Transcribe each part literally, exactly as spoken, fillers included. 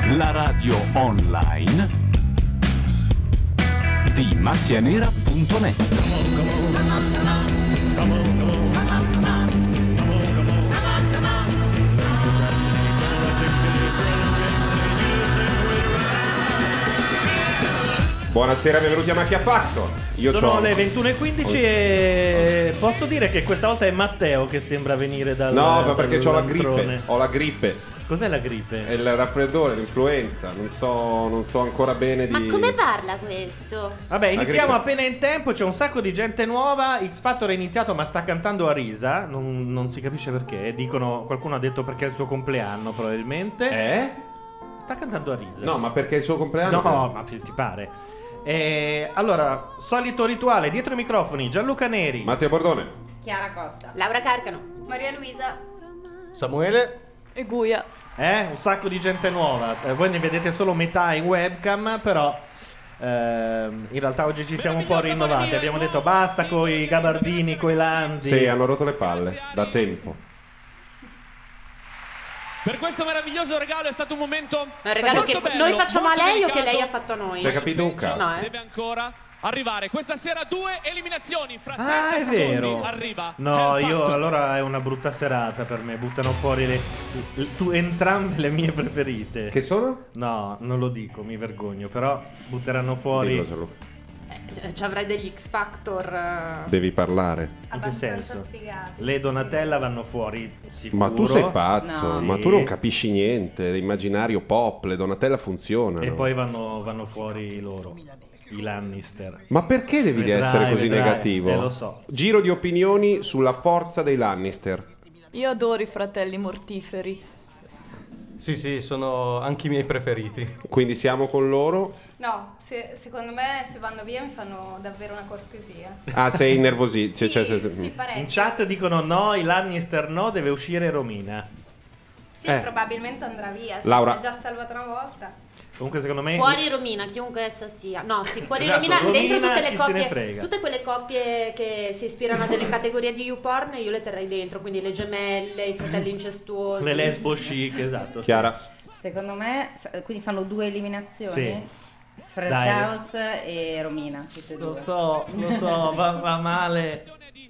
la radio online di macchianera punto net. Buonasera, benvenuti a Macchia Factor. Io Sono c'ho... le ventuno e quindici e posso dire che questa volta è Matteo che sembra venire dal No, ma perché ho la dall'altrone. grippe. Ho la grippe. Cos'è la grippe? È il raffreddore, l'influenza. Non sto, non sto ancora bene di... Ma come parla questo? Vabbè, iniziamo grippe. appena in tempo, c'è un sacco di gente nuova. X Factor è iniziato ma sta cantando a risa. Non, non si capisce perché. Dicono, qualcuno ha detto perché è il suo compleanno probabilmente. Eh? Sta cantando a risa. No, ma perché è il suo compleanno? No, ma ti pare. E allora, solito rituale, dietro i microfoni, Gianluca Neri, Matteo Bordone. Chiara Costa, Laura Carcano, Maria Luisa, Samuele e Guia. eh? Un sacco di gente nuova. Eh, voi ne vedete solo metà in webcam, però ehm, in realtà oggi ci siamo un po' rinnovati. Abbiamo detto basta coi gabardini, coi landi. Sì, hanno rotto le palle da tempo. Per questo meraviglioso regalo è stato un momento un regalo che molto noi bello, facciamo a molto lei o che delicato. lei ha fatto a noi? Si è capito un cazzo. No, eh. Deve ancora arrivare. Questa sera due eliminazioni fra Ah, trenta è secondi. vero. Arriva No, Hell io Factor. allora è una brutta serata per me. Buttano fuori le, le- tu, entrambe le mie preferite. Che sono? No, non lo dico, mi vergogno. Però butteranno fuori. Dillo, Gianluca. Eh, ci avrai degli X Factor. eh. Devi parlare. In che senso? Sfigati. Le Donatella vanno fuori sicuro. Ma tu sei pazzo, No. ma Sì. tu non capisci niente. L'immaginario pop, le Donatella funzionano. E poi vanno, vanno fuori loro, i Lannister. Ma perché devi Vedrai, essere così vedrai. negativo? Eh, lo so. Giro di opinioni sulla forza dei Lannister. Io adoro i fratelli mortiferi. Sì, sì, sono anche i miei preferiti. Quindi siamo con loro. No, se- secondo me se vanno via mi fanno davvero una cortesia. Ah, sei innervosito. Sì, Cioè, cioè, sì, In parecchio. chat dicono no, i Lannister no, deve uscire Romina. Sì, Eh. probabilmente andrà via. Cioè, Laura. si è già salvata una volta. Comunque secondo me Fuori Romina, chiunque essa sia. No, sì, fuori Esatto, Romina, dentro Romina, tutte le chi se ne coppie. frega. Tutte quelle coppie che si ispirano a delle categorie di YouPorn, io le terrei dentro. Quindi le gemelle, i fratelli incestuosi. le lesbo chic, esatto. sì. Chiara. secondo me, f- quindi fanno due eliminazioni? Sì. Fred Dai. House e Romina, tutte e Lo due. so, lo so, va, va male.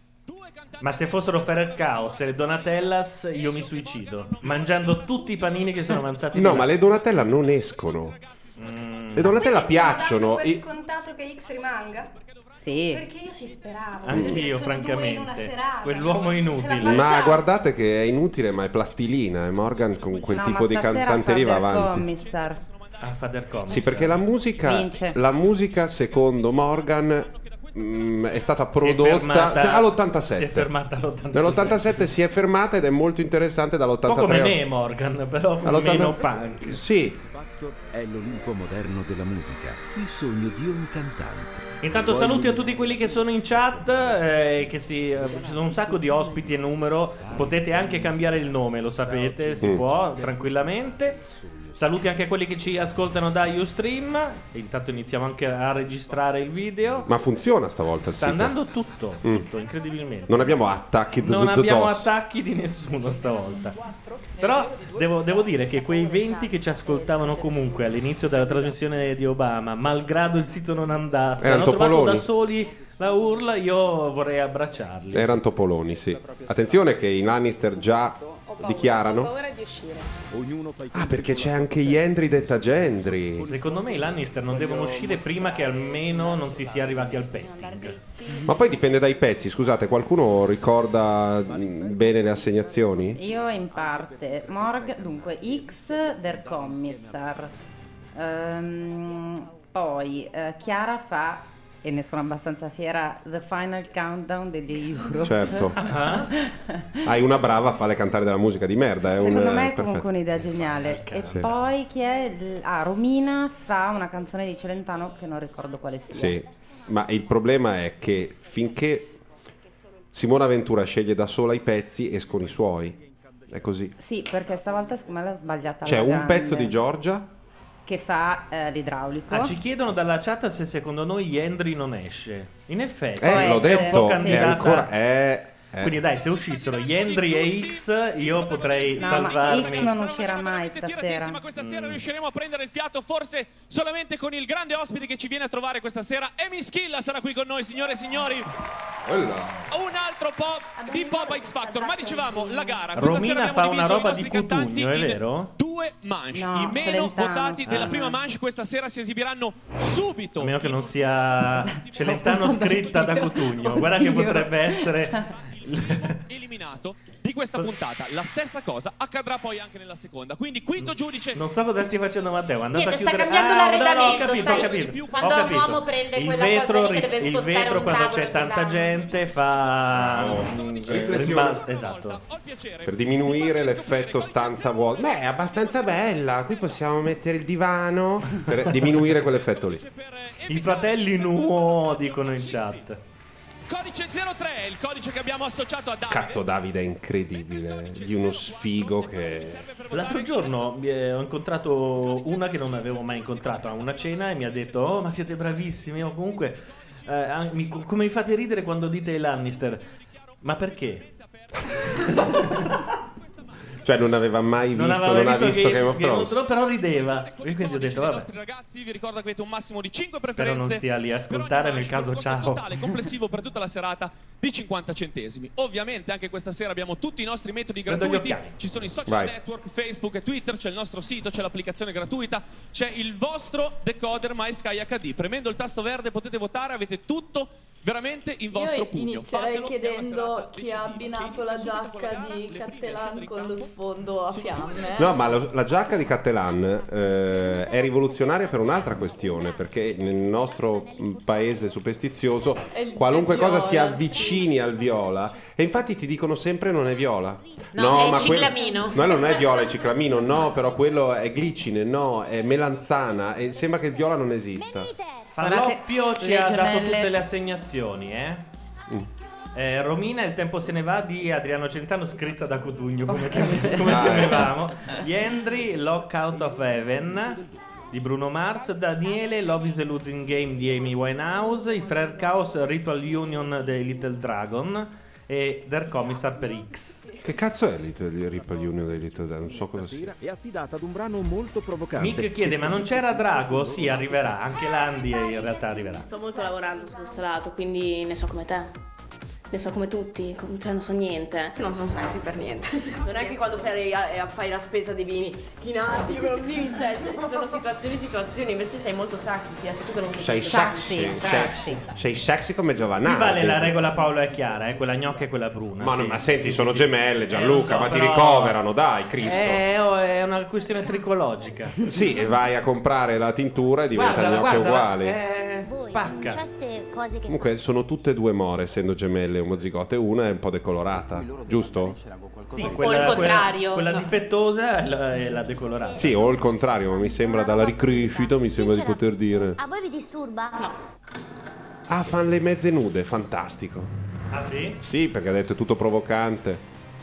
Ma se fossero Ferrer Caos e le Donatellas, io mi suicido. Mangiando tutti i panini che sono avanzati. No, di ma là. le Donatella non escono. Mm. Le Donatella Quindi stiamo piacciono. dando per I- scontato che X rimanga? Sì. Perché io ci speravo. Anch'io, perché sono francamente. due in una serata. Quell'uomo Ce la inutile. facciamo. Ma guardate che è inutile, ma è plastilina. E Morgan con quel No, tipo ma di stasera cantanteria va fa del avanti. Commissar. Ah, Father Commissar. Sì, perché la musica, Vince. la musica secondo Morgan mm, è stata Si è prodotta fermata- all'ottantasette. Si è fermata all'ottantasette. Nell'ottantasette si è fermata ed è molto interessante Un po' dall'ottantatré. come me, Morgan, però all'ottanta- meno punk. Sì, Factor è l'Olimpo moderno della musica, il sogno di ogni cantante. Intanto saluti a tutti quelli che sono in chat, eh, che si, eh, ci sono un sacco di ospiti e numero, potete anche cambiare il nome, lo sapete, si Mm. può tranquillamente. Saluti anche a quelli che ci ascoltano da Ustream. E intanto iniziamo anche a registrare il video. ma funziona stavolta il Sta sito. andando tutto, Mm. tutto, incredibilmente. Non abbiamo attacchi d- Non d- abbiamo DOS. attacchi di nessuno stavolta. Però devo, devo dire che quei venti che ci ascoltavano comunque all'inizio della trasmissione di Obama, malgrado il sito non andasse, Erano hanno trovato topoloni. da soli la urla, io vorrei abbracciarli. Erano topoloni, sì. Attenzione che i Lannister già dichiarano. di uscire. Ognuno fa i Ah, perché c'è anche Gendry detta Gendry. Secondo me i Lannister non devono uscire prima che almeno non si sia arrivati al petting. Ma poi dipende dai pezzi. Scusate, qualcuno ricorda mm, bene le assegnazioni? Io in parte. Morgan, dunque, X der Commissar. Ehm, poi eh, Chiara fa, e ne sono abbastanza fiera, The Final Countdown degli Europe. Certo. Ah? Hai una brava a fare cantare della musica di merda. È un, Secondo me eh, è comunque perfetto. un'idea geniale. E Sì. poi chi è? Il- Ah, Romina fa una canzone di Celentano che non ricordo quale sia. Sì, ma il problema è che finché Simona Ventura sceglie da sola i pezzi, escono i suoi. È così. Sì, perché stavolta secondo me l'ha sbagliata. C'è alla un grande, pezzo di Giorgia. che fa eh, l'idraulico. Ah, ci chiedono dalla chat se secondo noi Gendry non esce. In effetti, Eh, l'ho essere, detto, sì. è candidata- ancora... È, Eh. Quindi dai, se uscissero Yendri e X, io potrei No, salvarmi. ma X non uscirà mai stasera. Ma questa sera riusciremo a prendere il fiato forse solamente con il grande ospite che ci viene a trovare questa sera. Amy Schilla sarà qui con noi, signore e signori. Un altro po' di pop a X Factor. Ma dicevamo, la gara questa Romina sera fa abbiamo una diviso i roba nostri di cantanti Cutugno, è in vero? due manche. No, I meno Celentano, votati sì. della Ah. prima manche questa sera si esibiranno subito. A meno che non sia Celentano pensando scritta da anch'io. Cutugno. Guarda che Oddio. potrebbe essere. Eliminato di questa puntata. La stessa cosa accadrà poi anche nella seconda. Quindi quinto giudice. Non so cosa stia facendo Matteo. È andato Niente, a sta chiudere. cambiando Ah, no, no, l'arredamento, ho capito, sai, ho capito. quando ho un capito. uomo prende il quella vetro, cosa lì che deve il spostare vetro un quando tavolo c'è in tanta divano. gente fa Oh, mm, riflessione. rimbalzo- esatto. Per diminuire l'effetto stanza vuota. Beh, è abbastanza bella. Qui possiamo mettere il divano. Per diminuire quell'effetto lì. I fratelli Nuo dicono in chat. Codice zero tre, il codice che abbiamo associato a Davide. Cazzo, Davide è incredibile. Di uno sfigo che. L'altro giorno eh, ho incontrato una che non avevo mai incontrato a una cena e mi ha detto: oh, ma siete bravissimi. O comunque eh, an- mi- come mi fate ridere quando dite i Lannister. Ma perché? Cioè, non aveva mai Non visto, aveva non ha visto Game of Game Thrones. Thrones, però rideva. E quindi ho detto: I vabbè, nostri ragazzi, vi ricordo che avete un massimo di cinque spero preferenze. non stia lì a ascoltare. Nel caso, Un ciao. totale complessivo per tutta la serata di cinquanta centesimi. Ovviamente anche questa sera abbiamo tutti i nostri metodi Prendo gli gratuiti. occhiali. Ci sono i social Vai. network, Facebook e Twitter, c'è il nostro sito, c'è l'applicazione gratuita, c'è il vostro decoder MySky acca di. Premendo il tasto verde potete votare, avete tutto veramente in vostro Io pugno. inizierei Fatelo, è una chiedendo serata chi ha decisiva, abbinato che la inizia subito con le giacca gara, di le prime Cattelan chiacchiere con in lo campo. sfondo a fiamme. No, ma lo- la giacca di Cattelan eh, è rivoluzionaria per un'altra questione, perché nel nostro mh, paese superstizioso È qualunque viola, cosa si sì. avvicini al viola, e infatti ti dicono sempre non è viola. No, è ma quello- ciclamino. no, non è viola, è ciclamino, no, però quello è glicine, no, è melanzana, e sembra che il viola non esista. Falloppio ci le ha dato gemelle- tutte le assegnazioni, eh? Mm. Eh, Romina, Il tempo se ne va di Adriano Celentano, scritta da Cutugno, come, tem- come Ah, temevamo. Yendri, Lockout of Heaven di Bruno Mars. Daniele, Love is a Losing Game di Amy Winehouse. I Frere Chaos, Ritual Union dei Little Dragon. E Der Commissar per X. Che cazzo è Little Ripple Union dei Little Dragon? Non so cosa sia. È affidata ad un brano molto provocante. Mick chiede: ma non c'era Drago? Sì, arriverà. Anche Landi in realtà arriverà. Sto molto lavorando su questo lato, quindi ne so come te. Ne so come tutti, com- cioè non so niente. Non sono sexy per niente. Non è che quando sei a, a fai la spesa dei vini chinati così, cioè, cioè, ci sono situazioni situazioni, invece sei molto sexy, sia sei tu che non Sei Sexy, sexy, sexy. sei, sei sexy come Qui Giovanna. vale la regola Paolo e Chiara, eh? Quella gnocca e quella bruna. Ma, no, sì. ma senti, Sì, sono sì, gemelle, sì. Gianluca, Eh, lo so, ma ti però- ricoverano, dai, Cristo. Eh, oh, è una questione tricologica. Sì, e vai a comprare la tintura e diventano Guardala, gnocche guardala, uguali. eh, spacca. Certe cose che Comunque sono tutte e due more, essendo gemelle omozigote, una è un po' decolorata, giusto? Sì, O quella, il contrario. Quella, quella No. difettosa è la, è la decolorata. Sì, o il contrario, ma mi sembra dalla ricrescita, mi sembra di poter dire. a voi vi disturba? No. Ah, fan le mezze nude, fantastico. Ah sì? Sì, perché ha detto è tutto provocante.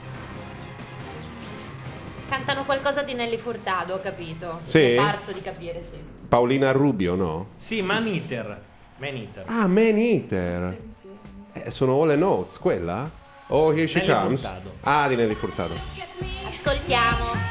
Cantano qualcosa di Nelly Furtado, ho capito. Sì? Mi è parso di capire, sì. Paolina Rubio, no? Sì, Man Eater. Man Eater. Ah, Man Eater. Eh, sono All the Notes, quella? Oh, Here She Nelly Comes. Furtado. Ah, di Nelly Furtado. Ascoltiamo.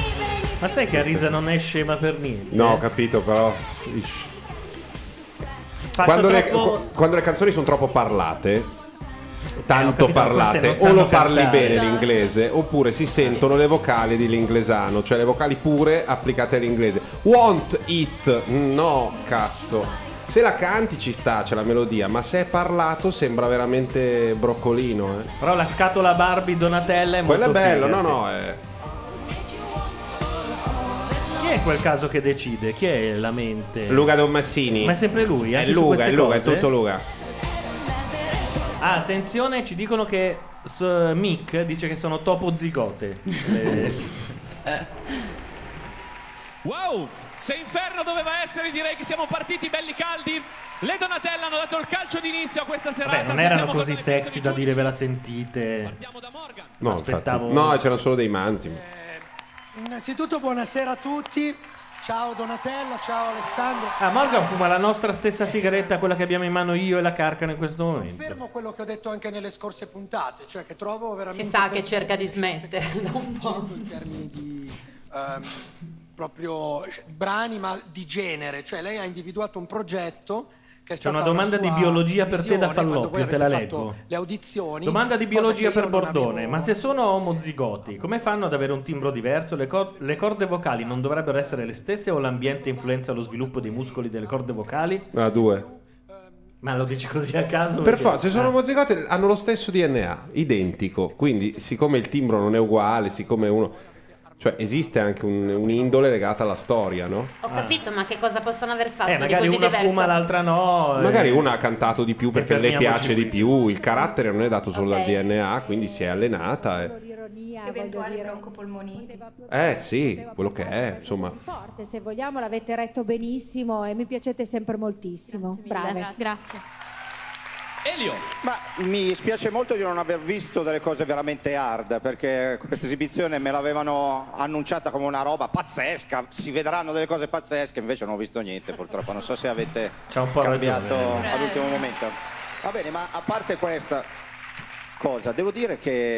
Ma sai che Arisa non è scema per niente? No, ho eh? capito, però. Ish. Faccio quando, le, troppo- qu- quando le canzoni sono troppo parlate, tanto capito, ma parlate, queste non o lo sanno parli cantare. bene l'inglese, oppure si sentono le vocali dell'inglesano, cioè le vocali pure applicate all'inglese. Want it, no, cazzo. Se la canti ci sta, c'è la melodia, ma se è parlato sembra veramente broccolino. Eh. Però la scatola Barbie Donatella è Quello molto è bello, figa, no, sì. no, è... Chi è in quel caso che decide? Chi è la mente? Luca Tommasini. Ma è sempre lui? È anche su Luca, queste è Luca, è cose? tutto Luca. Ah, attenzione, ci dicono che s- Mick dice che sono topozigote. Le- Wow, se Inferno doveva essere, direi che siamo partiti belli caldi. Le Donatella hanno dato il calcio d'inizio a questa serata. Vabbè, non erano Sentiamo così cosa ne sexy da dire ve la sentite. No, Aspettavo- infatti. No, c'erano solo dei manzi. Innanzitutto buonasera a tutti. Ciao Donatella, ciao Alessandro. Ah, Morgan fuma la nostra stessa sigaretta, quella che abbiamo in mano io e la Carcano in questo momento. Confermo quello che ho detto anche nelle scorse puntate, cioè che trovo veramente Si sa che perfetto cerca di smettere da un po'. in termini di ehm, proprio brani, ma di genere, cioè lei ha individuato un progetto che è C'è stata una domanda di sua biologia per te da visione quando voi Falloppio, te la avete leggo. fatto le audizioni. Domanda di cosa biologia che io per non Bordone, avevo- ma se sono omozigoti, come fanno ad avere un timbro diverso? Le, cor- le corde vocali non dovrebbero essere le stesse o l'ambiente influenza lo sviluppo dei muscoli delle corde vocali? Ah, due. Ma lo dici così a caso? Per perché- forza, se sono Ah. omozigoti hanno lo stesso D N A, identico. Quindi, siccome il timbro non è uguale, siccome uno... Cioè, esiste anche un- un'indole legata alla storia, no? Ho capito, ma che cosa possono aver fatto Eh, di magari così una diverso? fuma, l'altra no. eh. Magari una ha cantato di più perché le fermiamoci piace qui. di più. Il carattere non è dato solo Ok. dal D N A, quindi si è allenata. E... Eventuali broncopolmoniti. Eh sì, quello che è, insomma. Forte, se vogliamo, l'avete retto benissimo e mi piacete sempre moltissimo. Brave. Grazie. Elio. Ma mi spiace molto di non aver visto delle cose veramente hard, perché questa esibizione me l'avevano annunciata come una roba pazzesca, si vedranno delle cose pazzesche, invece non ho visto niente purtroppo, non so se avete C'ha un po' cambiato ragione. all'ultimo momento. Va bene, ma a parte questa cosa, devo dire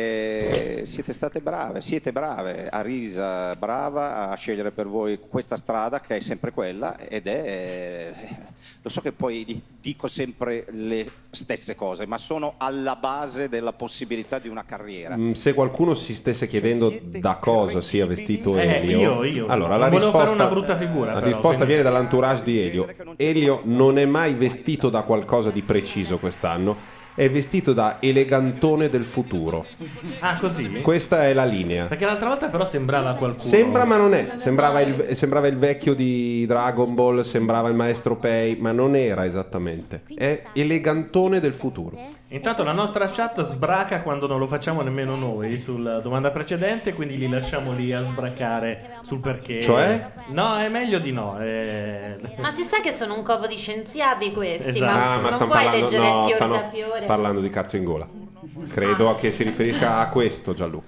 che siete state brave, siete brave, Arisa brava a scegliere per voi questa strada che è sempre quella ed è... Lo so che poi dico sempre le stesse cose, ma sono alla base della possibilità di una carriera. Mm, Se qualcuno si stesse chiedendo da cosa sia vestito Eh, Elio, io, io. allora la Non volevo risposta, fare una brutta figura, la però, risposta quindi- viene dall'entourage di Elio. Elio non è mai vestito da qualcosa di preciso quest'anno, è vestito da elegantone del futuro. Ah, così? Questa è la linea. Perché l'altra volta però sembrava qualcuno. Sembra ma non è, sembrava il, sembrava il vecchio di Dragon Ball, sembrava il maestro Pei, ma non era esattamente. È elegantone del futuro. Intanto la nostra chat sbraca quando non lo facciamo nemmeno noi sulla domanda precedente, quindi li lasciamo lì a sbracare sul perché. Cioè? No, è meglio di no. eh. Ma si sa che sono un covo di scienziati questi, Esatto. ma, Ah, ma non stanno puoi parlando, leggere no, fior stanno da fiore. parlando di cazzo in gola. Credo che si riferisca a questo, Gianluca.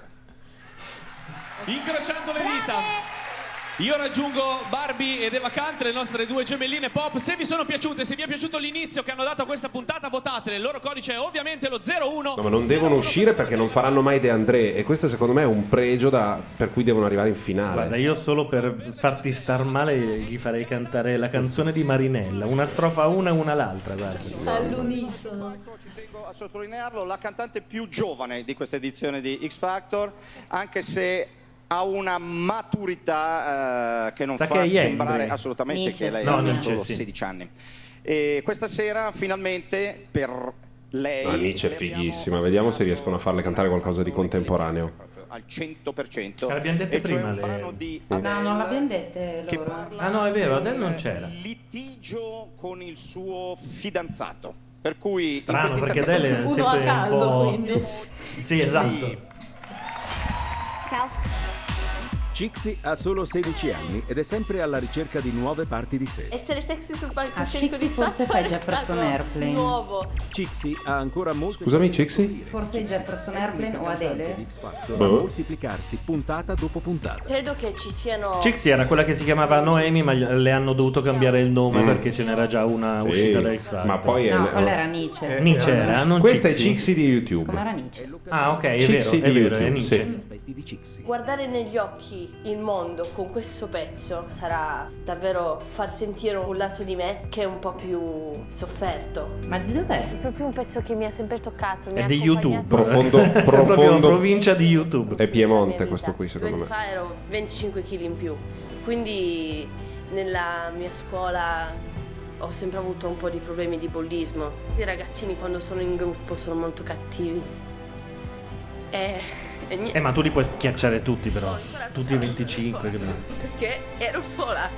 Incrociando le dita. Io raggiungo Barbie ed Eva Kant, le nostre due gemelline pop. Se vi sono piaciute, se vi è piaciuto l'inizio che hanno dato a questa puntata, votatele. Il loro codice è ovviamente lo zero uno. No, ma non devono uscire perché non faranno mai De André. E questo secondo me è un pregio da- per cui devono arrivare in finale. Guarda, io solo per farti star male gli farei cantare la canzone di Marinella, una strofa una e una l'altra, guarda. All'unisono. Ci tengo a sottolinearlo, la cantante più giovane di questa edizione di X Factor, anche se ha una maturità eh, che non Sa fa che è Yendri. sembrare assolutamente Nietzsche, che lei no, abbia Nietzsche, solo sì. sedici anni. E questa sera finalmente per lei No, Nietzsche è fighissima. Vediamo se riescono a farle cantare qualcosa di contemporaneo. al cento per cento. Ce l'abbiamo dette e cioè prima un le- brano di No, non Adele l'abbiamo dette che loro. parla Ah no, è vero, di Adele un non c'era. litigio con il suo fidanzato. Per cui Strano, in perché questa Adele è Uno a sempre un caso, po'... quindi. Sì, esatto. Sì. Ciao. Cixi ha solo sedici anni ed è sempre alla ricerca di nuove parti di sé. Essere sexy sul palcoscenico Ah, di Cixi forse Factor fa è Jefferson stato Airplane. nuovo. Cixi ha ancora molte Scusami, cose da Cixi? scoprire. Forse Cixi Jefferson è Airplane l'unica o cantante Adele? di X Factor Boh. a moltiplicarsi puntata dopo puntata. Credo che ci siano... Cixi era quella che si chiamava Noemi, ma gli- le hanno dovuto cambiare il nome Mm. perché ce n'era già una Sì, uscita da X Factor. ma poi è- No, quella era Nietzsche. Nietzsche era, non Questa è Cixi. Cixi di YouTube. Come era Nietzsche? Ah, ok, è Cixi vero, è di vero, è YouTube, Nietzsche. sì. concerti di Cixi. Guardare negli occhi il mondo con questo pezzo sarà davvero far sentire un lato di me che è un po' più sofferto. Ma di dov'è? È proprio un pezzo che mi ha sempre toccato. mi È ha di accompagnato. YouTube. Profondo, È proprio profondo. provincia di YouTube. È Piemonte questo qui, secondo Due anni me. fa ero venticinque chili in più, quindi nella mia scuola ho sempre avuto un po' di problemi di bullismo. I ragazzini quando sono in gruppo sono molto cattivi. E, e niente. Eh, ma tu li puoi schiacciare tutti, però. Tutti i venticinque. Che... Perché ero sola.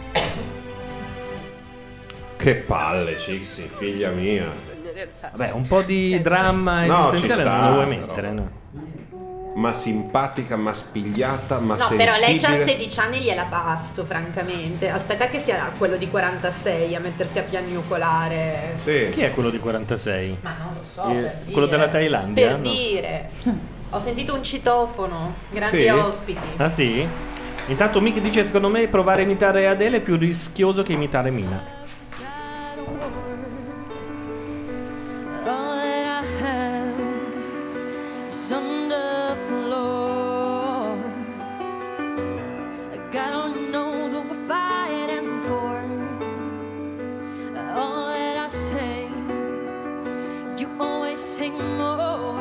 Che palle, Cixi, figlia mia. Vabbè, un po' di dramma No, ci esistenziale sta, non lo vuoi però. mettere, no? Ma simpatica, ma spigliata, ma No, sensibile. però lei c'ha sedici anni, gliela passo, francamente. Aspetta che sia quello di quarantasei a mettersi a piagnucolare. Sì. Chi è quello di quarantasei? Ma non lo so. Il- per quello dire. della Thailandia? Per No. dire. Ho sentito un citofono, grandi Sì? ospiti. Ah sì? Intanto Mick dice secondo me provare a imitare Adele è più rischioso che imitare Mina. All that I have is on the floor. God only knows what we're fighting for. All that I say, you always say more.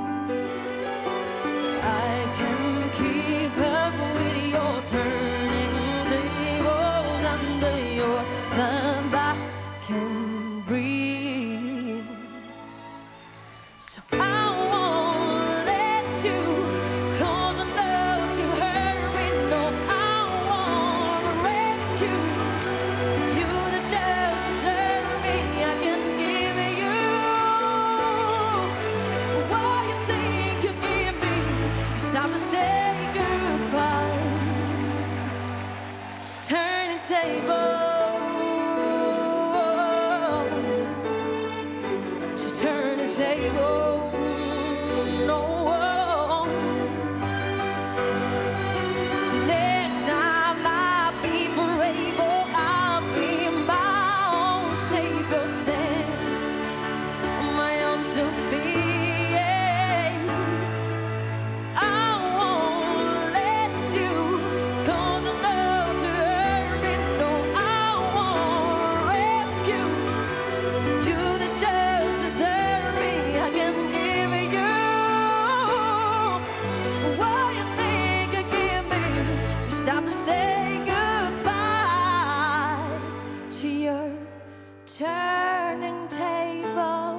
I can keep up with your turning tables under your thumb. I can breathe. So I won't let you close enough to hurt me. No, I won't rescue you to just desert me. I can give you what you think you give me. It's time to say goodbye. Turning tables. She's turning table, no. Next time I'll be brave, or I'll be my own savior. Stand on my own two feet. I won't let you close enough to hurt me. No, I won't rescue you to just desert me. I can give you what you think you give me. It's time to say goodbye to your turning table.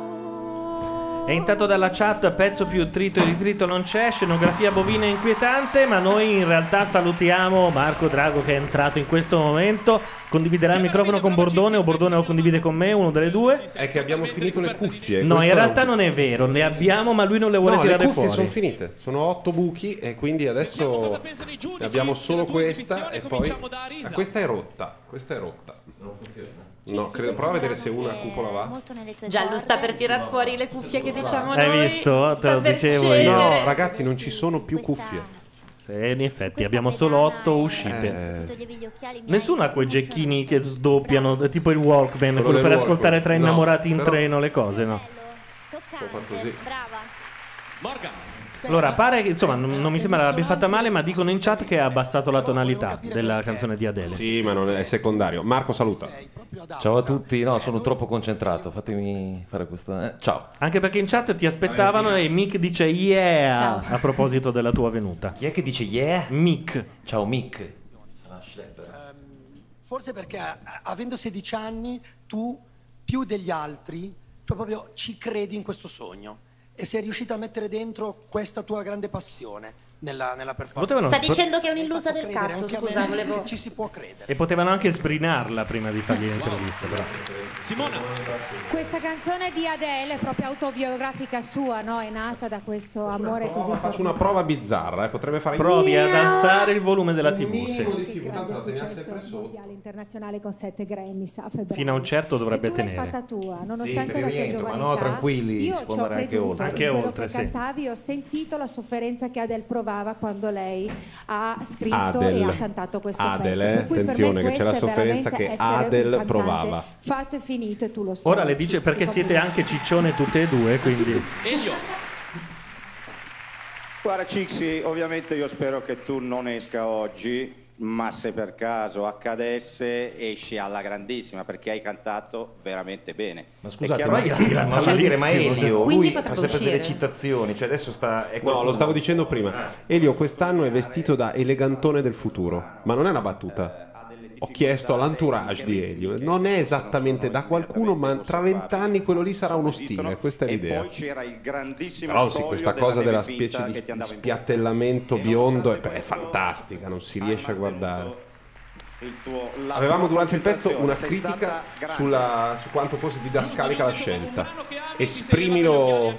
E intanto dalla chat pezzo più trito e ritrito non c'è, scenografia bovina inquietante, ma noi in realtà salutiamo Marco Drago che è entrato in questo momento. Condividerà il microfono con Bordone o Bordone lo condivide con me, uno delle due. È che abbiamo finito le cuffie. No, questo in realtà è un- non è vero, ne abbiamo ma lui non le vuole No, le tirare cuffie fuori. sono finite, sono otto buchi e quindi adesso ne abbiamo solo questa e poi ah, questa è rotta, questa è rotta. Non funziona. No, credo, prova a vedere se una cupola va. Giallo sta per tirar fuori le cuffie che diciamo Hai noi. visto? Te Sta lo per dicevo io. No, ragazzi, non ci sono più cuffie. Eh, in effetti abbiamo solo otto uscite. Eh. Nessuno ha quei gecchini che sdoppiano, tipo il Walkman, quello, del per Walkman. ascoltare tra No, innamorati in però- treno le cose, no? Può far così. Morgan. Allora, pare che insomma non, non mi sembra l'abbia fatta male, ma dicono in chat che ha abbassato la tonalità della canzone di Adele. Sì, ma non è secondario. Marco saluta. Ciao a tutti, no, sono troppo concentrato, fatemi fare questa. Eh, ciao. Anche perché in chat ti aspettavano e Mick dice yeah Ciao. a proposito della tua venuta. Chi è che dice yeah? Mick. Ciao Mick. Sarà Schlepper. Forse perché a- avendo sedici anni tu più degli altri cioè proprio ci credi in questo sogno e sei riuscita a mettere dentro questa tua grande passione nella, nella performance. Potevano- Sta dicendo che è un'illusa del credere cazzo, anche a scusa, me volevo... che ci si può credere. E potevano anche sbrinarla prima di fargli l'intervista, però. Simona. Questa canzone di Adele è proprio autobiografica sua, no? È nata da questo amore così Faccio una prova bizzarra, eh. Potrebbe fare Provi ad Miau. alzare il volume della tivù. minimo sì. di tivù, grande tanto la teniamo successo sempre sotto. mondiale internazionale con sette Grammy, sa, febbraio. Fino a un certo dovrebbe e tu l'hai tenere. fatta tua, Sì, nonostante perché la tua rientro, ma giovanità. no, tranquilli, io si può ci ho andare anche creduto oltre. in Anche quello oltre, che sì. cantavi, ho sentito la sofferenza che Adele provava quando lei ha scritto Adele. e ha cantato questo Adele, pezzo. Per cui per attenzione, me che c'è la questo è sofferenza veramente che essere un Adele cantante provava. fatto e finito e tu lo sai. Ora le dice Cixi, perché comunque. siete anche ciccione tutte e due, quindi. Elio. Guarda Cixi, ovviamente io spero che tu non esca oggi, ma se per caso accadesse esci alla grandissima, perché hai cantato veramente bene. Ma È scusate, chiaro- ma, ma voglio dire, ma Elio, Quindi lui fa potrebbe sempre uscire. delle citazioni, cioè adesso sta... È No, qualcuno- lo stavo dicendo prima. Elio quest'anno è vestito da elegantone del futuro, ma non è una battuta. Ho chiesto all'entourage di Elio, non è esattamente da qualcuno, ma tra vent'anni quello lì sarà uno stile, questa è E l'idea. poi c'era il grandissimo Però sì, scoglio questa della cosa neve della finta specie di, che ti di andava in spiattellamento biondo è, è fantastica, non si riesce a guardare. il tuo, la Avevamo tua durante il pezzo concentrazione, una sei critica stata grande. sulla, su quanto fosse didascalica la scelta. Esprimilo,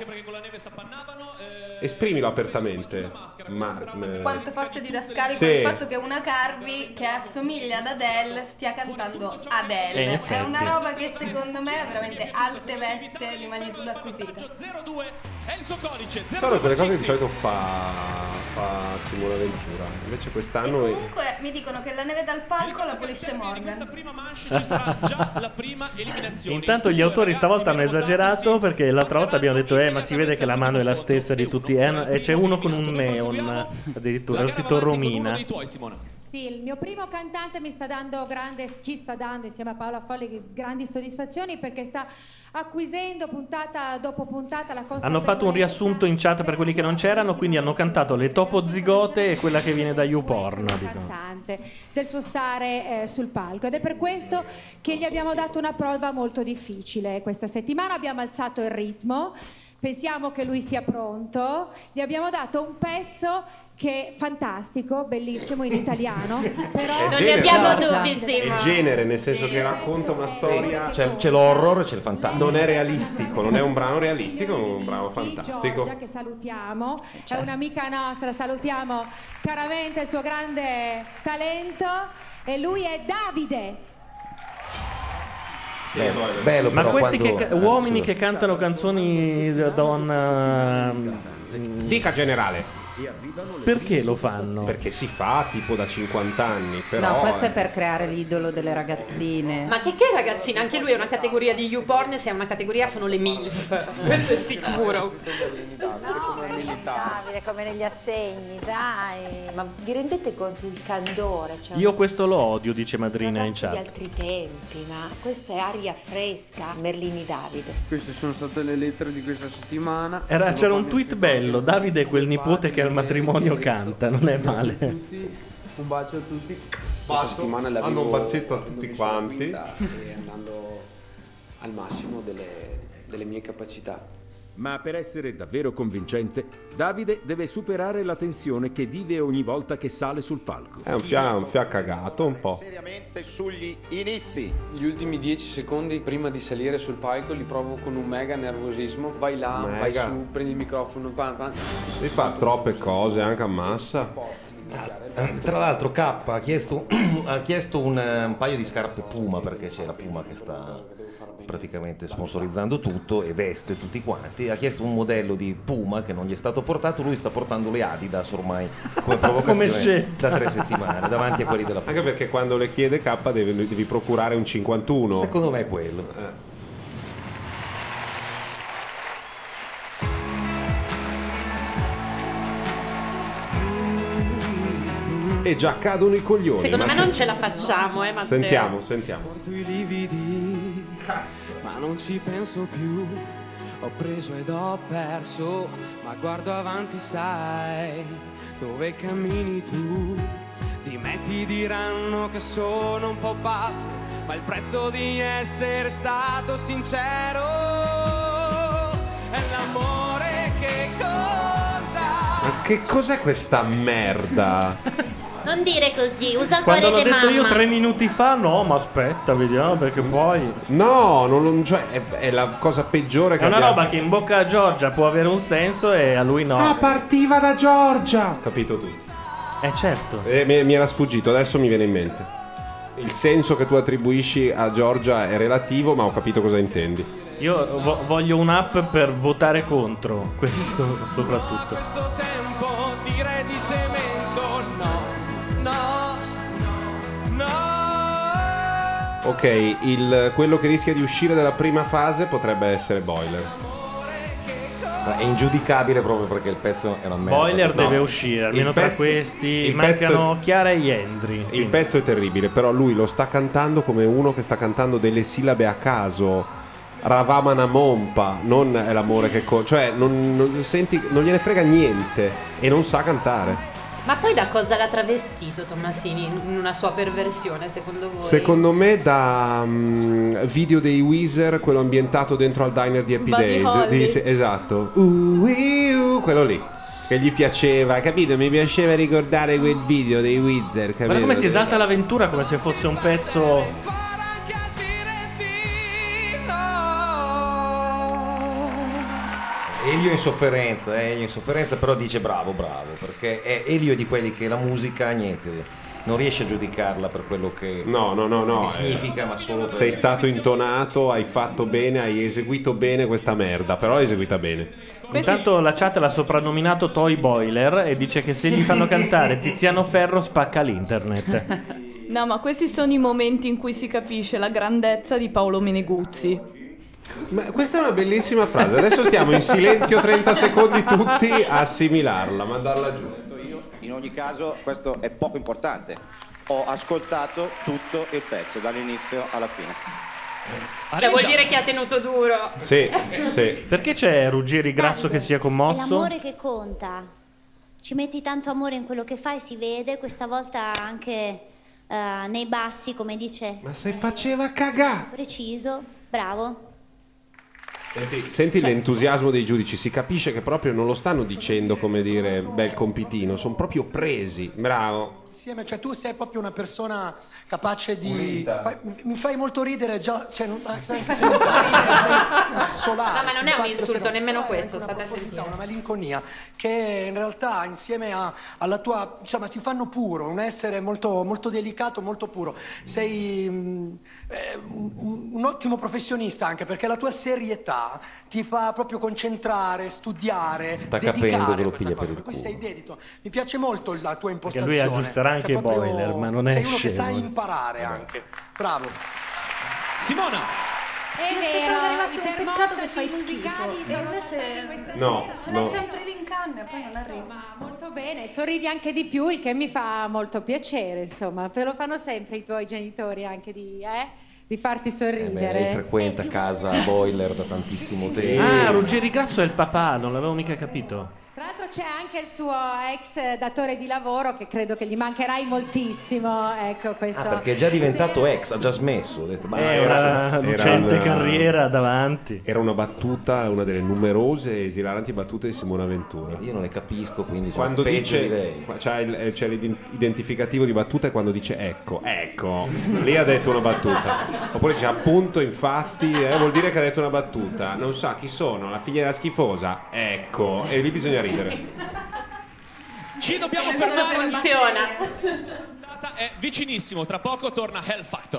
esprimilo apertamente. Ma, eh, Quanto fosse didascalico Sì. il fatto che una Carvi che assomiglia ad Adele stia cantando Adele. Eh, in È effetti. una roba che secondo me è veramente alte vette di magnitudo acquisita. È il suo codice. sono quelle cose che di solito fa, fa Simona Ventura. Invece quest'anno è- Comunque mi dicono che la neve dal palco la pulisce Morgan. La prima eliminazione. Intanto gli autori stavolta hanno esagerato perché l'altra volta abbiamo detto eh ma si vede che la mano è la stessa di tutti eh, e c'è uno con un neon addirittura, è il sito Romina. Sì, il mio primo cantante mi sta dando grande, ci sta dando insieme a Paola Folli grandi soddisfazioni perché sta acquisendo puntata dopo puntata la consapevolezza. Hanno fatto un riassunto in chat per quelli che non c'erano, quindi hanno cantato le Topo Zigote e quella che viene da YouPorn. dicono. cantante, del suo stare eh, sul palco ed è per questo che gli abbiamo dato una prova molto difficile questa settimana. Abbiamo alzato il ritmo, pensiamo che lui sia pronto, gli abbiamo dato un pezzo che è fantastico, bellissimo in italiano, però È non genere, ne abbiamo no? dubbi. È il genere, nel senso che racconta una storia. C'è, c'è l'horror e c'è il fantasma. Non è realistico, non è un brano realistico, è un brano fantastico. Giorgia che salutiamo, è un'amica nostra, salutiamo caramente il suo grande talento e lui è Davide. Bello, bello, Ma però questi quando- che, uomini che cantano canzoni da donna Dica generale. perché lo fanno? Perché si fa tipo da cinquanta anni, però No, questo eh, è per creare l'idolo delle ragazzine. Ma che che ragazzina, anche lui è una categoria di YouPorn, se è una categoria sono le MILF, questo è sicuro. Davide, come negli assegni, dai. Ma vi rendete conto il candore? Cioè, Io questo lo odio, dice Madrina in ragazzi di chat. altri tempi, ma questo è aria fresca. Merlini Davide. Queste sono state le lettere di questa settimana. Era, c'era un tweet bello, Davide è quel nipote che al matrimonio canta, non è male. Un bacio a tutti. Questa settimana la hanno un bacetto a tutti quanti. E andando al massimo delle, delle mie capacità. Ma per essere davvero convincente, Davide deve superare la tensione che vive ogni volta che sale sul palco. È un fia, un fia cagato un po'. Seriamente sugli inizi. Gli ultimi dieci secondi prima di salire sul palco li provo con un mega nervosismo. Vai là, Mega. vai su, prendi il microfono, pam, pam. Si fa troppe cose anche a massa. Eh, Tra l'altro K ha chiesto, ha chiesto un, eh, un paio di scarpe Puma perché c'è la Puma che sta praticamente sponsorizzando tutto e veste tutti quanti. Ha chiesto un modello di Puma che non gli è stato portato, lui sta portando le Adidas ormai come provocazione Come scelta. da tre settimane davanti a quelli della Puma. Anche perché quando le chiede K devi, devi procurare un cinquantuno. Secondo me è quello. Eh. E già cadono i coglioni. Secondo ma me se- non ce la facciamo, eh, Matteo. Sentiamo, sentiamo. Porto i lividi, ma non ci penso più. Ho preso ed ho perso, ma guardo avanti, sai, dove cammini tu. Di me ti diranno che sono un po' pazzo, ma il prezzo di essere stato sincero è l'amore che conta. Ma che cos'è questa merda? Non dire così, usa il Quando l'ho cuore di detto io mamma. tre minuti fa, no, ma aspetta, vediamo perché poi. No, non, non- cioè, è, è la cosa peggiore che È una abbiamo. roba che in bocca a Giorgia può avere un senso e a lui no. Ah, partiva da Giorgia! Capito tu? Eh certo. Eh, mi, mi era sfuggito, adesso mi viene in mente. Il senso che tu attribuisci a Giorgia è relativo, ma ho capito cosa intendi. Io vo- voglio un'app per votare contro, questo soprattutto. Questo tempo di redicemento, no, no, no. Ok, il, quello che rischia di uscire dalla prima fase potrebbe essere Boiler. È ingiudicabile proprio perché il pezzo è una merda. Boiler No. deve uscire, almeno Il tra pezzo- questi il mancano pezzo- Chiara e Yendri. Il pezzo è terribile, però lui lo sta cantando come uno che sta cantando delle sillabe a caso. Ravamana mompa, non è l'amore che co- cioè non, non senti, non gliene frega niente e non sa cantare. Ma poi da cosa l'ha travestito Tommasini in una sua perversione, secondo voi? Secondo me da mm, video dei Weezer, quello ambientato dentro al diner di Happy Buddy Days. Holly. Di- sì, esatto. Uh, uh, quello lì. Che gli piaceva, capito? Mi piaceva ricordare quel video dei Weezer, capito? Guarda come si esalta l'avventura come se fosse un pezzo. Elio in sofferenza, eh, Elio in sofferenza, però dice bravo, bravo, perché è Elio è di quelli che la musica, niente, non riesce a giudicarla per quello che No, no, no, no. che significa, ma solo per... Sei stato intonato, hai fatto bene, hai eseguito bene questa merda, però l'hai eseguita bene. Intanto la chat l'ha soprannominato Toy Boiler e dice che se gli fanno cantare Tiziano Ferro spacca l'internet. No, ma questi sono i momenti in cui si capisce la grandezza di Paolo Meneguzzi. Ma questa è una bellissima frase. Adesso stiamo in silenzio trenta secondi tutti a assimilarla, mandarla giù. Io, in ogni caso, questo è poco importante. Ho ascoltato tutto il pezzo, dall'inizio alla fine. Cioè vuol dire che ha tenuto duro. Sì, sì. Perché c'è Ruggeri Grasso che si è È commosso? l'amore che conta. Ci metti tanto amore in quello che fai, si vede, questa volta anche eh, nei bassi, come dice. Ma se faceva cagà! Preciso, bravo. Senti, senti l'entusiasmo dei giudici, si capisce che proprio non lo stanno dicendo come dire bel compitino, sono proprio presi. Bravo. Insieme, cioè tu sei proprio una persona capace di fai- mi- mi fai molto ridere già, cioè non, sai, anche se non fai ridere, sei solare, No, ma non è un simpatico, insulto, sei- nemmeno no, è questo, una state a profondità, sentire. una malinconia che in realtà insieme a- alla tua, insomma, ti fanno puro, un essere molto, molto delicato, molto puro. Sei mm, eh, un, un ottimo professionista anche perché la tua serietà ti fa proprio concentrare, studiare, Sta dedicare capendo che lo a questa piglia cosa, per il per cui culo. sei dedito. Mi piace molto la tua Perché impostazione. lui aggiusterà anche Cioè, i proprio boiler, ma non è sei uno che scemo. sai imparare anche. Bravo. Simona. È Mi vero, aspettavo arrivasse i un peccato che termostati fai musicali schifo. sono E invece- stati questa No, sera. Ce no. l'hai sempre lì in canna e poi non arrivi. Insomma, molto bene, sorridi anche di più, il che mi fa molto piacere, insomma, te lo fanno sempre i tuoi genitori anche di, eh, di farti Eh beh, sorridere. lei frequenta casa Boiler da tantissimo tempo. Ah, Ruggeri Grasso è il papà, non l'avevo mica capito. Tra l'altro c'è anche il suo ex datore di lavoro che credo che gli mancherai moltissimo, ecco questo. Ah, perché è già diventato ex, ha già smesso. Ho detto, basta, È una era- lucente una- carriera davanti. Era una battuta, una delle numerose e esilaranti battute di Simona Ventura. Io non ne capisco, quindi sono Quando peggio dice, di lei. qua- c'è, il- eh, c'è l'identificativo di battuta e quando dice ecco, ecco, lì ha detto una battuta. Oppure dice appunto, infatti, eh, vuol dire che ha detto una battuta. Non sa chi sono, la figlia della schifosa, ecco, e lì bisogna ridere. Ci dobbiamo Cosa fermare. funziona? È vicinissimo, tra poco torna Hell Factor.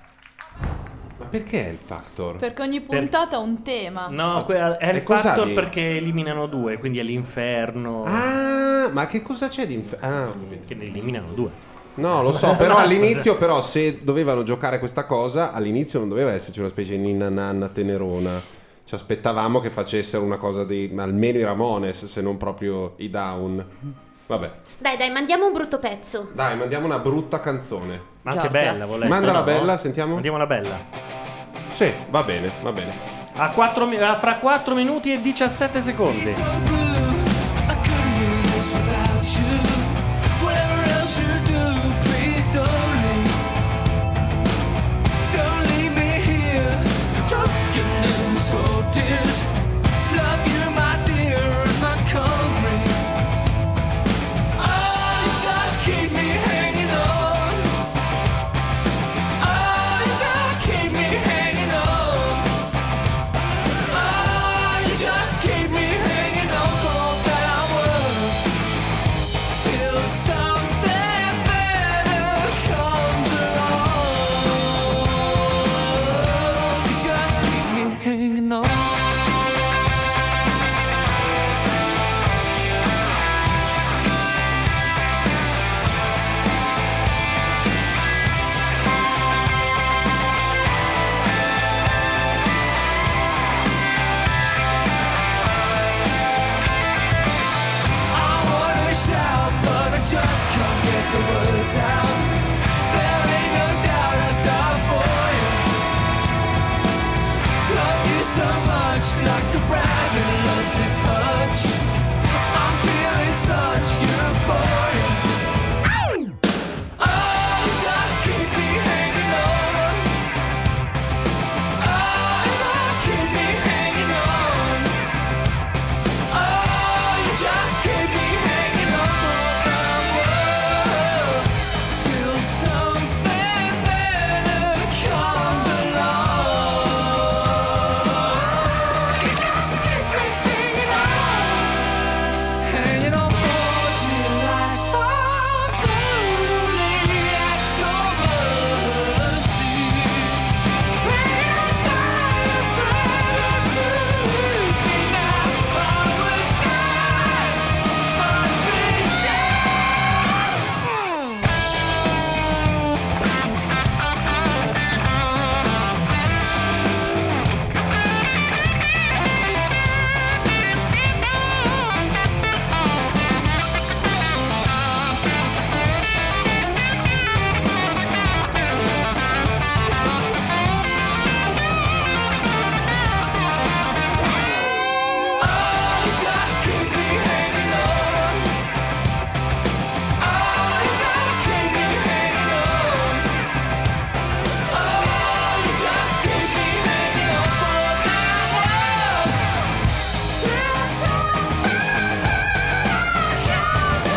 Ma perché è il Factor? Perché ogni puntata ha un tema. No, que- è E il cosa Factor di- perché eliminano due, quindi è l'inferno. Ah, ma che cosa c'è di inf- ah. Che ne eliminano due. No, lo so, però all'inizio, però, se dovevano giocare questa cosa, all'inizio non doveva esserci una specie di ninna nanna tenerona. Ci aspettavamo che facessero una cosa di almeno i Ramones, se non proprio i Down. Vabbè. Dai, dai, mandiamo un brutto pezzo. Dai, mandiamo una brutta canzone. Ma anche Già, bella, già. volete? Mandala No? bella, sentiamo. Mandiamo la bella. Sì, va bene, va bene. A quattro mi- a fra quattro minuti e diciassette secondi. Just keep me hanging on. get the words out. There ain't no doubt I die for you. Love you so much, like the rabbit loves its hutch. I'm feeling such euphoria. Oh, just keep me hanging on. Oh, just keep me hanging on. Oh, you just keep me hanging on. Whoa, till something better comes along. You just keep me hanging on. Hanging on for till I fall totally at your mercy. When I die, afraid of you leave me now, I would die, but be Oh, you just keep me hanging on. Oh, you just keep me hanging on. Oh, you just keep me hanging on for now. Till something better comes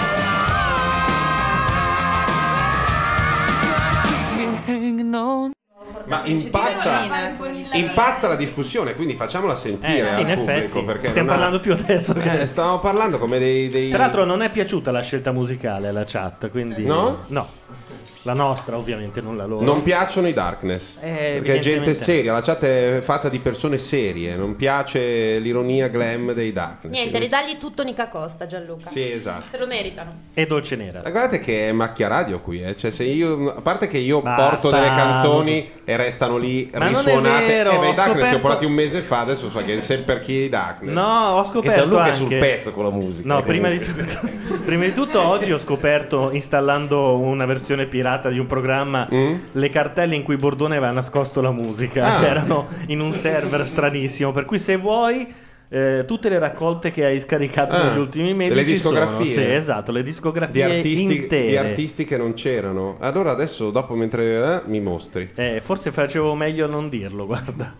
along. Just keep me hanging on. Ma impazza, impazza la discussione, quindi facciamola sentire Eh, sì, al in pubblico. effetti. Perché Stiamo non ha- parlando più adesso che- Eh, stavamo parlando come dei, dei... Peraltro non è piaciuta la scelta musicale alla chat, quindi No? No. La nostra ovviamente, non la loro. Non piacciono i Darkness, Eh, perché è gente evidentemente. seria, la chat è fatta di persone serie, non piace l'ironia glam dei Darkness. Niente, ridagli tutto Nica Costa, Gianluca. Sì, esatto. Se lo meritano. E Dolce Nera. Ma guardate che è macchia radio qui, eh. Cioè, se io, a parte che io Basta, porto delle canzoni e restano lì Ma non è risuonate, vero, e beh, i ho Darkness li ho scoperto- portati un mese fa, adesso so che è sempre chi i Darkness. No, ho scoperto E Gianluca è anche... sul pezzo con la musica. No, prima di, comunque. tutto, prima di tutto oggi ho scoperto, installando una versione pirata di un programma, le cartelle in cui Bordone aveva nascosto la musica, Mm? Ah. che erano in un server stranissimo, per cui se vuoi eh, tutte le raccolte che hai scaricato Ah, negli ultimi mesi delle ci discografie. sono. Sì, esatto, le Di discografie artisti, intere. di artisti che non c'erano. Allora adesso, dopo, mentre eh, mi mostri. Eh, forse facevo meglio a non dirlo, guarda.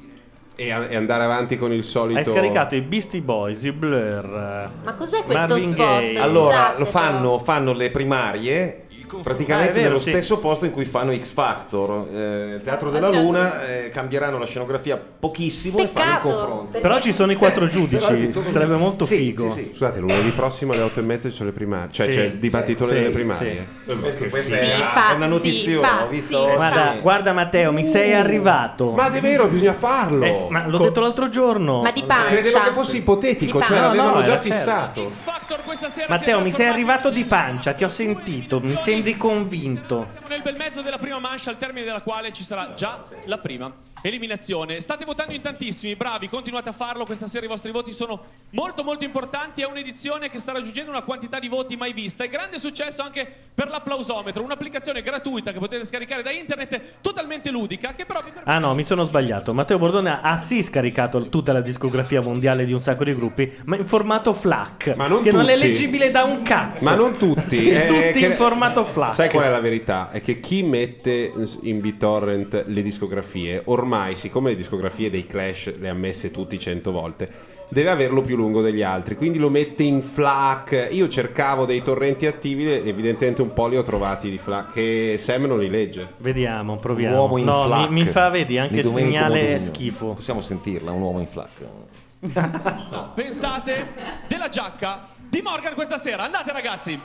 E, a- e andare avanti con il solito. Hai scaricato i Beastie Boys, i Blur. Ma cos'è questo Marvin spot? Gaye. Allora, Scusate, lo fanno, fanno le primarie praticamente Ah, è vero, nello sì. stesso posto in cui fanno X Factor. Eh, il Teatro della Luna, eh, cambieranno la scenografia pochissimo e fanno il confronto. Però ci sono i quattro Però è giudici, tutto così. sarebbe molto Sì, figo. sì, sì. Scusate, lunedì prossimo alle otto e mezza ci sono le primarie. Cioè Sì, c'è il dibattito sì, delle sì, primarie. sì. Eh, ma che Questa figo. è una- fa, è una sì, notiziona, fa, ho visto sì, oggi. Guarda, guarda Matteo, mi sei arrivato. Ma è vero, bisogna farlo. Eh, ma l'ho Co- detto l'altro giorno. Ma di pancia. Credevo che fosse ipotetico, Di cioè pancia. l'avevano No, no, già era certo. fissato. X Factor questa sera Matteo, si è mi sei trasformato arrivato di pancia, ti ho sentito, mi sembri convinto. nel bel mezzo della prima manche, al termine della quale ci sarà già la prima eliminazione. State votando in tantissimi, bravi, continuate a farlo. Questa sera i vostri voti sono molto molto importanti. È un'edizione che sta raggiungendo una quantità di voti mai vista e grande successo anche per l'applausometro, un'applicazione gratuita che potete scaricare da internet, totalmente ludica, che però vi permette... Ah no, mi sono sbagliato. Matteo Bordone ha sì scaricato tutta la discografia mondiale di un sacco di gruppi, ma in formato FLAC, Ma non che non è tutti. leggibile da un cazzo. Ma non tutti, Sì, eh, tutti che- in formato FLAC. Sai qual è la verità? È che chi mette in BitTorrent le discografie, ormai, siccome le discografie dei Clash le ha messe tutti cento volte, deve averlo più lungo degli altri, quindi lo mette in FLAC. Io cercavo dei torrenti attivi, evidentemente un po' li ho trovati di FLAC, che Sam non li legge. Vediamo, proviamo. Un uomo in no, FLAC. mi, mi fa, vedi, anche di il Domenico segnale Modugno. schifo. Possiamo sentirla, un uomo in FLAC. No, pensate della giacca di Morgan questa sera. Andate ragazzi.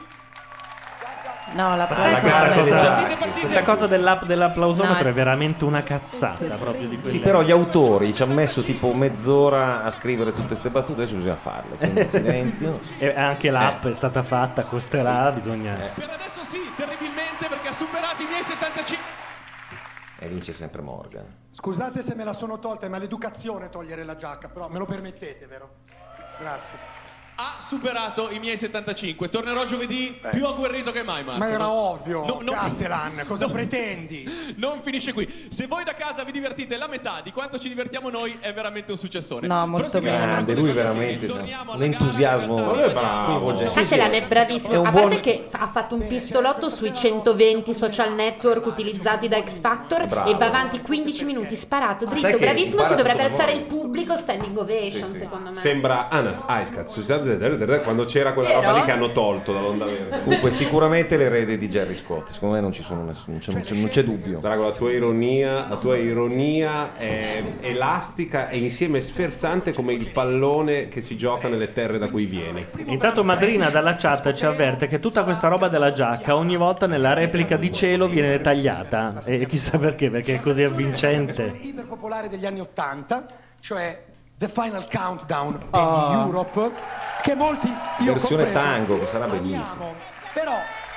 No, la Sai prova questa è cosa, già- questa cosa dell'app dell'applausometro No, è veramente una cazzata proprio di quelle. Sì, però gli autori ci hanno messo tipo mezz'ora a scrivere tutte queste battute, adesso bisogna farle. Quindi silenzio. E anche l'app è stata fatta, costerà, bisogna... Per adesso sì, terribilmente, perché ha superato i miei settantacinque. E vince sempre Morgan. Scusate se me la sono tolta, è maleducazione togliere la giacca, però me lo permettete, vero? Grazie. ha superato i miei settantacinque. Tornerò giovedì più agguerrito che mai, Marco. Ma era Non- ovvio, No, non- Catalan, cosa no. pretendi? Non finisce qui. Se voi da casa vi divertite la metà di quanto ci divertiamo noi, è veramente un successone. No, molto Proseguiamo tra Grande, quelli lui che veramente sì, sa. torniamo un alla gara. entusiasmo Non è bravo. coinvolgente. Sì, sì, Catalan è bravissimo, è un a buon- parte che fa- ha fatto un pistolotto sui centoventi social network utilizzati da X Factor Bravo. e va avanti quindici minuti sparato Sai dritto, che bravissimo, si impara dovrebbe tutto alzare il il pubblico, standing ovation secondo me. Sembra Anas Aiskat quando c'era quella Vero? roba lì che hanno tolto dall'onda verde. Comunque sicuramente l'erede di Gerry Scott, secondo me non ci sono nessun, non c'è, non c'è- non c'è dubbio. Drago, la tua ironia, la tua ironia è elastica e insieme sferzante come il pallone che si gioca nelle terre da cui vieni. Intanto Madrina dalla chat ci avverte che tutta questa roba della giacca ogni volta nella replica di cielo viene tagliata. E chissà perché, perché è così avvincente. Iperpopolare degli anni Ottanta, cioè The Final Countdown degli Ah. Europe, che molti, io Versione compreso, tango, che sarà amiamo. bellissimo. Però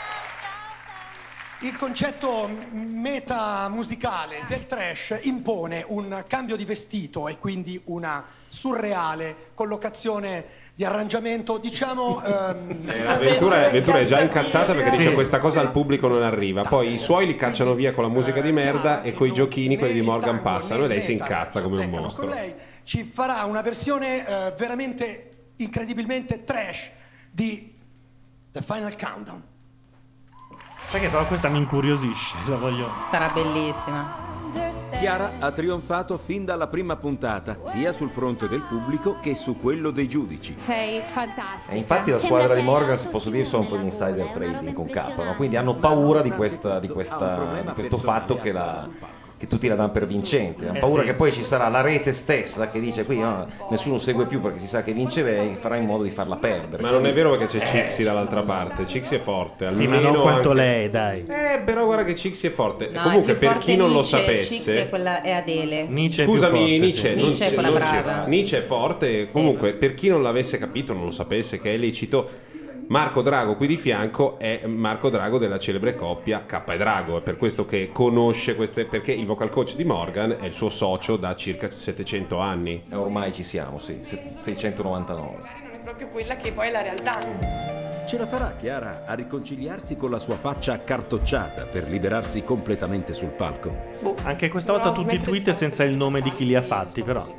il concetto meta musicale del trash impone un cambio di vestito e quindi una surreale collocazione di arrangiamento, diciamo. ehm, Eh, la Ventura, è- Ventura è già incazzata perché dice Sì. questa cosa al pubblico non arriva. Poi i suoi li cacciano via con la musica di merda e coi giochini quelli di Morgan passano e lei si incazza come un con mostro. lei ci farà una versione eh, veramente incredibilmente trash di The Final Countdown. Sai che però questa mi incuriosisce, la voglio. Sarà bellissima. Chiara ha trionfato fin dalla prima puntata, sia sul fronte del pubblico che su quello dei giudici. Sei fantastica. E infatti la squadra di Morgan, se posso dire, sono un po' di insider trading con K, no? Quindi hanno paura di, questa, di, questa, di questo fatto che, la, che tutti la danno per vincente. Hanno Eh paura sì. che poi ci sarà la rete stessa che dice qui no, nessuno segue più perché si sa che vince lei, farà in modo di farla perdere. Ma non è vero perché c'è Eh, Cixi dall'altra parte. Cixi è forte. Sì, ma almeno non quanto anche- lei, dai. Eh, però guarda che Cixi è forte. No, Comunque, è più per forte chi non lo Nietzsche, sapesse, Nietzsche è, quella, è Adele. Nietzsche è più Scusami, forte, Nietzsche, sì. non Nietzsche è c'è- quella non c'è- brava. Nietzsche è forte. Comunque, per chi non l'avesse capito, non lo sapesse, che è lecito. Marco Drago qui di fianco è Marco Drago della celebre coppia K e Drago, è per questo che conosce queste, perché il vocal coach di Morgan è il suo socio da circa settecento anni. E ormai ci siamo, sì, se- seicentonovantanove. Non è proprio quella che poi è la realtà. Ce la farà Chiara a riconciliarsi con la sua faccia accartocciata per liberarsi completamente sul palco? Anche questa volta tutti i tweet senza il nome di chi li ha fatti, però.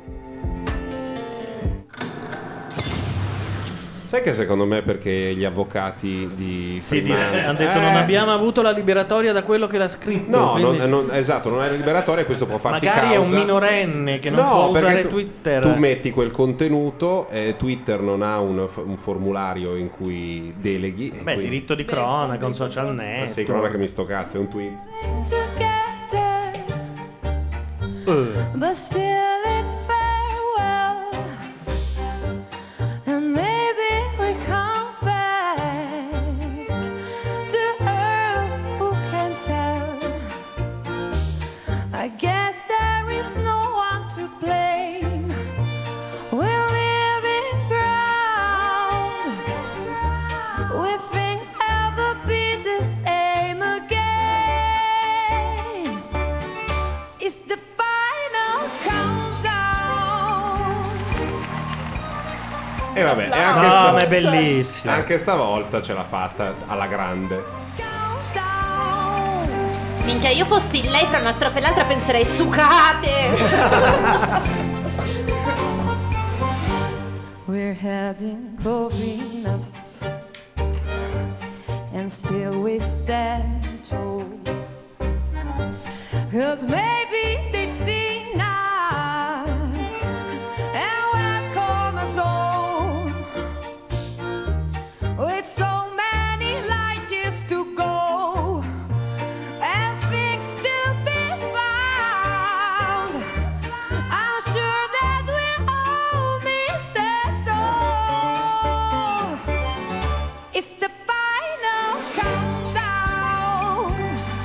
Sai che secondo me perché gli avvocati di Sì, di- Freeman- hanno detto Eh, non abbiamo avuto la liberatoria da quello che l'ha scritto. No, quindi- non- non- esatto, non è liberatoria e questo può farti Magari causa. è un minorenne che non No, può perché usare tu, Twitter. Tu metti quel contenuto, e Twitter non ha un, un formulario in cui deleghi. e Beh, quindi- diritto di cronaca, un social Ma network. sei cronaca mi sto cazzo, è un tweet. But still it's farewell, and maybe we come back to earth, who can tell? I guess there is no one to blame. We're living ground. Will things ever be the same again? It's the final countdown. E vabbè, e No, anche, sta- ma è bellissimo. anche stavolta ce l'ha fatta alla grande. Minchia, io fossi lei fra una strofa e l'altra penserei sucate. We're heading for Venus, and still we stand tall. 'Cause maybe they've seen us and welcome us home. With so many light years to go and things to be found, I'm sure that we'll all miss us all. It's the final countdown.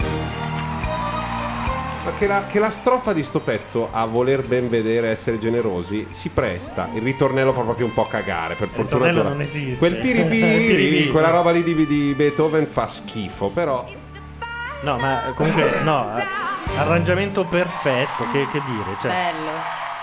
Ma che la, che la strofa di sto pezzo, a voler ben vedere, essere generosi, si presta. Il ritornello fa proprio un po' cagare. Per fortuna ritornello quella- non esiste. Quel piripiri, Piripiri. quella roba lì di, di Beethoven fa schifo, però. No, ma comunque, no, eh, arrangiamento perfetto, che, che dire, cioè. Bello.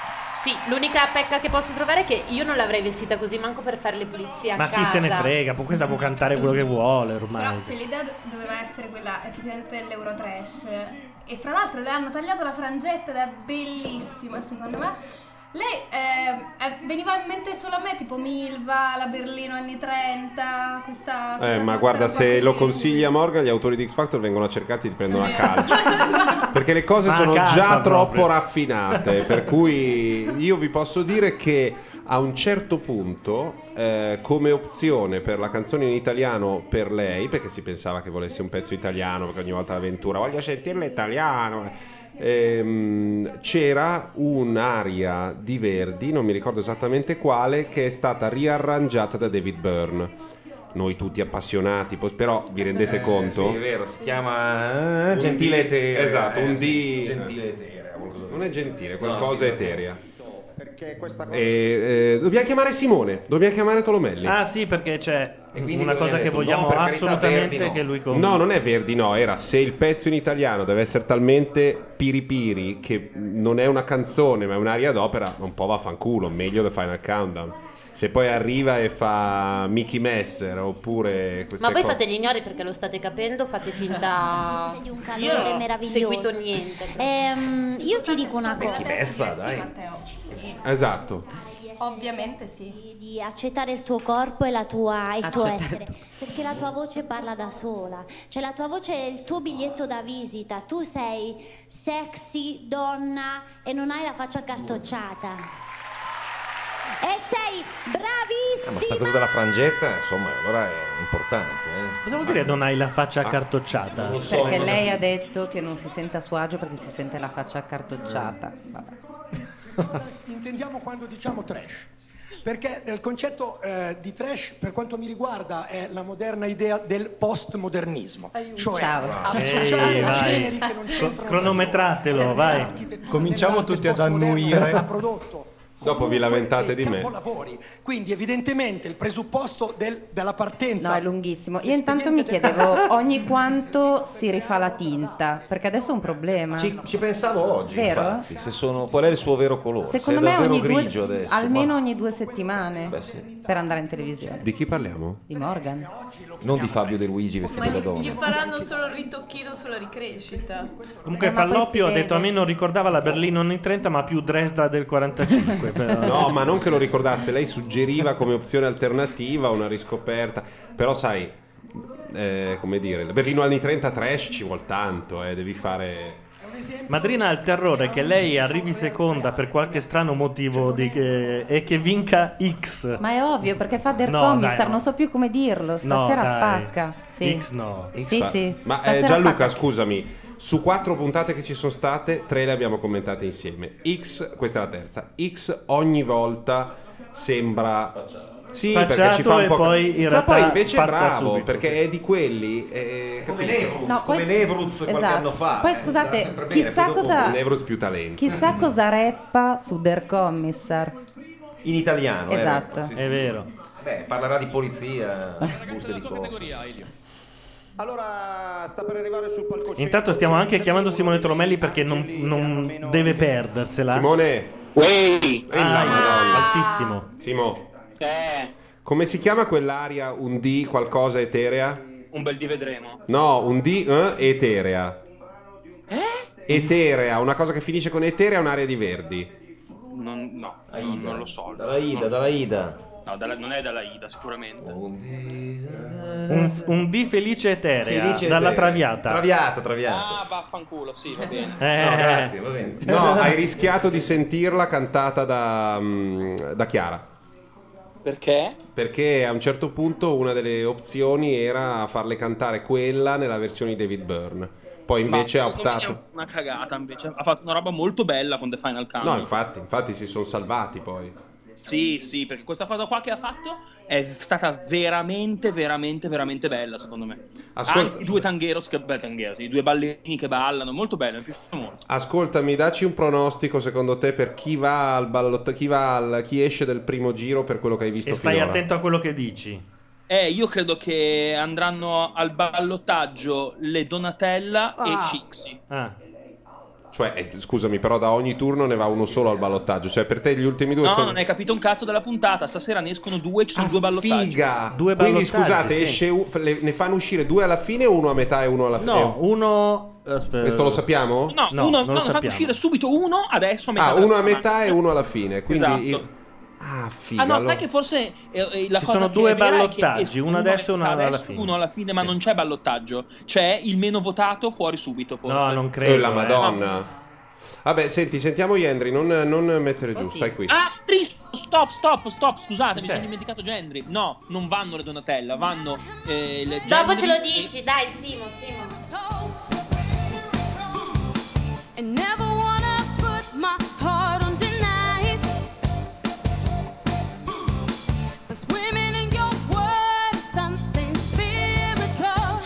Sì, l'unica pecca che posso trovare è che io non l'avrei vestita così manco per fare le pulizie a Ma casa. chi se ne frega, poi questa può cantare quello che vuole Però ormai. se l'idea do- doveva essere quella effettivamente dell'Eurotrash, e fra l'altro le hanno tagliato la frangetta ed è bellissima secondo me. Lei eh, eh, veniva in mente solo a me, tipo Milva, la Berlino anni trenta, questa... Eh, questa ma cosa guarda, era se quasi- lo consigli a Morgan, gli autori di X Factor vengono a cercarti e ti prendono a calcio. Perché le cose Ma a sono casa già proprio. troppo raffinate. Per cui io vi posso dire che a un certo punto, eh, come opzione per la canzone in italiano per lei, perché si pensava che volesse un pezzo italiano, perché ogni volta l'avventura voglio sentirlo italiano. Ehm, c'era un'aria di Verdi, non mi ricordo esattamente quale, che è stata riarrangiata da David Byrne. Noi tutti appassionati, pos- però vi rendete Eh, conto? Sì, è vero, si chiama eh, Un Gentile D, Eterea. esatto, un eh, sì, D- Gentile Eterea. qualcosa- Non è gentile, No, qualcosa sì, eterea. Perché questa cosa... E, eh, dobbiamo chiamare Simone, dobbiamo chiamare Tolomelli. Ah sì, perché c'è quindi una cosa cosa hai che detto? vogliamo No, per carità, assolutamente Verdi no. che lui compri. No, non è Verdi, no, era se il pezzo in italiano deve essere talmente piri piri che non è una canzone ma è un'aria d'opera, un po' vaffanculo, meglio The Final Countdown. Se poi arriva e fa Mickey Messer oppure queste Ma voi cose. fate gli ignori perché lo state capendo, fate finta... di un Io calore non ho meraviglioso. seguito niente. Ehm, io ti dico una cosa. Messa, dai. Matteo, sì. Esatto. Ovviamente sì. Di, di accettare il tuo corpo e la tua, il tuo Accettare essere, perché la tua voce parla da sola, cioè la tua voce è il tuo biglietto da visita, tu sei sexy, donna e non hai la faccia accartocciata e sei Ah, ma sta bravissima. cosa della frangetta, insomma, allora è importante. Eh. Cosa vuol dire non hai la faccia accartocciata? non lo so. Perché non- lei ha detto che non si sente a suo agio perché si sente la faccia accartocciata. Vabbè. Intendiamo quando diciamo trash. Perché il concetto eh, di trash, per quanto mi riguarda, è la moderna idea del postmodernismo. Cioè Ciao. associare Ehi, a vai. generi che non Cro- c'entrano. cronometratelo, vai. Cominciamo tutti ad annuire. Ha prodotto Dopo vi lamentate di me. capolavori. Quindi evidentemente il presupposto del- della partenza... No, è lunghissimo. Io intanto mi chiedevo ogni quanto si rifà la tinta, perché adesso è un problema. Ci, ci pensavo oggi, Vero? infatti, se sono, qual è il suo vero colore. Secondo se è me davvero ogni grigio due, adesso. almeno ma- ogni due settimane Beh, sì. per andare in televisione. Di chi parliamo? Di Morgan. Non di Fabio De Luigi vestito da Gli donna. faranno solo il ritocchino sulla ricrescita. Comunque Eh, ma poi Falloppio si ha detto vede. a me non ricordava la Berlino anni trenta ma più Dresda del quarantacinque. però. No, ma non che lo ricordasse, lei suggeriva come opzione alternativa una riscoperta. Però sai, eh, come dire, il Berlino anni trenta trash ci vuol tanto, eh, devi fare... Madrina ha il terrore che lei arrivi seconda per qualche strano motivo di che- e che vinca X. Ma è ovvio perché fa Der No, Commissar, dai, no. non so più come dirlo. No, Stasera dai. spacca. Sì. X no. Sì, fa- sì. Ma eh, Stasera Gianluca, spacca. scusami, su quattro puntate che ci sono state, tre le abbiamo commentate insieme. X, questa è la terza. X ogni volta sembra... Sì, perché ci fa Spacciato un e po'. poi in Ma realtà poi invece è passa bravo, subito, perché sì. è di quelli. eh, Come capito? Nevruz, No, poi- come Nevruz qualche esatto. anno fa. Poi eh, scusate, andava sempre bene, chissà poi dopo- cosa- Nevruz più talento. Chissà cosa reppa su Der Commissar. In italiano, eh, Esatto. ecco, sì, sì. È vero. Beh, parlerà di polizia, buste di coca. Allora sta per arrivare sul palcoscenico. Intanto stiamo anche chiamando Simone Tolomelli perché non, non deve perdersela. Simone, Ehi, la Madonna. altissimo. Simo, come si chiama quell'aria un D qualcosa eterea? Un bel di vedremo. No, un D eh, eterea. Eterea, una cosa che finisce con eterea è un'area di Verdi. Non, no, non, non lo so. Dalla Ida, Non- dalla Ida. No, dalla- non è dalla Ida, sicuramente. Un, un D felice eterea Felice dalla eterea. Traviata. Traviata, traviata. Ah, vaffanculo, sì, va bene. Eh. No, grazie, va bene. No, hai rischiato di sentirla cantata da, mm, da Chiara. Perché? Perché a un certo punto una delle opzioni era farle cantare quella nella versione di David Byrne. Poi invece Ma ha secondo me optato. è una cagata invece. Ha fatto una roba molto bella con The Final Countdown. No, infatti, infatti si sono salvati poi. Sì, sì, perché questa cosa qua che ha fatto è stata veramente, veramente, veramente bella, secondo me. Ascolta- Anche i due tangheros, che, beh, tangheros, i due ballerini che ballano, molto bello, mi è piaciuto molto. Ascoltami, dacci un pronostico secondo te per chi va al ballotto, chi va al, chi esce del primo giro per quello che hai visto E stai finora. attento a quello che dici. Eh, io credo che andranno al ballottaggio le Donatella Ah. e Cixi. Ah. Cioè, eh, scusami, però da ogni turno ne va uno solo al ballottaggio. Cioè, per te gli ultimi due No, sono... non hai capito un cazzo della puntata. Stasera ne escono due, ci sono due ballottaggi. Figa! Due Quindi ballottaggi, scusate, sì. esce u- le- ne fanno uscire due alla fine o uno a metà e uno alla fine? No, uno. aspetta. Questo lo sappiamo? No, No, uno, non lo no, fanno sappiamo. uscire subito uno, adesso a metà. Ah, della uno a settimana. metà e uno alla fine. Quindi Esatto. io- Ah, figa. Ah no, allora- sai che forse eh, eh, la Ci cosa sono che due è vera è che ballottaggi, escono uno adesso e a uno metà alla adesso, fine. uno alla fine, ma non c'è ballottaggio. C'è il meno votato fuori subito, forse. No, non Eh, credo. la eh. Madonna. Vabbè, senti, sentiamo Yendri, non, non mettere giù, stai qui. Ah, triste. Stop, stop, stop, scusate, mi C'è. sono dimenticato Gendry. No, non vanno le Donatella, vanno eh, le Dopo Gendry ce lo e- dici, dai, Simo, Simo. And never wanna put my heart on tonight. But swimming in your word is something spiritual.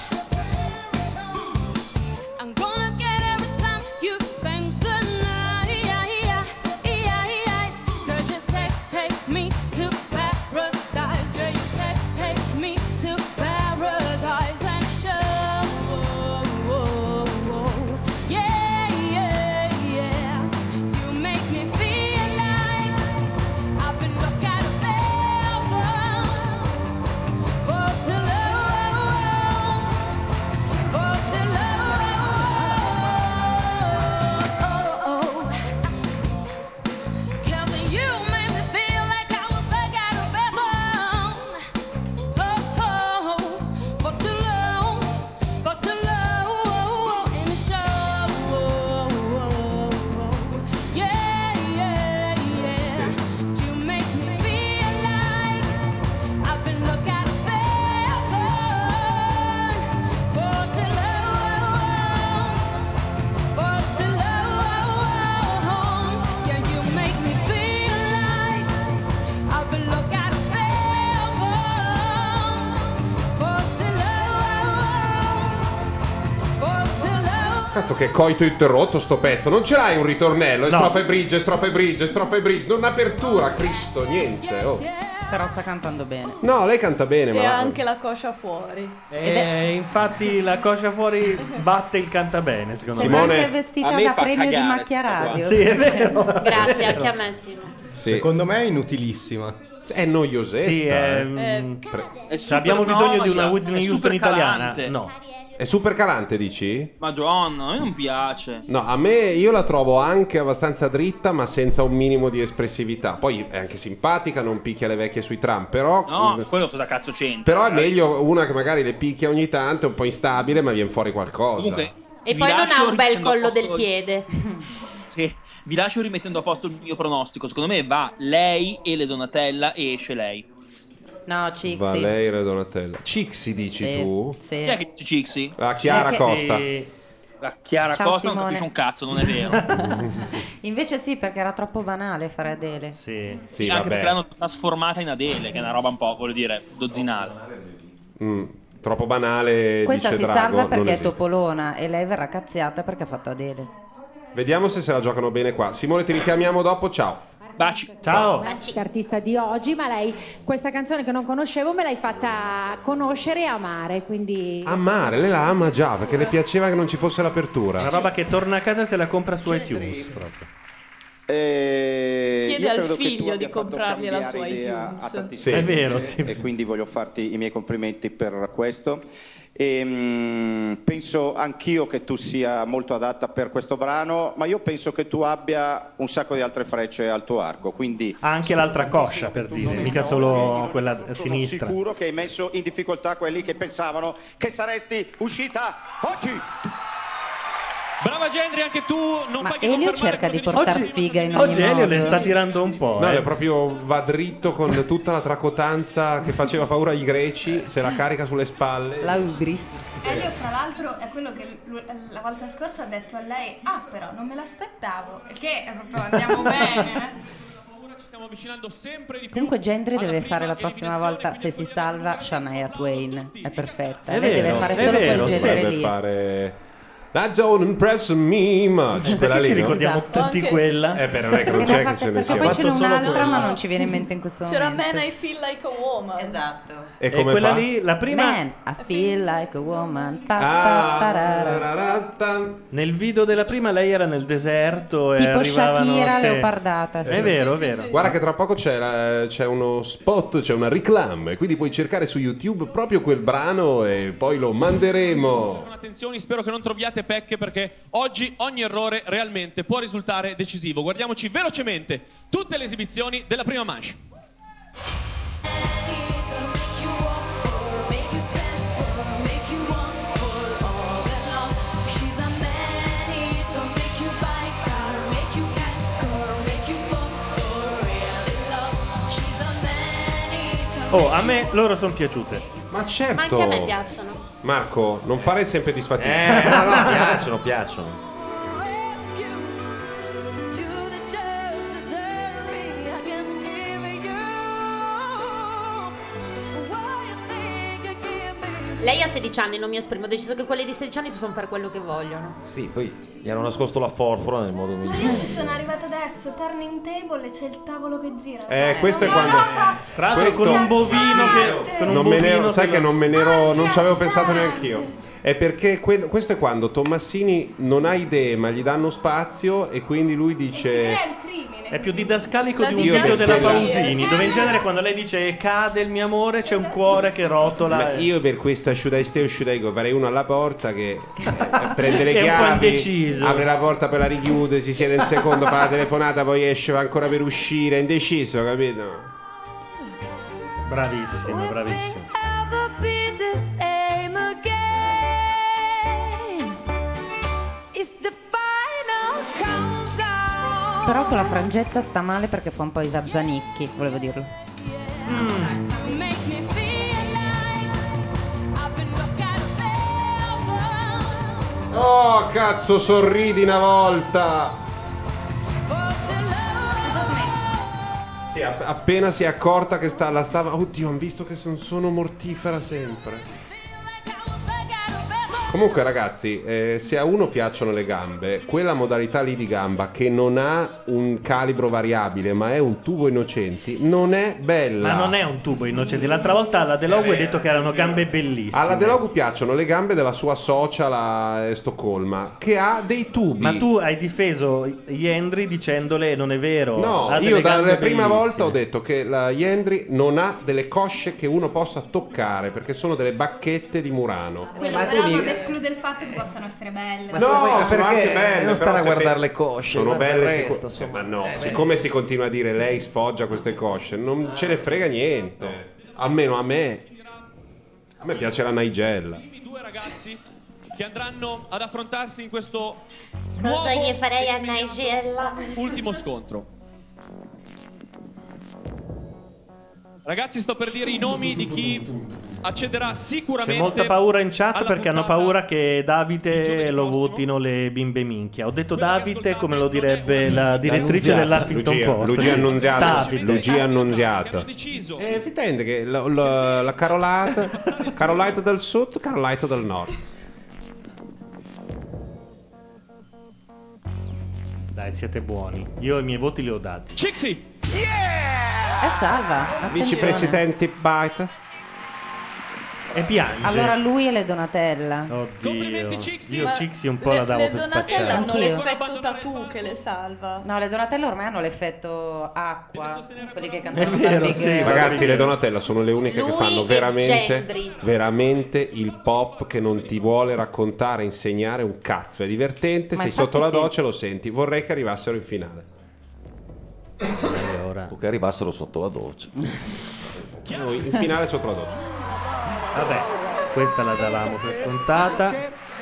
I'm gonna get every time you spend the night. Cause your sex takes me to paradise. Yeah, your sex takes me to paradise and show. Yeah, yeah, yeah. You make me feel like I've been looking at a forever. For too long, for too long. Cause you made me feel like I was back at a bedroom. Oh, oh, for too long, for too long in the show. Yeah, yeah, yeah. You make me feel like I've been looking at a bedroom. For too long, for too long. Yeah, you make me feel like I've been looking at a bedroom. For too long, for too long. Cazzo, che coito interrotto sto pezzo. Non ce l'hai un ritornello? E No. strofa e bridge, strofa e bridge, strofa e bridge. Non apertura, Cristo, niente. Oh. Però sta cantando bene. No, lei canta bene, E ma... anche la coscia fuori. E infatti la coscia fuori batte il cantabene, secondo Sembra me. anche vestita da premio di macchia radio. Sì, è vero. Grazie, anche a me, Simo. Secondo me è inutilissima. È noiosetta. Sì, è- eh. È Se abbiamo bisogno di una Whitney è Houston super italiana. calante. No. È super calante, dici? Madonna, a me non piace. No, a me io la trovo anche abbastanza dritta, ma senza un minimo di espressività. Poi è anche simpatica, non picchia le vecchie sui tram, però... No, quello cosa cazzo c'entra? Però è meglio una che magari le picchia ogni tanto, è un po' instabile, ma viene fuori qualcosa. Comunque, E vi poi non lascio ha un bel rimettendo a collo posto- del piede. Sì, vi lascio rimettendo a posto il mio pronostico. Secondo me va lei e le Donatella e esce lei. No, Cixi. Va lei e Donatella. Cixi dici Sì, tu? sì. Chi è che dice Cixi? La Chiara Perché- Costa. La Chiara Ciao, Costa non Simone. capisce un cazzo, non è vero. Invece sì, perché era troppo banale fare Adele. Sì, sì, anche vabbè. perché l'hanno trasformata in Adele, che è una roba un po', voglio dire, dozzinale. Mm, troppo banale, Questa dice si Drago. salva non perché è esiste. topolona e lei verrà cazziata perché ha fatto Adele. Vediamo se se la giocano bene qua. Simone, ti richiamiamo dopo. Ciao. Baci. Ciao. Artista di oggi, ma lei questa canzone che non conoscevo me l'hai fatta conoscere e amare, quindi Amare, lei la ama già perché le piaceva che non ci fosse l'apertura. Una roba che torna a casa e se la compra su iTunes proprio. Eh, Chiede io al credo che tu figlio abbia di fatto comprargli la cambiare sua idea iTunes. a tantissime Sì. È vero, persone, sì. E quindi voglio farti i miei complimenti per questo. E, mm, penso anch'io che tu sia molto adatta per questo brano, ma io penso che tu abbia un sacco di altre frecce al tuo arco, quindi Ha anche l'altra coscia, per dire, mica solo quella a sono sinistra. sicuro che hai messo in difficoltà quelli che pensavano che saresti uscita oggi. Brava Gendry, anche tu non Ma fai che Elio confermare cerca di quello che portare dici. sfiga in ogni Oggi Elio modo. le sta tirando un po'. No, eh. le proprio va dritto con tutta la tracotanza che faceva paura ai greci, se la carica sulle spalle. La Ubris. Elio, fra l'altro, è quello che l- la volta scorsa ha detto a lei: ah, però non me l'aspettavo. Il che è proprio andiamo bene. Ci stiamo avvicinando sempre di più. Comunque Gendry deve fare la prossima volta, se si salva, Shania Twain. È perfetta. È Lei vero, deve fare è solo vero, quel genere dovrebbe lì. fare That don't impress me much. Quella Perché lì, ci no? ricordiamo Esatto. tutti Anche- quella? Eh, beh, non è che non c'è che ce ne Perché sia. poi ce n'è solo un'altra, quella. ma non ci viene in mente in questo C'era momento. Man I Feel Like a Woman. Esatto. E E come quella fa? lì, la prima Man, I feel like a woman. Pa, Ah, pa, parara. nel video della prima lei era nel deserto e Tipo arrivavano Shakira sì. leopardata. sì. È vero, è vero. Guarda che tra poco c'è, la- c'è uno spot, c'è una reclam, e quindi puoi cercare su YouTube proprio quel brano e poi lo manderemo. Attenzioni, spero che non troviate pecche perché oggi ogni errore realmente può risultare decisivo. Guardiamoci velocemente tutte le esibizioni della prima manche. Oh, a me loro sono piaciute. Ma certo. Ma anche a me piacciono. Marco, non fare sempre disfattista. Eh, no, no, piacciono, piacciono. Lei ha sedici anni, non mi esprimo. Ho deciso che quelli di sedici anni possono fare quello che vogliono. Sì, poi gli hanno nascosto la forfora nel modo Ma io migliore. ci sono arrivata adesso, turning table e c'è il tavolo che gira. Eh, questo è No, quando. no, Tra l'altro Questo- con un bovino che con un Non me ne bovino ero, sai che che lo- non me ne ero, non ci avevo pensato neanche io. È perché que- questo è quando Tommasini non ha idee, ma gli danno spazio e quindi lui dice. È più didascalico La di un Io video per della quella- Pausini, dove in genere quando lei dice cade il mio amore c'è un cuore che rotola. Ma e- io per questo asciutai ste asciutai go farei uno alla porta che eh, prende le Che è un po' chiavi, indeciso. apre la porta per la richiude, si siede un secondo, fa la telefonata, poi esce, va ancora per uscire, è indeciso, capito? Bravissimo, bravissimo. Ever be the same again? It's the final countdown. Però con la frangetta sta male perché fa un po' i Zazzanicchi, volevo dirlo. Make me feel like I've been looked at forever. Oh, cazzo, sorridi una volta! Sì, app- appena si è accorta che sta, la stava. Oddio, hanno visto che son- sono mortifera sempre. Comunque, ragazzi, eh, se a uno piacciono le gambe, quella modalità lì di gamba che non ha un calibro variabile, ma è un tubo innocenti, non è bella. Ma non è un tubo innocente. L'altra volta alla Delogu hai detto che erano gambe bellissime. Alla Delogu piacciono le gambe della sua socia, la eh, Stoccolma, che ha dei tubi. Ma tu hai difeso Yendri dicendole non è vero. No, ha io delle gambe dalla prima bellissime. volta ho detto che la Yendri non ha delle cosce che uno possa toccare perché sono delle bacchette di Murano. Quello Ma tu però mi- non esclude il fatto che possano essere belle. No, sono perché anche belle. non stare però a se guardare pe- le cosce, Sono guarda belle, il sicu- resto, insomma. ma no, Eh, siccome si continua a dire lei sfoggia queste cosce, non ce ne frega niente. Almeno a me. A me piace la Nigella. I due ragazzi che andranno ad affrontarsi in questo Cosa gli farei a Nigella? ultimo scontro. Ragazzi, sto per dire i nomi di chi accederà C'è sicuramente. molta paura in chat alla perché hanno puntata paura che Davide lo votino le bimbe minchia. Ho detto Davide come lo direbbe la direttrice dell'Huffington Lucia, Post. Lucia annunziato. Davide. Lucia annunziato. È evidente che la, la, la Carolata, Carolite del sud, Carolite del nord. Dai, siete buoni. Io i miei voti li ho dati. Cixi! È salva. attenzione. Vicepresidente Bite. E piange. Allora lui e le Donatella. Oddio. Io Ma Cixi un po' le- la davo le per Donatella spacciata. hanno Anch'io. l'effetto tattoo che le salva. No, le Donatella ormai hanno l'effetto acqua. Quelli che cantano È vero, Barbie sì, Girl. Ragazzi, le Donatella sono le uniche che Lui fanno e veramente, Gendry. veramente il pop che non ti vuole raccontare, insegnare un cazzo. È divertente, Ma sei infatti sotto la sì. doccia e lo senti. Vorrei che arrivassero in finale. Allora. O che arrivassero sotto la doccia. Noi in finale sotto la doccia. Vabbè, questa la davamo per scontata.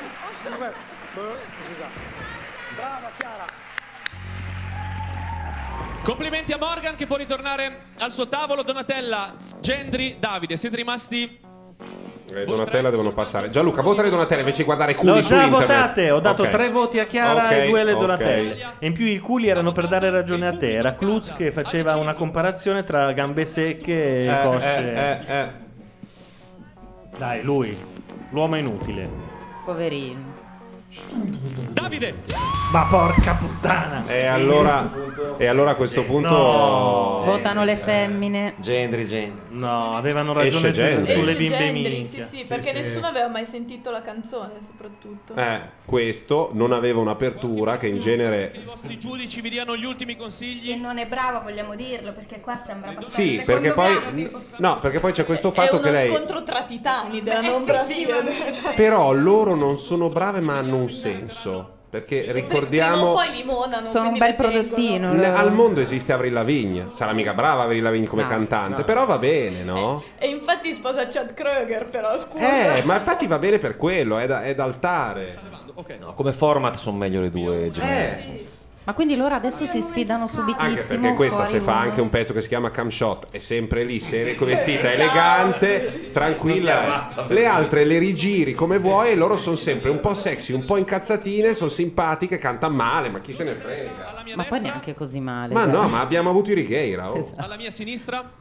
Complimenti a Morgan che può ritornare al suo tavolo. Donatella, Gendry, Davide, siete rimasti. Le Donatella devono passare. Gianluca, vota le Donatella invece di guardare i culi L'ho su già internet. votate, ho dato Ok. tre voti a Chiara Ok, e due alle ok. Donatelle. E in più i culi erano per dare ragione a te. Era Cluz che faceva una comparazione tra gambe secche e Eh, cosce. eh, eh, eh. Dai, lui, l'uomo inutile. Poverino. Davide. Ma porca puttana. E allora, e allora a questo punto No. Votano le femmine. Gendry, Gendry. No, avevano Esce ragione su- Gendry. sulle Esce bimbe Gendry, minchia. sì, sì, perché nessuno aveva mai sentito la canzone, soprattutto. Eh, questo non aveva un'apertura che in genere... I vostri giudici vi diano gli ultimi consigli. E non è brava, vogliamo dirlo, perché qua sembra passare Sì, al perché secondo poi... piano, tipo. No, perché poi c'è questo È fatto uno che lei... scontro tra titani della non bravia. Cioè, Però loro non sono brave ma hanno un senso. Perché prima o ricordiamo... poi limonano. Sono un quindi bel le tengono. prodottino. Ne- loro. al mondo esiste Avril Lavigne. Sarà mica brava Avril Lavigne come No, cantante, no. però va bene, no? E infatti sposa Chad Kroeger, però scusa. Eh, ma infatti va bene per quello, è, da, è d'altare. No, come format sono meglio le due gemelle. Eh. Ma quindi loro adesso si sfidano subitissimo. Anche perché questa fuori se fa uno. anche un pezzo che si chiama Cam Shot è sempre lì, seria, vestita elegante, tranquilla. Le altre le rigiri come vuoi e loro sono sempre un po' sexy, un po' incazzatine, sono simpatiche, cantano male, ma chi se ne frega. Ma poi neanche così male. Ma dai. no, ma abbiamo avuto i Righeira. Oh. Alla mia sinistra.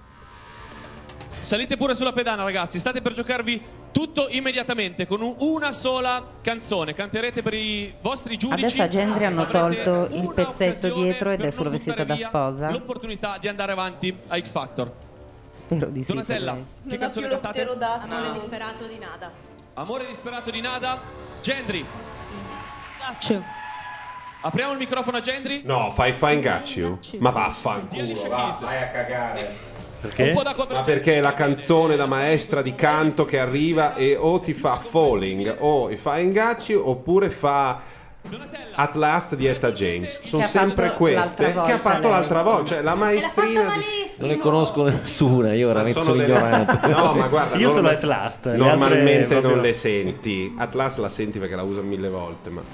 Salite pure sulla pedana, ragazzi. State per giocarvi tutto immediatamente con un- una sola canzone. Canterete per i vostri giudici. Adesso a Gendry hanno Avrete tolto il pezzetto un'occasione dietro ed per è solo non vestita da buttare via sposa. l'opportunità di andare avanti a X Factor. Spero di sì. Donatella, per lei. che Non ha canzone più cantate? l'opterodato. Amore disperato di Nada. Amore disperato di Nada. Gendry. Gaccio. Apriamo il microfono a Gendry. No, fai Fine Got You. Ma vaffanculo, Alicia va, Keys. vai a cagare. Perché? Un po' d'acqua per Ma perché è la canzone da maestra di canto che arriva e o ti fa Falling o fa Ingacci oppure fa At Last di Etta James. Sono Che ha sempre fatto queste l'altra che ha volta fatto lei. l'altra volta, cioè la maestrina di... Non ne conosco nessuna, io ora Ma sono sono delle- ignorante. No, ma guarda, Io solo norma- At Last, le Normalmente altre proprio- non le senti. At Last la senti perché la usa mille volte, ma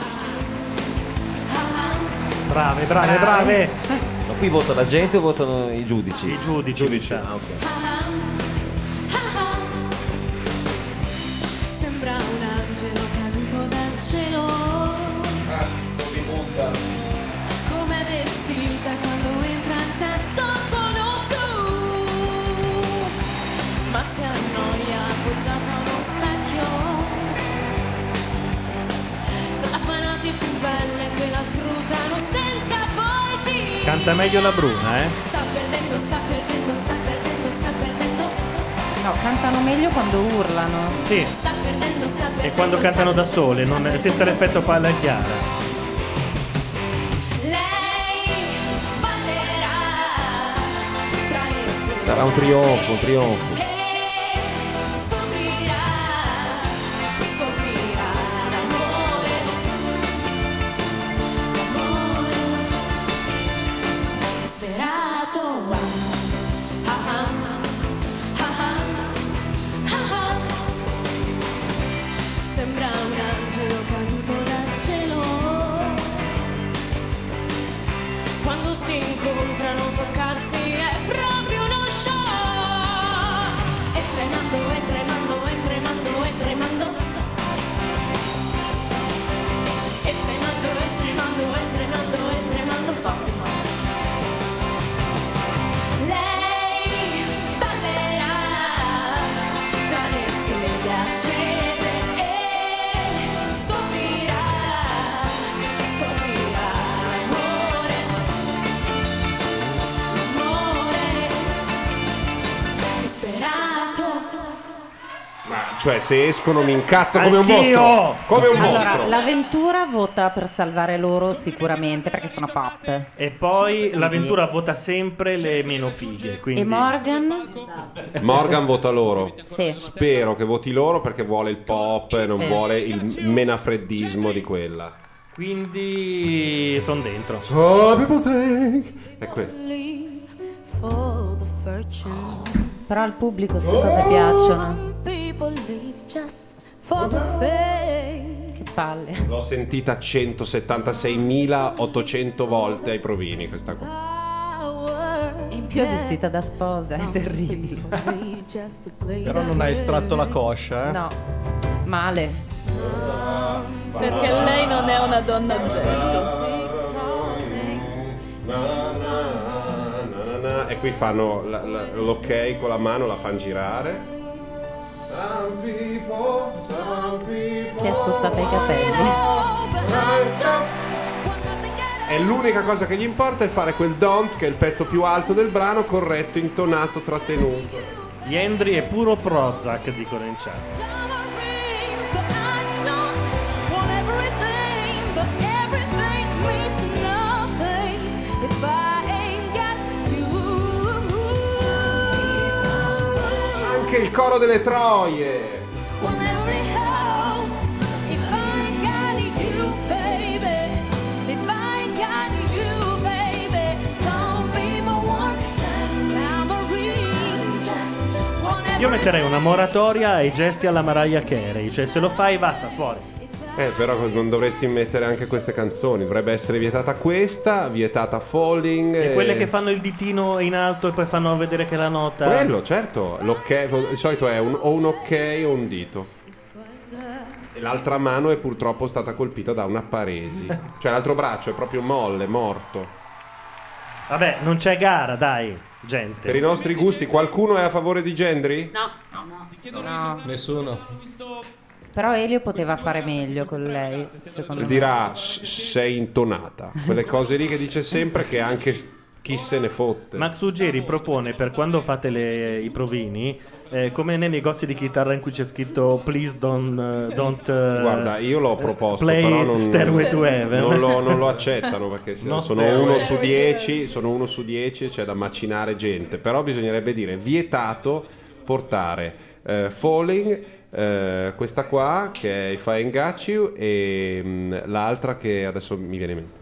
Brave, brave, brave. Ma qui vota la gente o votano i giudici? I giudici. giudici. Ah, ok. Sembra un angelo caduto dal cielo. Come vestita quando entra il sassofono blu. Ma si annoia appoggiata a uno specchio. Tra fanatici in pelle che la scrutano senza poesia. Canta meglio la Bruna, eh? Sta perdendo, sta perdendo, sta perdendo, sta perdendo. No, cantano meglio quando urlano. Sì. Sta perdendo, sta perdendo. E quando cantano da sole, non- senza l'effetto palla chiara. Lei ballerà tra le stelle. Sarà un trionfo, un trionfo. E scoprirà, scoprirà l'amore. L'amore disperato. Ah ah, ah ah, ah ah. Sembra un angelo caduto dal cielo. Quando si incontrano toccarsi è proprio uno show. E tremando, e tremando, e tremando, e tremando. E tremando, e tremando, e tremando, e tremando forte. Lei ballerà tra le stelle accese e scoprirà, scoprirà l'amore, l'amore disperato. Ma cioè se escono mi incazzo come un Anch'io! mostro. Come un Allora, mostro. l'avventura vota per salvare loro sicuramente perché sono pop. E poi l'avventura vota sempre le meno fighe. Quindi... E Morgan? Morgan vota loro. Sì. Spero che voti loro perché vuole il pop e non Sì. vuole il menafreddismo di quella. Quindi sono dentro. So people think. È questo. For the fortune. Però al pubblico queste cose piacciono. People live just for the fame. Che palle. L'ho sentita centosettantaseimilaottocento volte ai provini questa qua. E in più è vestita da sposa, è terribile. Però non hai estratto la coscia, eh? No, male. Perché lei non è una donna oggetto. E qui fanno la- la- l'ok con la mano, la fanno girare. Some people, some people Si è spostata i capelli. E l'unica cosa che gli importa è fare quel don't, che è il pezzo più alto del brano, corretto, intonato, trattenuto. Yendri è puro Prozac, dicono in chat. Anche il coro delle troie. Io metterei una moratoria ai gesti alla Mariah Carey, cioè se lo fai basta, fuori. Eh, però non dovresti mettere anche queste canzoni. Dovrebbe essere vietata questa, vietata Falling. E quelle che fanno il ditino in alto e poi fanno vedere che la nota. Quello, certo. L'ok, di solito è un, o un ok o un dito. E l'altra mano è purtroppo stata colpita da una paresi. Cioè l'altro braccio è proprio molle, morto. Vabbè, non c'è gara, dai, gente. Per i nostri gusti, qualcuno è a favore di Gendry? No, no, no. No. Nessuno. Però Elio poteva fare meglio con lei, secondo me. Dirà "S- sei intonata". Quelle cose lì che dice sempre, che anche s- chi se ne fotte. Max Ugeri propone per quando fate le- i provini, eh, come nei negozi di chitarra in cui c'è scritto please don't, uh, don't uh, Guarda, io l'ho proposto, play però non, Stairway to Heaven. non lo, non lo accettano perché se- No sono stairway. uno su dieci, sono uno su dieci e c'è da macinare gente. Però bisognerebbe dire vietato portare eh, Falling, eh, questa qua che è If I Ain't Got You e mh, l'altra che adesso mi viene in mente.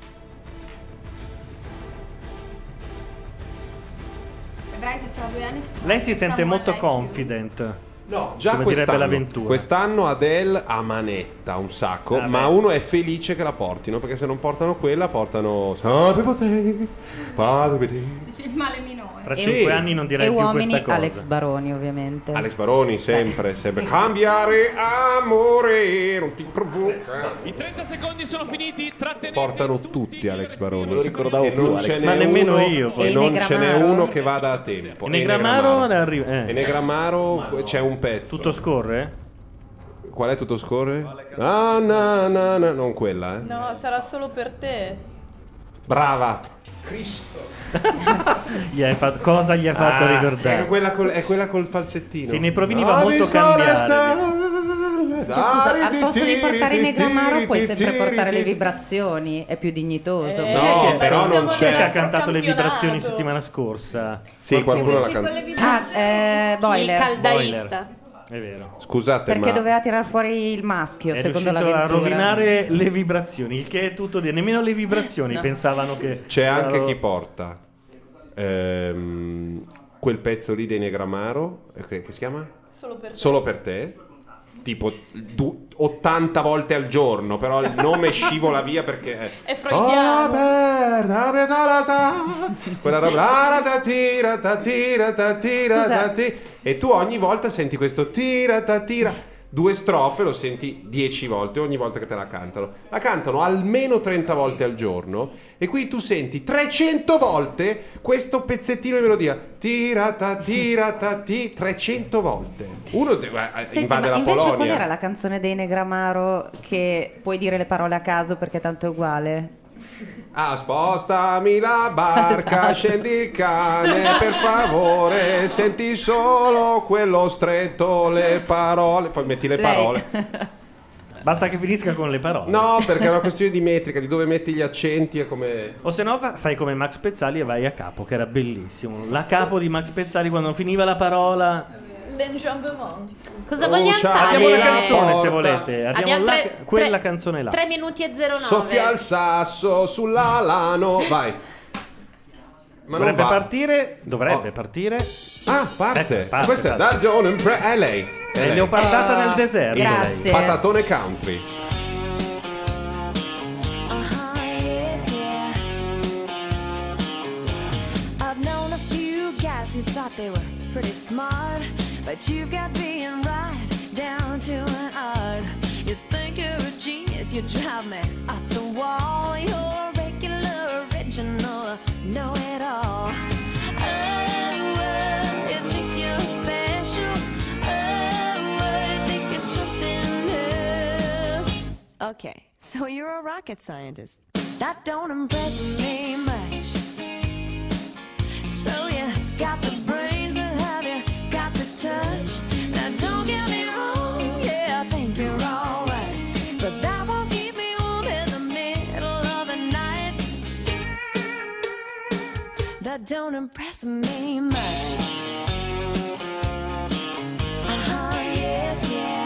Vedrai che fra due anni ci sarà Lei si sente Samuel molto L. confident. No, Già come direbbe quest'anno, l'avventura. quest'anno Adele a manetta un sacco, Ah, ma beh. uno è felice che la portino, perché se non portano quella portano Some people think, father be dead. Dici il male minore. Fra Sì. cinque anni non direi E più uomini questa cosa. Alex Baroni, ovviamente. Alex Baroni sempre, sempre cambiare amore non ti provoca. I trenta secondi sono finiti, trattenete. Portano tutti Alex Baroni. Non lo ricordavo E più, non Alex. ce n'è Ma nemmeno uno- io, poi. E E non ce n'è Negramaro? uno che vada a tempo. E Negramaro ne arriva- eh. E Negramaro c'è un pezzo. Tutto scorre? Qual è tutto scorre? Ah, na, na, na. Non quella, eh. No, sarà solo per te. Brava. Cristo. Gli hai fatto- cosa gli hai fatto Ah, ricordare? È quella, col, è quella col falsettino. Sì, nei provini va Ah, molto visto le cambiare. stelle, Scusa, al dari, posto di tiri, portare i tiri, Negramaro puoi tiri, sempre tiri, portare le tiri. vibrazioni, è più dignitoso. Eh, No, però non Chi è che ha c'è. cantato le campionato. vibrazioni settimana scorsa? Sì, qualcuno l'ha Perché con cantato. le Ah, vibrazioni eh, boiler. Il caldaista. È vero. Scusate, Perché ma doveva tirar fuori il maschio, È secondo riuscito a l'avventura. rovinare le vibrazioni, il che è tutto di... Nemmeno le vibrazioni No. pensavano che... c'è anche chi porta ehm, quel pezzo lì dei Negramaro, eh, che, che si chiama? Solo per te. Solo per te. Tipo du- ottanta volte al giorno, però il nome scivola via perché è È freudiano. aperta, aperta la sta. Quella roba da tira ta tira ta tira ta ti. E tu ogni volta senti questo tira ta tira. Due strofe lo senti dieci volte ogni volta che te la cantano. La cantano almeno trenta volte al giorno e qui tu senti trecento volte questo pezzettino di melodia. Tira ta tira ta ti trecento volte. Uno deve- eh, Senti, invade ma la invece Polonia. qual era la canzone dei Negramaro che puoi dire le parole a caso perché tanto è uguale? Ah, spostami la barca, Esatto. scendi il cane, per favore, senti solo quello stretto, le parole. Poi metti le Lei. parole. Basta che finisca con le parole. No, perché è una questione di metrica, di dove metti gli accenti e come... O se no fa- fai come Max Pezzali e vai a capo, che era bellissimo. La capo di Max Pezzali quando finiva la parola... L'enjambement. Cosa vogliamo Ciao, fare? Abbiamo la la canzone se porta. volete. Abbiamo, Abbiamo la- tre- quella tre- canzone là. tre minuti e zero nove. Soffia il sasso sull'alano, vai. Ma non Dovrebbe va. partire. Dovrebbe Oh. partire. Ah, parte. Ecco, parte, Questa è parte. da John and Pre- è lei. È È lei. leopardata Ah, nel deserto. grazie. lei. Patatone country. I've known a few guys who thought they were pretty smart, but you've got being right down to an art. You think you're a genius, you drive me up the wall. You're regular, original, know it all. Oh, oh, you think you're special. Oh, oh, you think you're something new. Okay, so you're a rocket scientist. That don't impress me much. So you got the brains, but have you got the touch? Now don't get me wrong, yeah, I think you're alright, but that won't keep me warm in the middle of the night. That don't impress me much. Uh-huh, yeah, yeah.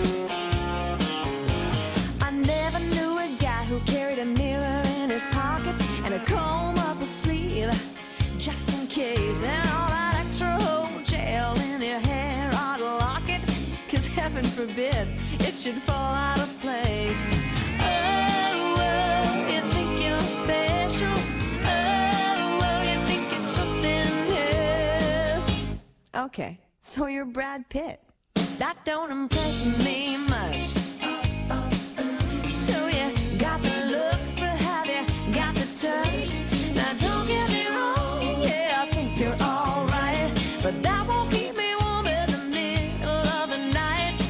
I never knew a guy who carried a mirror in his pocket and a comb up his sleeve, just in case. And all that extra whole gel in your hair, I'd lock it, cause heaven forbid it should fall out of place. Oh, oh, you think you're special. Oh, oh, you think it's something else. Okay, so you're Brad Pitt. That don't impress me much. So you got the looks, but have you got the touch? Now don't get me wrong, yeah, I think you're alright, but that won't keep me warm in the middle of the night.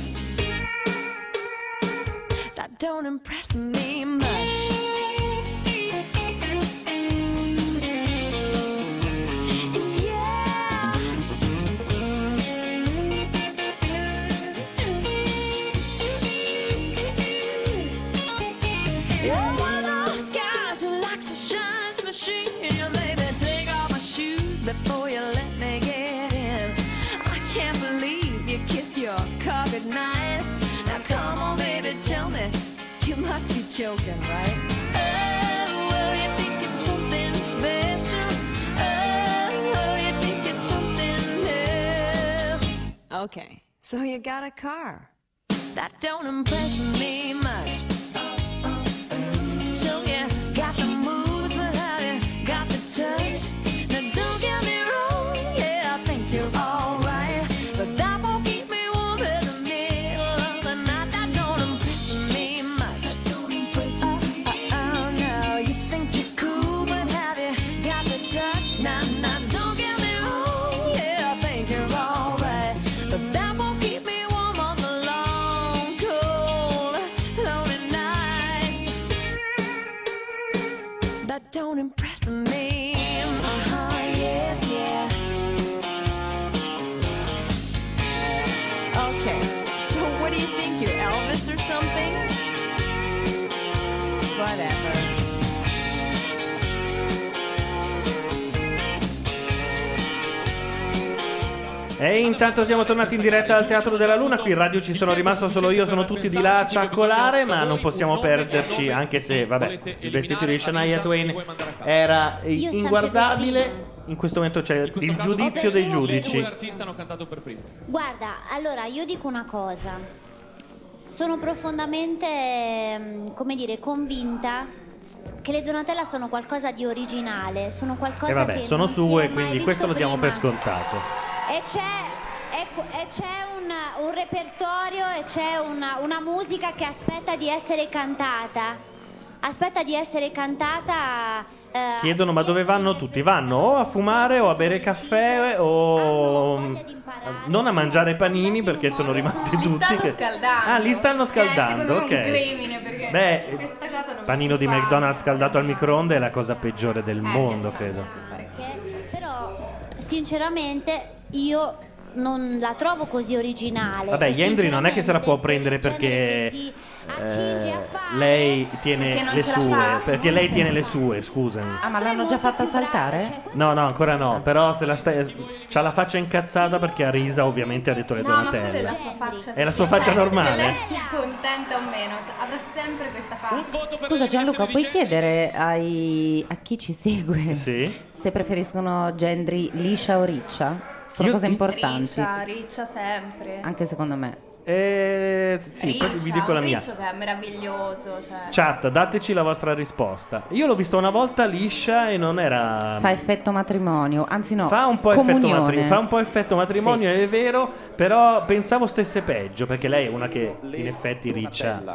That don't impress me much. You're one of those guys who likes to shine some machine. You maybe take off my shoes before you let me get in. I can't believe you kiss your car goodnight. Now come on, baby, tell me, you must be joking, right? Oh, well, you think it's something special. Oh, well, you think it's something else. Okay, so you got a car. That don't impress me much. So you got the moves, but have you got the touch? Now don't get me wrong, yeah, I think you're alright, but that won't keep me warm in the middle of the night. That don't impress me much. Oh, oh, oh, no, you think you're cool, but have you got the touch? Now, now, don't get me wrong, yeah, I think you're alright, but that won't keep me warm on the long, cold, lonely nights. That don't impress me. Uh-huh, yeah, yeah. Okay, so what do you think? You're Elvis or something? Whatever. E intanto siamo tornati in diretta al Teatro della Luna. Qui in radio ci sono rimasto solo io, sono tutti di là a ciaccolare, ma non possiamo perderci, anche se, vabbè, il vestito di Shania Twain era Io inguardabile. In questo momento c'è il giudizio dei giudici. L'artista hanno cantato per primo. Guarda, allora io dico una cosa. Sono profondamente, ehm, come dire, convinta che le Donatella sono qualcosa di originale, sono qualcosa E vabbè, che sono non si è sue, mai quindi visto questo lo diamo prima. per scontato. E c'è, ecco, e c'è un, un repertorio e c'è una, una musica che aspetta di essere cantata. Aspetta di essere cantata. eh, Chiedono ma dove vanno tutti? Vanno o a fumare o a bere caffè o non a mangiare panini perché sono rimasti tutti Stanno che... scaldando. Ah, li stanno Eh, scaldando, secondo me ok. è un crimine perché Beh, questa cosa non panino si di fa. McDonald's scaldato al microonde è la cosa peggiore del mondo, credo. Però, sinceramente, io non la trovo così originale. Vabbè, E Yendri non è che se la può prendere sinceramente, perché ti accingi a eh, fare, lei perché tiene non le ce la sue, fa. perché lei tiene le sue, scusami. Ah, ma l'hanno già fatta saltare? No, no, ancora no, però se la stai c'ha la faccia incazzata perché a risa ovviamente ha detto le No, ma quella è Donatella. la sua faccia. È la sua faccia normale? Se lei sia contenta o meno, avrà sempre questa faccia. Scusa Gianluca, puoi chiedere ai- a chi ci segue Sì? se preferiscono Gendry liscia o riccia? Sono Io- cose importanti, Riccia, riccia sempre. anche secondo me. Eh, sì, poi vi dico la mia. Riccio che è meraviglioso, cioè. Chat, dateci la vostra risposta. Io l'ho vista una volta liscia e non era... Fa effetto matrimonio, anzi no, Fa un po' effetto, comunione. matri- fa un po' effetto matrimonio, è vero, però pensavo stesse peggio, perché lei è una che in effetti riccia...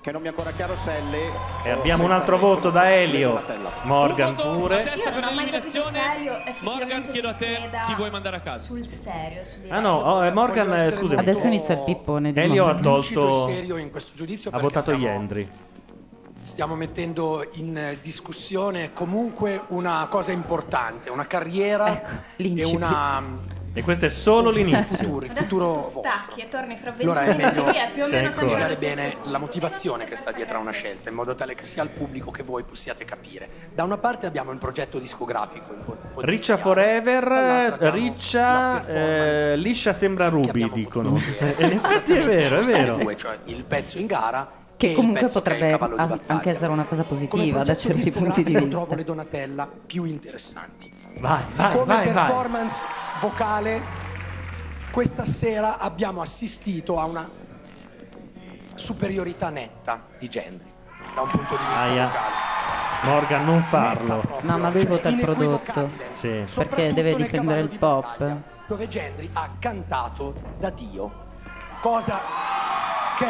che non mi è ancora chiaro se è le... E abbiamo un altro voto da Elio. Morgan Un voto pure. a testa per l'eliminazione. Morgan, Morgan, chiedo a te chi vuoi mandare a casa. Sul serio, su di Ah no, oh, eh, Morgan, eh, scusami. Adesso inizia il pippone di Elio ha Morgan. Lucido tolto... e serio in questo giudizio Ha perché votato stiamo- Yendri. Stiamo mettendo in discussione comunque una cosa importante, una carriera e una... E questo è solo l'inizio. futuro, il Adesso futuro tu stacchi e torni fra venti Allora è minuti, meglio è più o meno sempre spiegare lo stesso. bene la motivazione che sta dietro a una scelta, in modo tale che sia al pubblico che voi possiate capire. Da una parte abbiamo il progetto discografico, il po- Riccia Forever, Riccia, eh, liscia sembra Ruby, dicono. E in effetti è vero, è vero. due, cioè il pezzo in gara Che e il comunque pezzo che è il potrebbe cavallo di a- battaglia. anche essere una cosa Come positiva da progetto certi punti di discografico vista. trovo le Donatella più interessanti. Vai, vai, Come vai, vai. performance vocale, questa sera abbiamo assistito a una superiorità netta di Gendry da un punto di vista Aia. vocale. Morgan, non farlo. No, ma lui vota il prodotto. Sì. Perché deve difendere il pop. Dove Gendry ha cantato da Dio, cosa che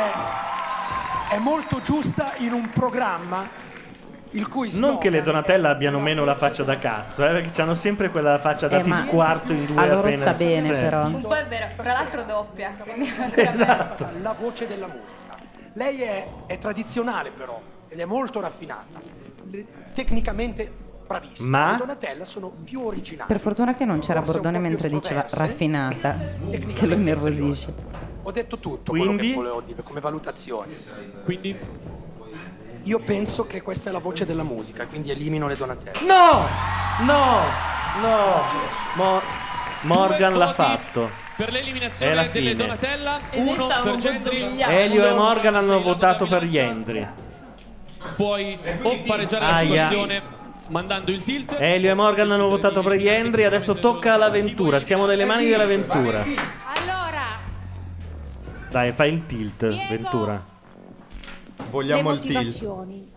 è molto giusta in un programma il cui Non che le Donatella abbiano meno la faccia da cazzo, eh, perché hanno sempre quella faccia da Eh, ti ma squarto in due a loro appena. sta bene, Sì. però. Un po' è vero, tra l'altro doppia. quindi è Esatto. ancora stata la voce della musica. Lei è, è tradizionale però ed è molto raffinata, Le- tecnicamente bravissima. Ma? Le Donatella sono più originali. Per fortuna che non c'era Forse un Bordone po' più mentre diceva estroverse, raffinata, che lo innervosisce. Ho detto tutto Quindi? quello che volevo dire come valutazione. Quindi? Io penso che questa è la voce della musica, quindi elimino le Donatelle. No! No! No! Mo- Morgan Due l'ha voti fatto. Per È l'eliminazione la delle fine. Donatella, E ne uno stavo per un po' Gendry. zogliando. Elio e Secondo Morgan hanno sei la votato per bilancia. Yendri. Puoi o pareggiare la Aia. situazione mandando il tilt. Elio e Morgan hanno votato per Yendri, adesso tocca all'avventura. Siamo nelle mani dell'avventura. Allora, Dai, fai il tilt, Ventura. Vogliamo le il tilt. motivazioni.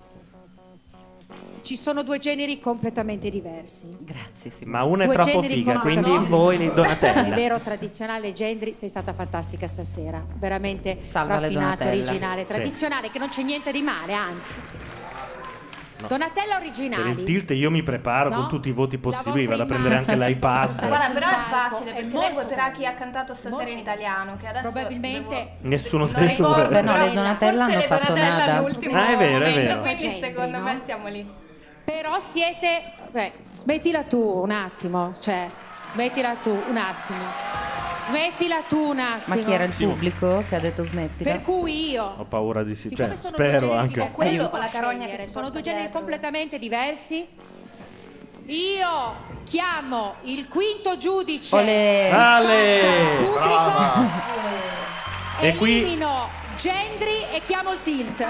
Ci sono due generi completamente diversi. Grazie, Ma una è Due troppo generi figa, quindi completamente voi diversi. Donatella. È vero, tradizionale, Gendry, sei stata fantastica stasera. Veramente Salva le raffinato, Donatella. originale, Sì. tradizionale, che non c'è niente di male, anzi. No. Donatella Per il originali. tilt io mi preparo No? con tutti i voti possibili, vostra vado a prendere anche immagine, l'iPad. Guarda, sul però è palco facile è perché molto lei voterà chi ha cantato stasera in italiano. Che adesso Probabilmente devo- Nessuno non delle ricordo, due. Beh, no, però le Donatella forse hanno le fatto Donatella nada. all'ultimo Ah, è vero, è momento, vero. quindi Gente, secondo no? me siamo lì. Però siete... Beh, smettila tu un attimo, cioè, smettila tu un attimo. Smettila tu un attimo. Ma chi era il pubblico che ha detto smettila? Per cui io... Ho paura di sì, Siccome cioè, sono due spero generi anche. diversi, Quello io o la carogna che scegliere, si sono porta due generi dietro. completamente diversi. Io chiamo il quinto giudice. Olè. X Ale! Factor pubblico. E qui Elimino Gendry e chiamo il tilt.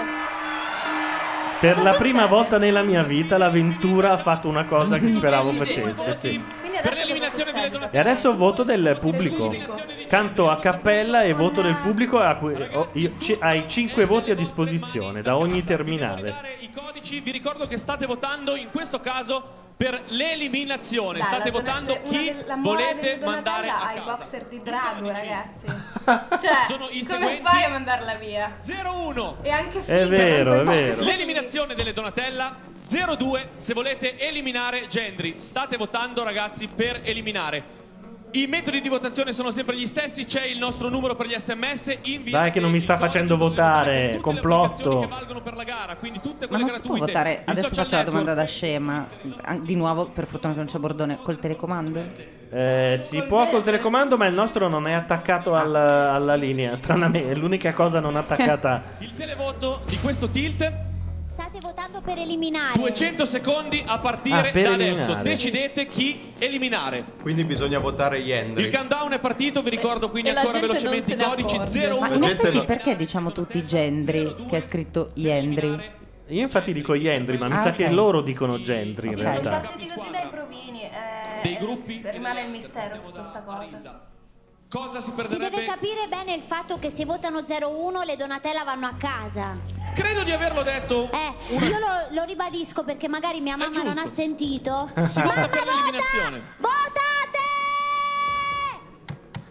per la prima volta nella mia vita l'avventura ha fatto una cosa che speravo facesse. Sì. Quindi adesso l'eliminazione delle E Donatella. adesso voto del pubblico. Canto a cappella e voto del pubblico a cui- ho- io- ci- hai cinque voti a disposizione da ogni terminale. I codici, vi ricordo che state votando in questo caso per l'eliminazione. Dai, State la votando Donat- chi una del- la more volete delle mandare Donatella a ai casa. boxer di Drago, ragazzi. Cioè, Sono i come seguenti. fai a mandarla via? zero uno. E anche È figa, vero, tanto è i vero. boxer. L'eliminazione delle Donatella. zero due se volete eliminare Gendry. State votando, ragazzi, per eliminare. I metodi di votazione sono sempre gli stessi. C'è il nostro numero per gli sms. Inviate Dai che non mi sta il codice facendo votare, tutte le applicazioni complotto. che valgono per la gara, quindi tutte Ma quelle non si può gratuite. votare, I adesso social faccio la domanda network. da scema, An- di nuovo per fortuna che non c'è Bordone, col telecomando? Eh, si può col telecomando, ma il nostro non è attaccato al- alla linea. Stranamente, è l'unica cosa non attaccata. Il televoto di questo tilt. State votando per eliminare. duecento secondi a partire Ah, per da eliminare. adesso. Decidete chi eliminare. Quindi bisogna votare Yendry. Il countdown è partito, vi ricordo quindi E la ancora gente velocemente i non se ne codici accorge. zero Ma uno. in gente effetti no- perché diciamo tutti Gendry che è scritto Yendry? Io infatti dico Yendry, ma mi Ah, sa ok. che loro dicono Gendry in Sì, sono realtà. partiti così dai provini. eh, Dei gruppi Rimane il mistero su questa cosa. Cosa si Si perderebbe? deve capire bene il fatto che se votano zero uno le Donatella vanno a casa. Credo di averlo detto. Eh, io lo, lo ribadisco perché magari mia mamma non ha sentito. Si vota per l'eliminazione. Votate!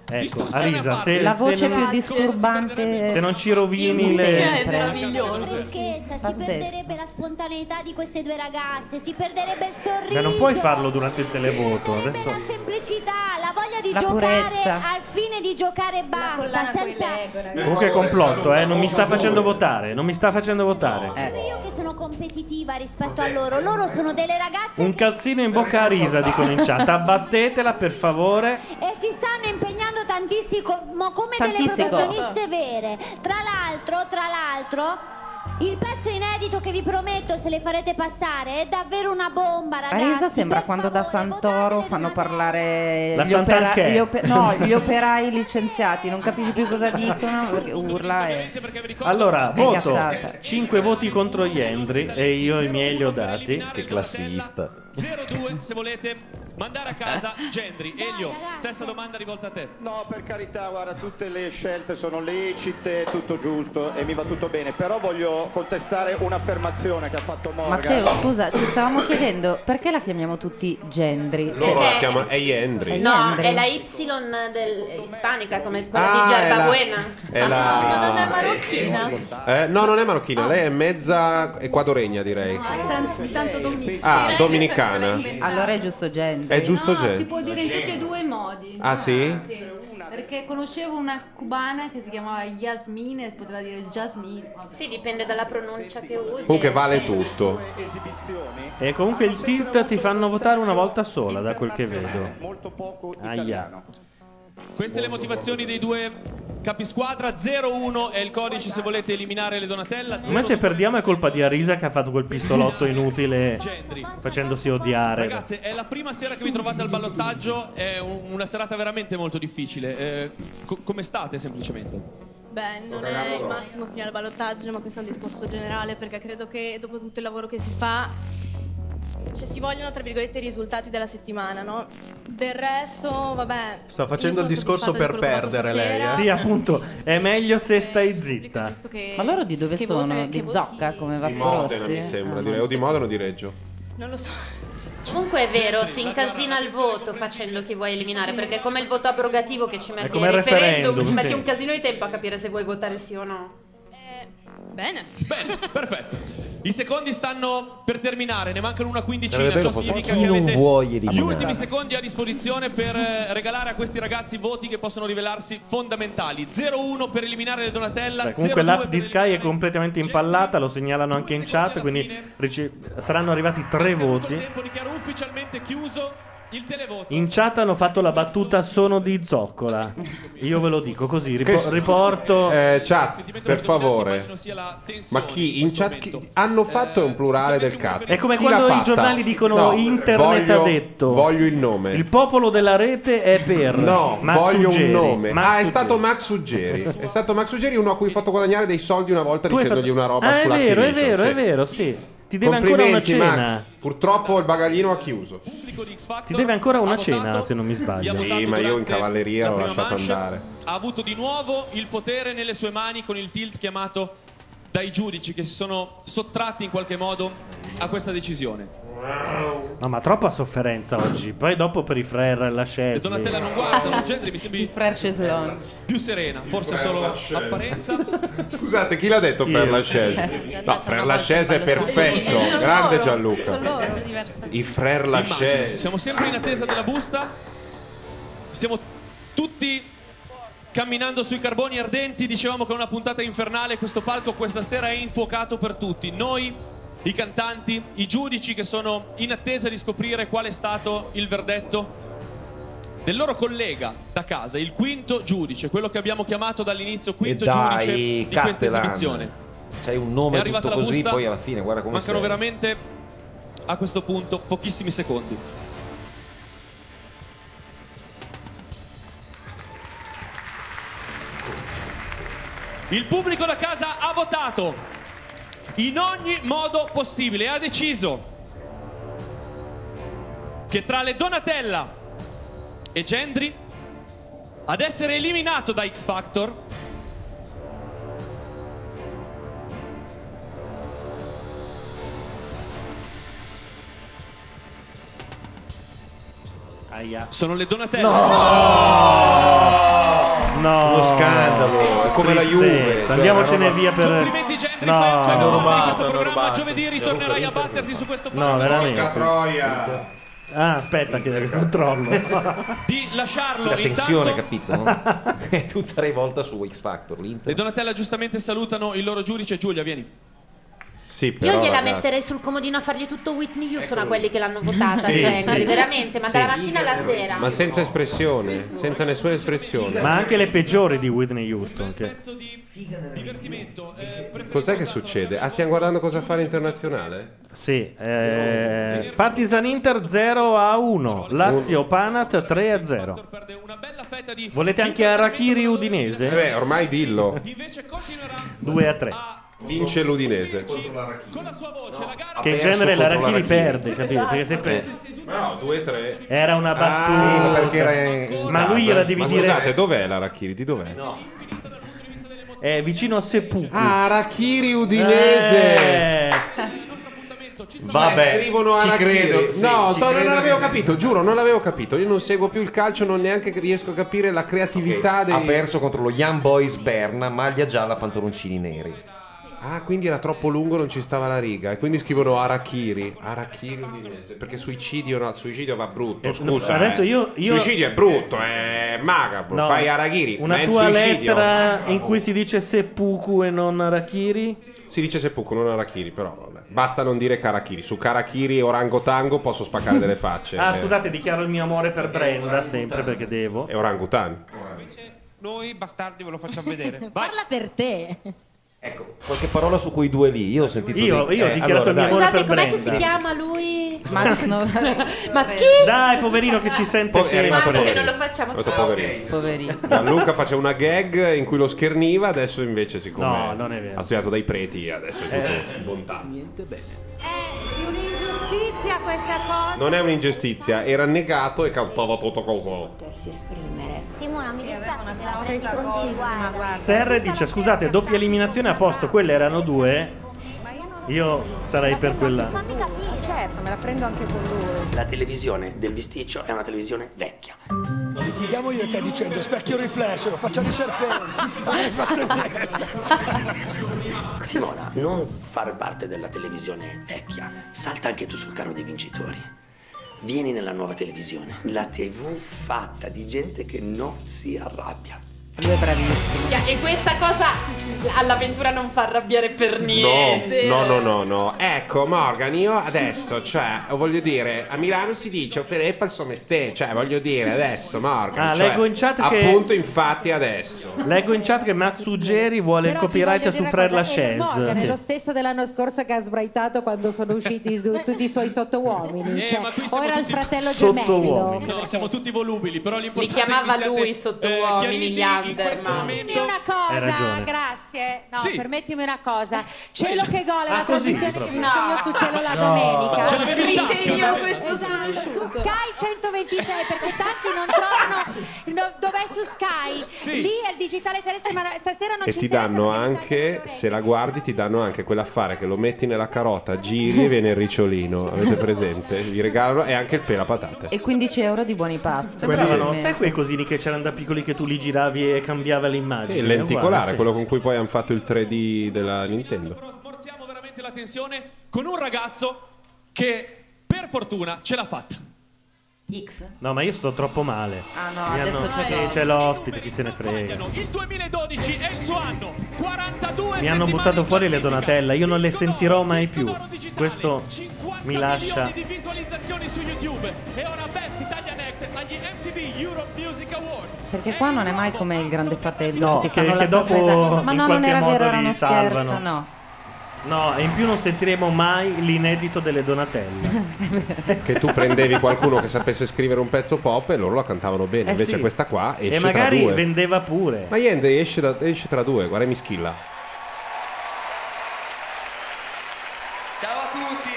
Ecco, Arisa, se, la voce se non, più disturbante. se non ci rovini le... Freschezza, si perderebbe la spontaneità di queste due ragazze, si perderebbe il sorriso. Ma non puoi farlo durante il televoto. Adesso... La semplicità, la voglia di La giocare purezza. al fine di giocare e basta, senza Comunque è complotto, eh, non mi sta facendo votare, non mi sta facendo votare. io che sono competitiva rispetto a loro. Loro sono delle ragazze Un calzino in bocca a Arisa, dicono in chat. Abbattetela, per favore. e si stanno impegnando tantissimo come Tantissimo. delle professioniste vere. Tra l'altro, tra l'altro, il pezzo inedito che vi prometto, se le farete passare, è davvero una bomba, ragazzi. Arisa sembra Per quando da Santoro fanno parlare La gli, opera- Sant'Anché. gli ope- no, gli operai licenziati, non capisci più cosa dicono perché urla e... Allora, È voto incazzata. cinque voti contro gli Endri e io i miei li ho dati. Che classista. zero due se volete mandare a casa Gendry. Elio, stessa domanda rivolta a te. No, per carità, guarda, tutte le scelte sono lecite, tutto giusto e mi va tutto bene, però voglio contestare un'affermazione che ha fatto Morgan. Matteo, scusa, ci stavamo chiedendo perché la chiamiamo tutti Gendry? Loro la chiamano è Yendri. No, Yendri. è la Y del ispanica come quella Ah, di è Gerba la- Buena. è la- Ah, non è marocchina. Eh, no, non è marocchina, lei è mezza equadoregna, direi. San- Santo Domingo. Ah, dominicana. Allora è giusto Gendry. È giusto No, si Gendry. può dire in tutti e due i modi. Ah, sì? Perché conoscevo una cubana che si chiamava Yasmine e si poteva dire Jasmine. Sì, dipende dalla pronuncia che usi. Comunque vale tutto. E comunque il tilt ti fanno votare una volta sola, da quel che vedo. Aia. Queste le motivazioni dei due capisquadra. zero uno è il codice se volete eliminare le Donatella. Secondo me se perdiamo è colpa di Arisa che ha fatto quel pistolotto inutile facendosi odiare. Ragazzi, è la prima sera che vi trovate al ballottaggio, è un- una serata veramente molto difficile. Eh, co- come state semplicemente? Beh, non è il massimo fino al ballottaggio, ma questo è un discorso generale perché credo che dopo tutto il lavoro che si fa cioè, si vogliono tra virgolette i risultati della settimana, no? Del resto, vabbè. Sta io facendo sono il discorso soddisfatta per di quello che ho fatto perdere lei, stasera. Sì, appunto, è meglio se stai zitta. che- Ma loro di dove che sono? voti- Di che voti- Zocca come Di Vasco Modena Rossi? mi sembra, Ah, direi, non o di so. Modena o di Reggio. Non lo so. Comunque è vero, si incasina il voto facendo chi vuoi eliminare, perché è come il voto abrogativo che ci metti come al il referendum, referendum, ci metti sì. un casino di tempo a capire se vuoi votare sì o no. Bene. Bene, perfetto. I secondi stanno per terminare, ne mancano una quindicina. Sarebbe bello Ciò fosse significa chi che non avete vuoi gli eliminare. ultimi secondi a disposizione per eh, regalare a questi ragazzi voti che possono rivelarsi fondamentali. zero uno per eliminare le Donatella. Beh, comunque zero due l'app di Sky è completamente impallata, lo segnalano anche in chat, quindi rice- saranno arrivati tre voti. tempo dichiaro ufficialmente chiuso il televoto. In chat hanno fatto la battuta sono di zoccola. Io ve lo dico così, ripo- Che- riporto. Eh, chat, per favore. Ma chi in chat chi- hanno fatto un plurale del cazzo? È come Chi quando l'ha i fatta? giornali dicono No, internet voglio- ha detto. Voglio il nome. Il popolo della rete è per. No, Max voglio Ruggeri. un nome. Max ah, è Ruggeri. stato Max Ruggeri. È stato Max Ruggeri uno a cui ho fatto guadagnare dei soldi una volta Tu hai dicendogli fatto- una roba Ah, è sulla vero, è Activision, vero, sì. è vero, sì. Ti deve ancora una Complimenti, cena. Max. Purtroppo il bagaglino ha chiuso. Ti deve ancora una cena, se non mi sbaglio. Sì, ma io in cavalleria l'ho lasciato andare. Ha avuto di nuovo il potere nelle sue mani con il tilt chiamato dai giudici che si sono sottratti in qualche modo a questa decisione. No, ma troppa sofferenza oggi. Poi dopo per i Frère la Le Donatella non guardano, Gendry mi sembri più serena, forse solo apparenza. Scusate, chi l'ha detto Io. Frère Lachaise? No, Frère Lachaise è perfetto. Grande Gianluca. I Frère Immagino. Lachaise. Siamo sempre in attesa della busta. Stiamo tutti camminando sui carboni ardenti. Dicevamo che è una puntata infernale. Questo palco questa sera è infuocato per tutti. Noi, i cantanti, i giudici che sono in attesa di scoprire qual è stato il verdetto del loro collega da casa, il quinto giudice, quello che abbiamo chiamato dall'inizio quinto E dai, giudice di questa Cattelan. esibizione. C'hai un È nome arrivata tutto la così, busta, poi alla fine guarda come mancano sei. veramente a questo punto pochissimi secondi. Il pubblico da casa ha votato in ogni modo possibile e ha deciso che tra le Donatella e Gendry ad essere eliminato da X Factor Aia. sono le Donatella. No! come la Juve. Cioè, Andiamocene roba- via per. Complimenti Gentry, No, fai un hanno capolavoro di rubato, questo hanno programma. rubato. Giovedì ritornerai a batterti su questo No, palco. veramente. Porca troia. Ah, aspetta che controllo. Di lasciarlo La tensione, intanto. capito? È tutta rivolta su X Factor. L'Inter. Le Donatella giustamente salutano il loro giudice. Giulia, vieni. Sì, però, Io gliela ragazzi, metterei sul comodino a fargli tutto Whitney Houston a quelli che l'hanno votata, Sì, Gentry, sì. veramente, ma Sì. dalla mattina alla sera. Ma senza espressione, senza nessuna espressione. Ma anche le peggiori di Whitney Houston. Che... Cos'è che succede? Ah, stiamo guardando cosa fa l'internazionale? Sì, eh, Partizan Inter zero a uno, Lazio Panat tre a zero. Volete anche Arachiri Udinese? Eh beh, ormai dillo. due a tre. Vince l'Udinese. Che in genere l'Arachiri perde, capito? Esatto. Perché sempre Ma no, due a tre. era una Ah, battuta. perché era in Ma casa. lui gliela devi Ma dire. scusate, dov'è l'Arachiri? Di dov'è? È vicino a Seppuku. Ah, Arachiri Udinese. Eh. Vabbè, scrivono ci Arachiri. credo, sì, no, ci no, credo non l'avevo che- capito, giuro, non l'avevo capito. Io non seguo più il calcio, non neanche riesco a capire la creatività dei. Ha perso contro lo Young Boys Berna, maglia gialla, pantaloncini neri. Ah, quindi era troppo lungo, non ci stava la riga. E quindi scrivono Arachiri. Arachiri Udinese. Perché suicidio, no, suicidio va brutto. Eh, Scusa. adesso eh. io- io- Suicidio è brutto, è macabro. No, Fai Arachiri. Una ma è il tua suicidio. lettera in cui si dice Seppuku e non Arachiri? Si dice Seppuku, non Arachiri, però vabbè. Basta non dire Karakiri. Su Karakiri e Orangotango posso spaccare delle facce. Ah, Eh, scusate, dichiaro il mio amore per Brenda sempre perché devo. È Orangutan. Noi bastardi ve lo facciamo vedere. Parla per te. Ecco, qualche parola su quei due lì. Io ho sentito. Io- di- io ho eh, dichiarato allora, il mio dai. amore Scusate, per com'è che Brenda. si chiama lui? Max no. Maschi? Dai, poverino che ci sente Po- è sempre. arrivato Guarda che poverino. non lo facciamo Ho detto più. poverino. Poverino. Gianluca faceva una gag in cui lo scherniva, adesso invece siccome No, non è vero. ha studiato dai preti, adesso è tutto Eh. bontà. È di un'ingiustizia questa cosa. Non è un'ingiustizia, era negato e cantava tutto coso. Si esprimere. Simona, mi dispiace che la sei guarda. Serre dice scusate, doppia eliminazione a posto, quelle erano due. Io sarei per quella. Fammi capire. Certo, me la prendo anche con lui. La televisione del bisticcio è una televisione vecchia. Litighiamo io e te dicendo specchio riflesso, faccia di serpente. Non hai fatto niente. Simona, non fare parte della televisione vecchia. Salta anche tu sul carro dei vincitori. Vieni nella nuova televisione. La tivù fatta di gente che non si arrabbia. Lui è bravissimo. E questa cosa all'avventura non fa arrabbiare per No, niente. no, no, no, no. Ecco, Morgan, io adesso, cioè, voglio dire, a Milano si dice offrire falso mestiere, cioè, voglio dire, adesso, Morgan. Ah, cioè, leggo in chat che- appunto, infatti, adesso. Leggo in chat che Max Uggeri vuole il Però ti copyright voglio su dire Fred una cosa, è Morgan è lo Lachaise. stesso dell'anno scorso che ha sbraitato quando sono usciti su- tutti i suoi sottouomini. Eh, Cioè, ma qui o siamo era il tutti fratello gemello. sottouomini. No, siamo tutti volubili, però Li l'importante chiamava è che vi lui siate, sottouomini, eh, gli chiariti in questo Underman. momento. Dimmi una Hai cosa, ragione. grazie. No, Sì. permettimi una cosa. Cielo che gol è Ah, la così, trasmissione che proprio. faccio io su Cielo la No. domenica. Ce l'avevi in Sì, tasca, io no? questo esatto, su Sky centoventisei perché tanti non trovano no, dov'è su Sky. Sì. Lì è il digitale terrestre, ma stasera non E ci ti interessa danno perché mi anche, se la guardi, ti danno anche quell'affare che lo metti nella carota, giri e viene il ricciolino. Avete presente? Vi regalano e anche il pela patate. E quindici euro di buoni pasto. Sembravano, Sì. sai quei cosini che c'erano da piccoli che tu li giravi e cambiava l'immagine? Sì, il lenticolare, Uguale, sì. quello con cui poi hanno fatto il tre D della Nintendo. Smorziamo veramente la tensione con un ragazzo che per fortuna ce l'ha fatta. X. No, ma io sto troppo male. Ah, no, Mi adesso hanno- c'è sì, l'ospite. c'è l'ospite, chi se ne frega. Il duemiladodici è il suo anno. quarantadue Mi hanno settimane buttato in fuori le classifica. Donatella, io non le sentirò mai più. Questo mi lascia. Milioni di visualizzazioni su YouTube e ora Best Italian Act agli M T V Europe Music Award. Perché qua non è mai come il Grande Fratello. No, che ti che- fanno che la dopo sorpresa. Ma in no, non qualche era modo vero, li era uno salvano. scherzo, no. No, e in più non sentiremo mai l'inedito delle Donatella. Che tu prendevi qualcuno che sapesse scrivere un pezzo pop e loro la cantavano bene. Eh Invece sì. questa qua esce E magari tra due. vendeva pure. Ma Yende esce, da- esce tra due, guarda mi schilla. Ciao a tutti!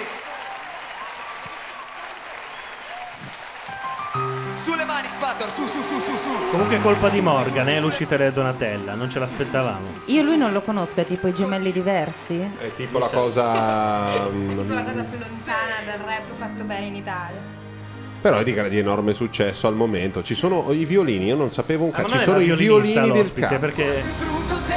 Sulle mani, X Factor, su, su, su, su, su! Comunque è colpa di Morgan, eh, l'uscita delle Donatella, non ce l'aspettavamo. Io lui non lo conosco, è tipo i gemelli diversi. È tipo la cosa. mm, Tipo la cosa più lontana del rap fatto bene in Italia. Però è di, di enorme successo al momento. Ci sono i violini, io non sapevo un Ah, ma cazzo. non Ci era sono i violinista violini del l'ospite, cazzo. perché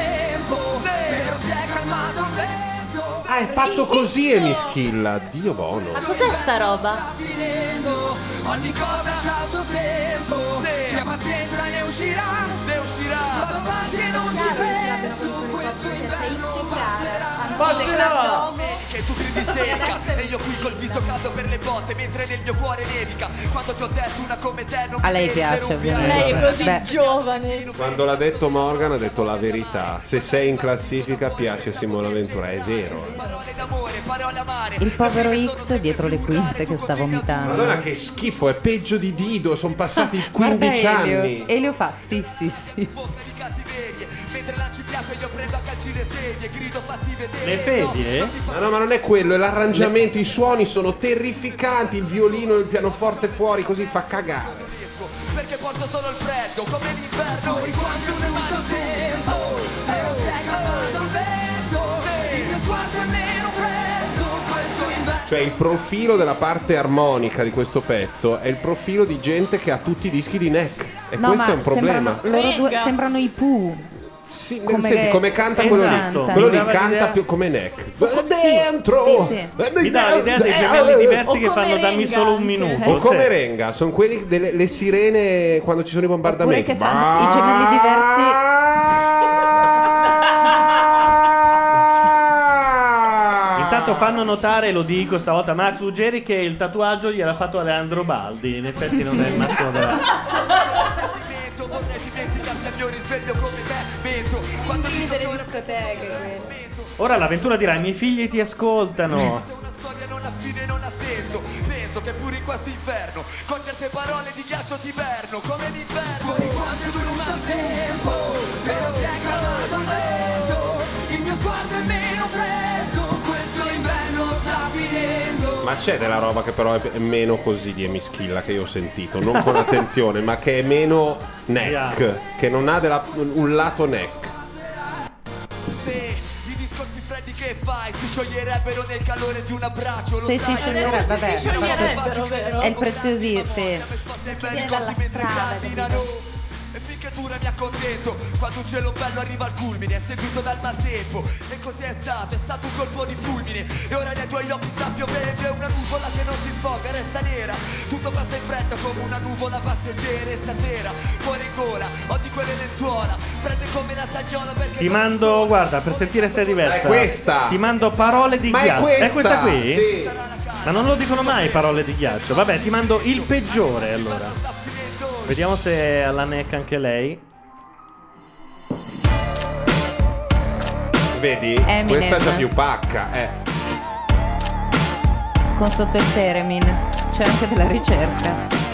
Ah, è fatto così e mi schilla. Dio buono. Ma cos'è sta roba? Ogni cosa c'ha il suo tempo. Se la pazienza ne uscirà, ne uscirà. Vado avanti e non ci penso. Questo inverno passerà. Che tu gridi isterica e io qui col viso caldo per le botte mentre nel mio cuore nevica. Quando ti ho detto una come te non A mi lei vedi piace, per un ovviamente. piano. Lei è così Beh. giovane. Quando l'ha detto Morgan ha detto la verità. Se sei in classifica piace Simona Ventura, è vero. Il povero X dietro le quinte che sta vomitando. Madonna che schifo, è peggio di Dido, sono passati Guarda quindici Elio. anni. Elio fa sì sì sì, sì. Mentre lanci piatto io prendo a calci le sedie, grido fatti vedere. Le fedie? Ma no, ma non è quello, è l'arrangiamento, i suoni sono terrificanti, il violino e il pianoforte fuori così fa cagare. Perché porto solo il freddo come l'inverno. Fuori quanto è venuto tempo e non sei calmato il vento. Il mio sguardo è meno freddo questo inverno. Cioè il profilo della parte armonica di questo pezzo è il profilo di gente che ha tutti i dischi di Neck. E No, questo ma è un problema. sembrano, loro due, sembrano i Pooh. Sì, come, senti, come canta quello lì, quello lì canta più come Neck. Dentro! Mi dà l'idea dei gemelli diversi che fanno dammi solo un minuto. O come cioè. Renga, sono quelli delle le sirene quando ci sono i bombardamenti. Oppure che fanno i gemelli diversi. Intanto fanno notare, lo dico stavolta a Max Ruggeri, che il tatuaggio gliel'ha fatto Alejandro Baldi. In effetti non è il massimo della... Vorrei dimenticarti al mio risveglio come me mento. Quando Quindi delle discoteche quelle. Ora l'avventura dirà: i miei figli ti ascoltano. Una storia non ha fine, non ha senso. Penso che pure in questo inferno con certe parole di ghiaccio ti verno come l'inverno. Fuori quanto è venuto il tempo però si è calmato il vento. Il mio sguardo è meno freddo. Questo inverno sta finendo. Ma c'è della roba che però è meno così di Emischilla che io ho sentito, non con attenzione, ma che è meno Neck, che non ha della- un lato Neck. Se i discorsi freddi che fai si scioglierebbero nel calore di un abbraccio. Lo Sì, sai, sì, scioglierebbe, vabbè. Si scioglierebbero, vero? È il preziosissimo, sì. Viene dalla strada. E finché dura mi accontento. Quando un cielo bello arriva al culmine, seguito dal maltempo. E così è stato, è stato un colpo di fulmine. E ora nei tuoi occhi sta piovendo. È una nuvola che non si sfoga, resta nera. Tutto passa in fretta come una nuvola passeggera. E stasera, fuori in gola, ho di quelle lenzuola fredde come la stagnola perché Ti mando, guarda, per sentire se è diversa. È questa. Ti mando parole di Ma è ghiaccio. questa? È questa qui? Sì. Ma non lo dicono mai parole di ghiaccio. Vabbè, ti mando il peggiore allora. Vediamo se è alla Neck anche lei. Vedi? Eminem. Questa è già più pacca, eh. Con sotto il Teremin. C'è anche della ricerca.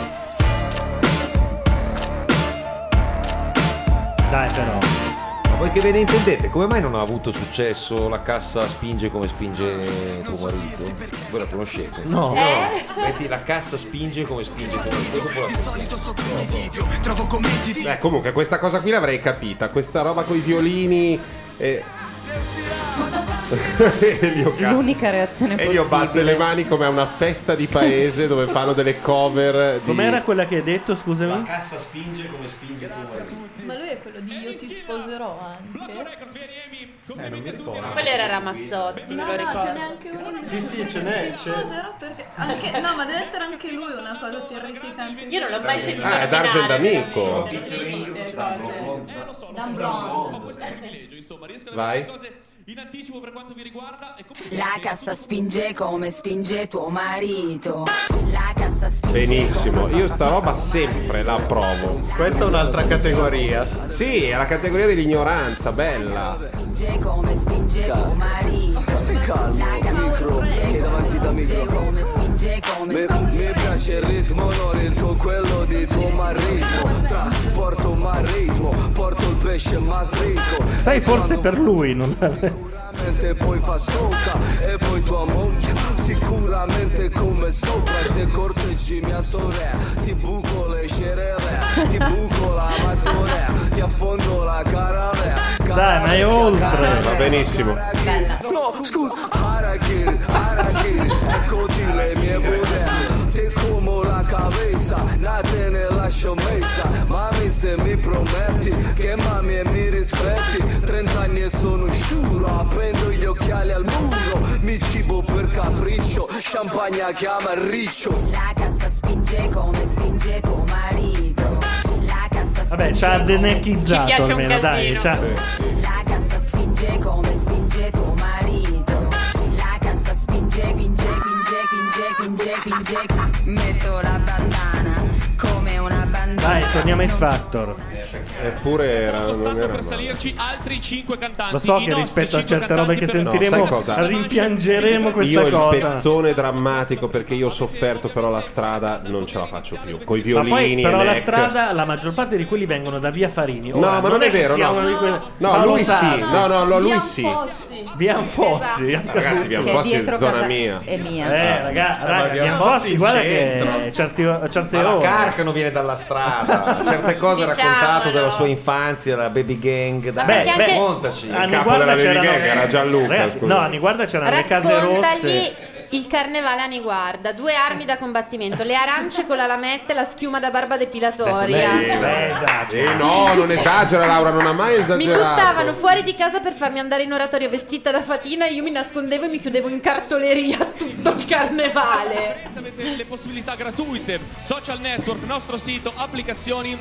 Dai però. Ma voi che ve ne intendete? Come mai non ha avuto successo La cassa spinge come spinge tuo marito? Voi la conoscete? No. Metti La cassa spinge come spinge tuo marito. Dopo la senti. Beh, comunque questa cosa qui l'avrei capita, questa roba con i violini e... Elio ca- L'unica reazione Elio batte possibile. le mani come a una festa di paese dove fanno delle cover di... Com'era quella che hai detto, scusami? La cassa spinge come spinge tuo marito. Ma lui è quello di Io ti sposerò anche. Eh, non mi ricordo. Quello era Ramazzotti, me No, lo no, ricordo. ce n'è anche uno di Sì, sì, ce n'è, Io ti c'è. sposerò perché anche, no, ma deve essere anche lui una cosa terrificante. Io non l'ho mai sentito Ah, è D'Argent D'Amico. Dan Brown. Vai. In anticipo per quanto vi riguarda e La cassa spinge come spinge tuo marito. La cassa spinge Benissimo, io sta roba sempre la provo. Questa è un'altra categoria. Sì, è la categoria dell'ignoranza, bella. come spinge tuo marito. Stai calmo, micro, che davanti da micro. Come spinge come Mi, spinge. mi piace il ritmo, non il tuo, quello di tuo marito. Trasporto ma ritmo, porto il pesce ma srico. Sai, forse per lui non Sicuramente poi fa soca e poi tua moglie. Sicuramente come sopra se corteggi mia sorella. Ti buco le cerelle, ti buco la mattonea, ti affondo la caravella. Dai, ma è oltre. Va benissimo. No, scusa, Harakiri, Harakiri, eccoti le mie budelle. Te como la cabeza, nate nella scimmessa. Mami se mi prometti che mami e mi rispetti. Trent'anni e sono sciuro, appendo gli occhiali al muro. riccio, champagne chiama riccio. La cassa spinge come spinge tuo marito. La cassa spinge Vabbè, c'ha denechizzato almeno, dai. C'ha... La cassa spinge come spinge tuo marito. La cassa spinge, spinge, spinge, spinge, spinge, spinge. Metto la bandana come una bandana. Dai, torniamo a X Factor. Eppure era, non era Per salirci altri cinque cantanti. Lo so I che nostri rispetto a cinque certe robe che cantanti per- sentiremo No, sai cosa? rimpiangeremo questa io cosa. il pezzone drammatico, perché io ho sofferto, però la strada non ce la faccio più. Coi Ma violini poi però e la neck. strada, la maggior parte di quelli vengono da Via Farini. No, ma non è che vero, sia no. una di quelle- No, Paolo lui sì. Sarro. No, no, no, lui sì. Via Fossi. Ragazzi, Via Che è Fossi è dietro zona casa- mia. è mia. Eh, raga, ma raga, Via Via Fossi Fossi, in guarda centro. che certi, a certe Ma la ore. Carcano viene dalla strada, certe cose Diciamolo. raccontato della sua infanzia, la baby gang. Dai, Beh, beh, raccontaci. a Niguarda c'erano- Ragazzi, scusa. no, a Niguarda c'erano le case Raccontagli rosse. il carnevale a Niguarda, due armi da combattimento, le arance con la lametta e la schiuma da barba depilatoria. Eh, no, non esagera Laura, non ha mai Mi esagerato. buttavano fuori di casa per farmi andare in oratorio vestita da fatina e io mi nascondevo e mi chiudevo in cartoleria tutto il carnevale. Avete le possibilità gratuite, social network, nostro sito, applicazioni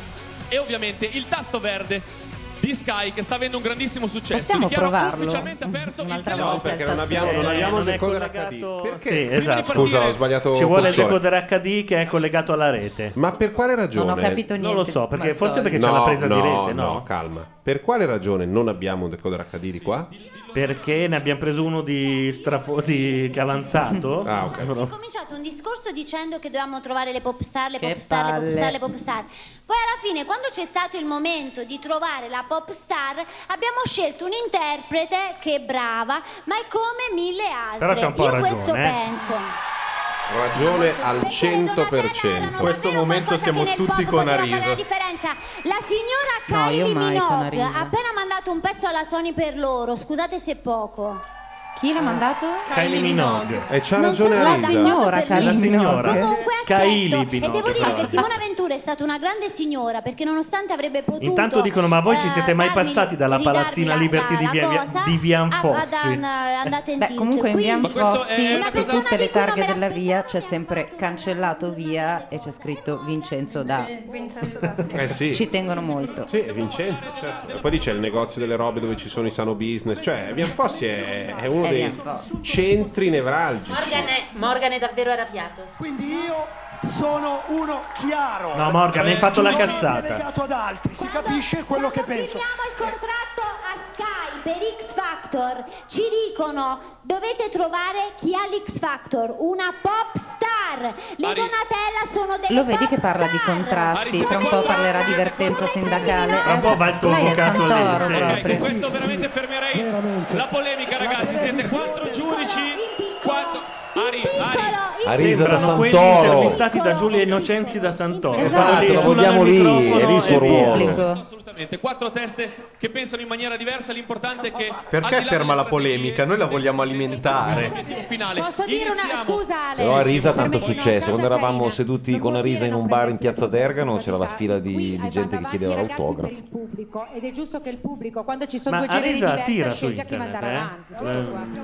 e ovviamente il tasto verde di Sky che sta avendo un grandissimo successo. Possiamo Dichiaro provarlo ufficialmente aperto il un'altra telefono. volta? perché il non tasto abbiamo, non verde. abbiamo il non è decoder H D. collegato- Perché? Sì, esatto. Scusa, ho sbagliato Ci vuole il cursore. decoder H D che è collegato alla rete. Ma per quale ragione? Non ho capito niente. Non lo so, perché come al forse perché no, c'è la presa no, di rete, no? no, calma. Per quale ragione non abbiamo un decoder H D di qua? Perché ne abbiamo preso uno di strafo di che è avanzato. Ah, ok. Ho cominciato un discorso dicendo che dovevamo trovare le pop star, le Che pop star, le pop palle. star, le pop star. Poi alla fine, quando c'è stato il momento di trovare la pop star, abbiamo scelto un'interprete che è brava, ma è come mille altre. Però c'è un po' Io ragione, questo eh. penso. Ragione al cento per cento. In questo momento siamo Nel tutti pop con poteva fare la Arisa. differenza. La signora No, io Kylie mai con Minogue Arisa. ha appena mandato un pezzo alla Sony per loro. Scusate se è poco. Chi l'ha mandato? Kylie Minogue. E c'ha Non ragione sono Arisa. d'accordo Signora per Kylie La niente. signora. Comunque Kylie accetto. E devo Minogue, dire però. che Simona Ventura è stata una grande signora perché nonostante avrebbe potuto Intanto dicono, ma voi ci eh, siete mai darmi- passati dalla ridarmi palazzina la- Liberty la- di la via, cosa, di Vian ah, Fossi? ad- an- andate in Beh, tilt. comunque in Vian Quindi- Fossi Una su persona tutte le di cui non targhe me della via c'è sempre cancellato via e c'è scritto Vincenzo da. Vincenzo da Eh sì. Ci tengono molto. Sì, è Vincenzo, certo. E poi lì c'è il negozio delle robe dove ci sono i sano business. Cioè, Vian Fossi è, è uno È dei Vian Fossi. centri nevralgici. Morgan è, Morgan è davvero arrabbiato. Quindi io sono uno chiaro. No, Morgan, hai fatto la Non cazzata. delegato ad altri, si capisce quello che penso. Firmiamo il contratto a Sky per X Factor. Ci dicono dovete trovare chi ha l'X Factor, una pop star. Le Ari- Donatella sono delle Lo vedi pop che parla di star. contrasti, tra un po' parlerà di vertenza sindacale. Tra un po' va il Lei è convocato lì, Santoro sì. proprio. Ok, con questo veramente fermerei la polemica, ragazzi. Siete quattro giudici. Quando... Ari, Ari. Arisa da Sembrano quelli Santoro. intervistati da Giulia Innocenzi da Santoro. Esatto, Stanno lì, lo giù vogliamo nel lì, microfono è lì il suo e via. ruolo. Assolutamente, quattro teste che pensano in maniera diversa. L'importante è che Perché al di là ferma delle la polemica? Noi la vogliamo alimentare. finale. Posso dire una scusa Ale? Però Arisa ha tanto Permetti, successo. una Quando cosa eravamo carina. seduti Non con vuol Arisa dire in non un bar in prendersi piazza Dergano, c'era la fila Qui di, di hai gente che davanti chiedeva i ragazzi l'autografo. per il pubblico ed è giusto che il pubblico quando ci sono Ma due generi Arisa diversi tira su sceglie a chi internet, mandare eh? avanti.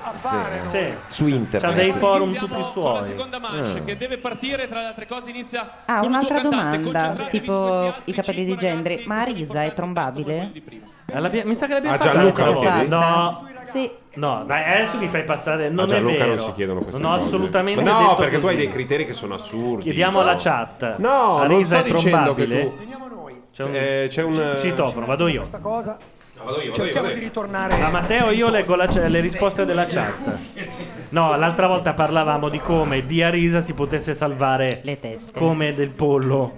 Sì. Su internet. C'ha dei forum Iniziamo tutti con la suoi. seconda manche Mm. che deve partire, tra le altre cose inizia Ah, con un tuo un'altra cantante. domanda, Concentratevi su questi tipo altri i capelli di Gendry, ma Arisa è trombabile? Eh, l'abbia- Mi sa che l'abbiamo A fatta Gianluca l'altra lo chiedi? volta. No, Sì. no, dai, adesso mi fai passare. Non A è Gianluca vero. non si chiedono queste non ho cose. assolutamente Ma no, detto perché tu così. hai dei criteri che sono assurdi. Chiediamo alla chat. No, non Arisa sto è dicendo che trombabile? tu. C'è un, Eh, c'è un citofono, vado io. Questa cosa. No, vado io, vado io, Cerchiamo vado di io. ritornare. A Matteo io leggo la- le risposte della chat. No, l'altra volta parlavamo di come di Arisa si potesse salvare Le teste. come del pollo.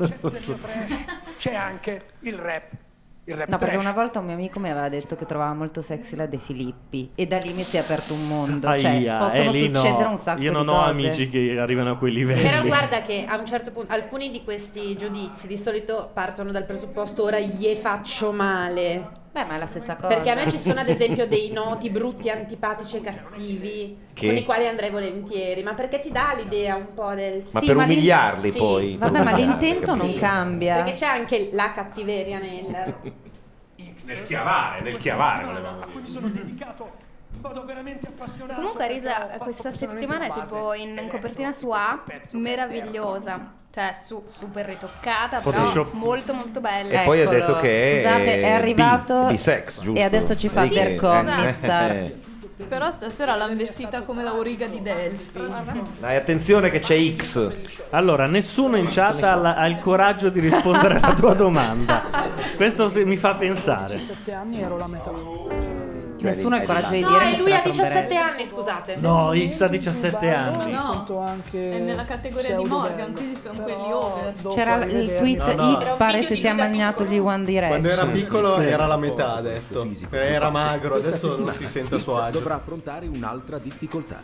C'è anche il rap. Il rap No, perché trash. una volta un mio amico mi aveva detto che trovava molto sexy la De Filippi e da lì mi si è aperto un mondo. Cioè, Aia, possono eh, lì no. succedere un sacco Io non di ho cose. amici che arrivano a quei livelli. Però guarda che a un certo punto alcuni di questi giudizi di solito partono dal presupposto ora gli faccio male. Beh, ma è la stessa cosa. Perché a me ci sono ad esempio dei noti brutti, antipatici e cattivi Che? con i quali andrei volentieri, ma perché ti dà l'idea un po' del... Ma Sì, per ma l'in- umiliarli Sì. poi. per Vabbè, ma umiliarli, l'intento non capito? cambia. Perché c'è anche la cattiveria nel... Nel chiavare, nel chiavare volevamo a cui dire. mi sono dedicato Vado veramente appassionato. Comunque Arisa perché ho fatto questa personalmente settimana è la base. tipo in, in copertina su A, meravigliosa. Cioè su, super ritoccata, Photoshop. però molto molto bella. E poi ha Eccolo. detto che è, Scusate, è arrivato di, di sex, giusto? e adesso ci fa Sì, Der eh, Commissar. eh, Però stasera l'hanno vestita come l'auriga di Delphi. Dai, attenzione che c'è X. Allora, nessuno in chat ha, la- ha il coraggio di rispondere alla tua domanda. Questo se- mi fa pensare. diciassette anni ero la metà. Nessuno ha il coraggio di No, dire e che lui sarà ha Tom diciassette Brady. anni, scusate. No, X ha diciassette anni. No, Sento anche è nella categoria di Morgan, quindi sono quelli over. C'era il tweet No, no. X pare si sia magnato gli One Direction. Quando era piccolo Sì. era la metà, ha detto. Era magro, Questa adesso non settimana si sente a suo X agio. dovrà affrontare un'altra difficoltà.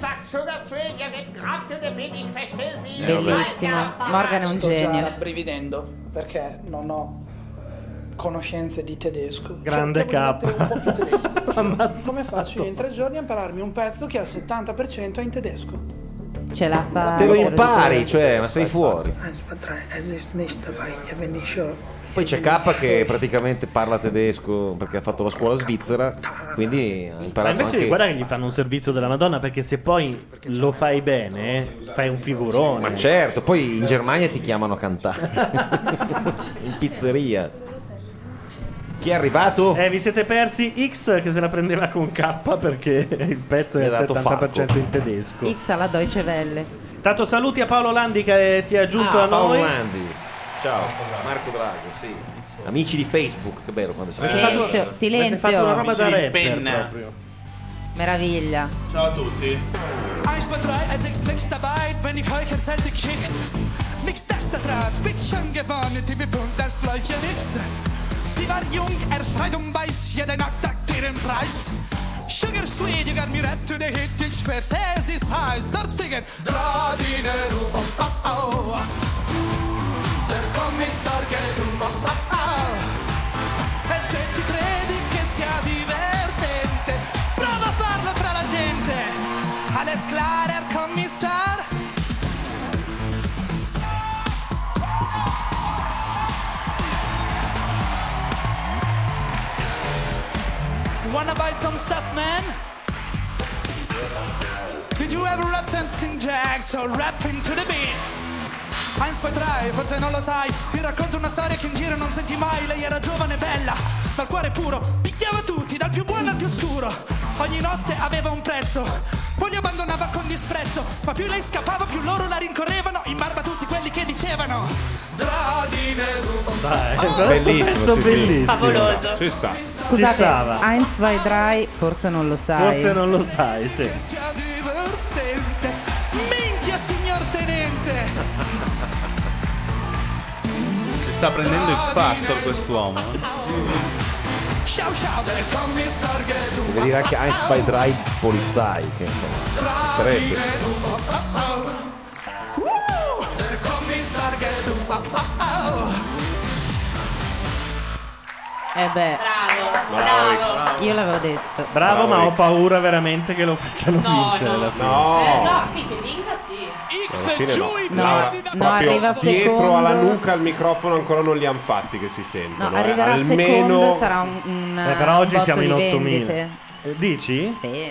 Bellissimo. Morgan è un Sto già genio. rabbrividendo perché non ho conoscenze di tedesco. Grande Cerchiamo K. di mettere un po' più tedesco. Come faccio io in tre giorni a impararmi un pezzo che al settanta per cento è in tedesco? Ce la fa. Te lo impari, cioè, ma sei fuori. Poi c'è K che praticamente parla tedesco perché ha fatto la scuola svizzera, quindi ha Ma imparato invece anche... guarda che gli fanno un servizio della Madonna, perché se poi lo fai bene, fai un figurone. Ma certo, poi in Germania ti chiamano a cantare. In pizzeria. Chi è arrivato? Eh, vi siete persi X che se la prendeva con K perché il pezzo Gli è ha al dato settanta per cento Falco. in tedesco. X alla Deutsche Welle. Tanto saluti a Paolo Landi che si è aggiunto Ah, a Paolo noi. Landi. Ciao, Marco Drago, sì. Amici di Facebook, che bello quando c'è. Silenzio, silenzio. Avete fatto una roba da Amici di rapper penna. proprio. Meraviglia. Ciao a tutti. eins, zwei, drei, als ich nichts dabei, wenn ich euch erzähl die Geschichte. Nix das da dran, Bitchen gewonnen, die befunden als Fläche nicht. Sie war jung, erst heute und weiß, jeder Nacht hat ihren Preis. Sugar Sweet, you got me rap to the hit, ich schwör's, es ist heiß, dort singen. Gradinero, oh, oh, oh. Der Kommissar geht um, oh, oh, oh. E se ti credi che sia divertente, prova a farlo tra la gente. Alles klar, Herr Kommissar? Wanna buy some stuff, man? Did you ever rap dancing jacks or rap into the beat? eins, zwei, drei, forse non lo sai. Ti racconto una storia che in giro non senti mai. Lei era giovane e bella, dal cuore puro, picchiava tutti, dal più buono al più scuro. Ogni notte aveva un prezzo, poi li abbandonava con disprezzo. Ma più lei scappava, più loro la rincorrevano. In barba a tutti quelli che dicevano Gradinero. Dai, Oh, bellissimo, bellissimo, sì, sì. bellissimo. Favoloso. Ci sta. Ci Scusate, stava. eins, zwei, drei, forse non lo sai. Forse non lo sai, sì. Sia divertente. Minchia, signor tenente. Si sta prendendo X Factor quest'uomo. Ciao ciao del Kommissar geht um. Deve dire anche Eins, zwei, drei, Polizei, che insomma, sarebbe. Der Kommissar geht um. Oh, oh, oh. Eh beh. Bravo, Io l'avevo detto. Bravo, Bravo, ma ho X. paura veramente che lo facciano No, vincere no. alla fine. No. Eh, no, sì, che vinca, sì. Alla fine no. No, Laura, no, proprio arriva dietro secondo. alla nuca al microfono ancora non li hanno fatti che si sentono. No, eh. arriverà Almeno secondo, sarà un, un Eh, però oggi un botto siamo in di ottomila. vendite. Eh, Dici? Sì.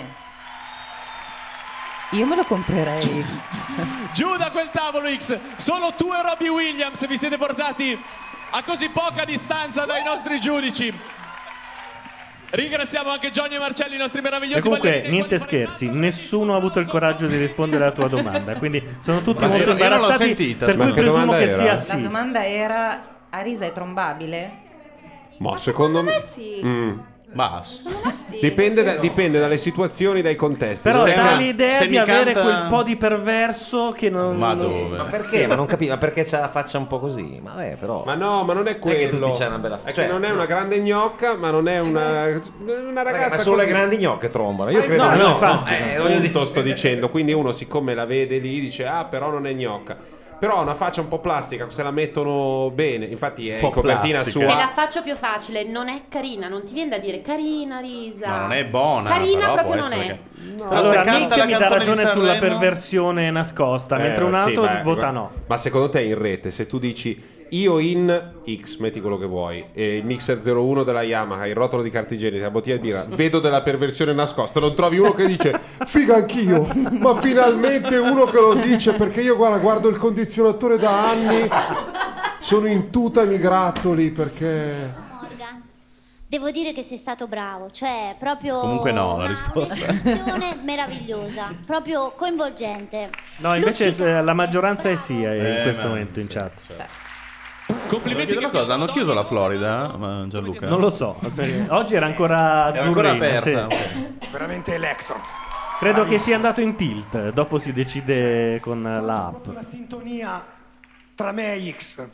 Io me lo comprerei. Giù da quel tavolo X, solo tu e Robbie Williams vi siete portati a così poca distanza dai nostri giudici. Ringraziamo anche Johnny e Marcelli, i nostri meravigliosi E comunque, ballerini. niente scherzi, nessuno ha avuto il coraggio di rispondere alla tua domanda. Quindi sono tutti Ma molto io non l'ho imbarazzati. sentita, Per ma cui che presumo domanda che era? sia La sì. domanda era: Arisa è trombabile? Ma secondo me sì. Mm. Basta. Sì. Dipende, da- dipende dalle situazioni, dai contesti. Però Se è dà una- l'idea se di mi avere canta- quel po' di perverso che non. Ma non- dove? Ma perché? Ma non capivo, ma perché c'ha la faccia un po' così? Ma vabbè, però. Ma no, ma non è Non è che quello. tutti c'hanno una bella È cioè, che non è una grande gnocca, ma non è una, una Raga, ragazza ma solo così. le grandi gnocche trombano. Io Ma credo no, che no, no, infatti. eh, voglio Appunto dire- sto dicendo, quindi uno siccome la vede lì dice ah però non è gnocca. Però ha una faccia un po' plastica, se la mettono bene. Infatti è Un in po' copertina plastica. Te sua. la faccio più facile, non è carina, non ti viene da dire carina Risa. Ma non è buona. Carina però proprio può non essere è. che- Però Allora, se canta Nick la mi dà canzone di ragione sulla Sanremo- perversione nascosta, Eh, mentre un sì, altro ma- vota no. Ma secondo te in rete, se tu dici io in X, metti quello che vuoi, e il mixer zero uno della Yamaha, il rotolo di carta igienica, la bottiglia di birra, vedo della perversione nascosta, non trovi uno che dice figa anch'io, ma finalmente uno che lo dice, perché io guarda, guardo il condizionatore da anni, sono in tuta, mi grattoli perché... Devo dire che sei stato bravo, cioè proprio Comunque no, la una- risposta. un'espressione meravigliosa, proprio coinvolgente. No, invece Luccica. eh, la maggioranza è sì eh, in Eh, questo ma- momento in chat. Complimenti. Una cosa, hanno chiuso la Florida, ma Gianluca? Non lo so, cioè, oggi era ancora Era ancora azzurrina, aperta, sì. ok. Veramente electro. Credo che sia andato in tilt, dopo si decide con l'app. Una sintonia tra me e X,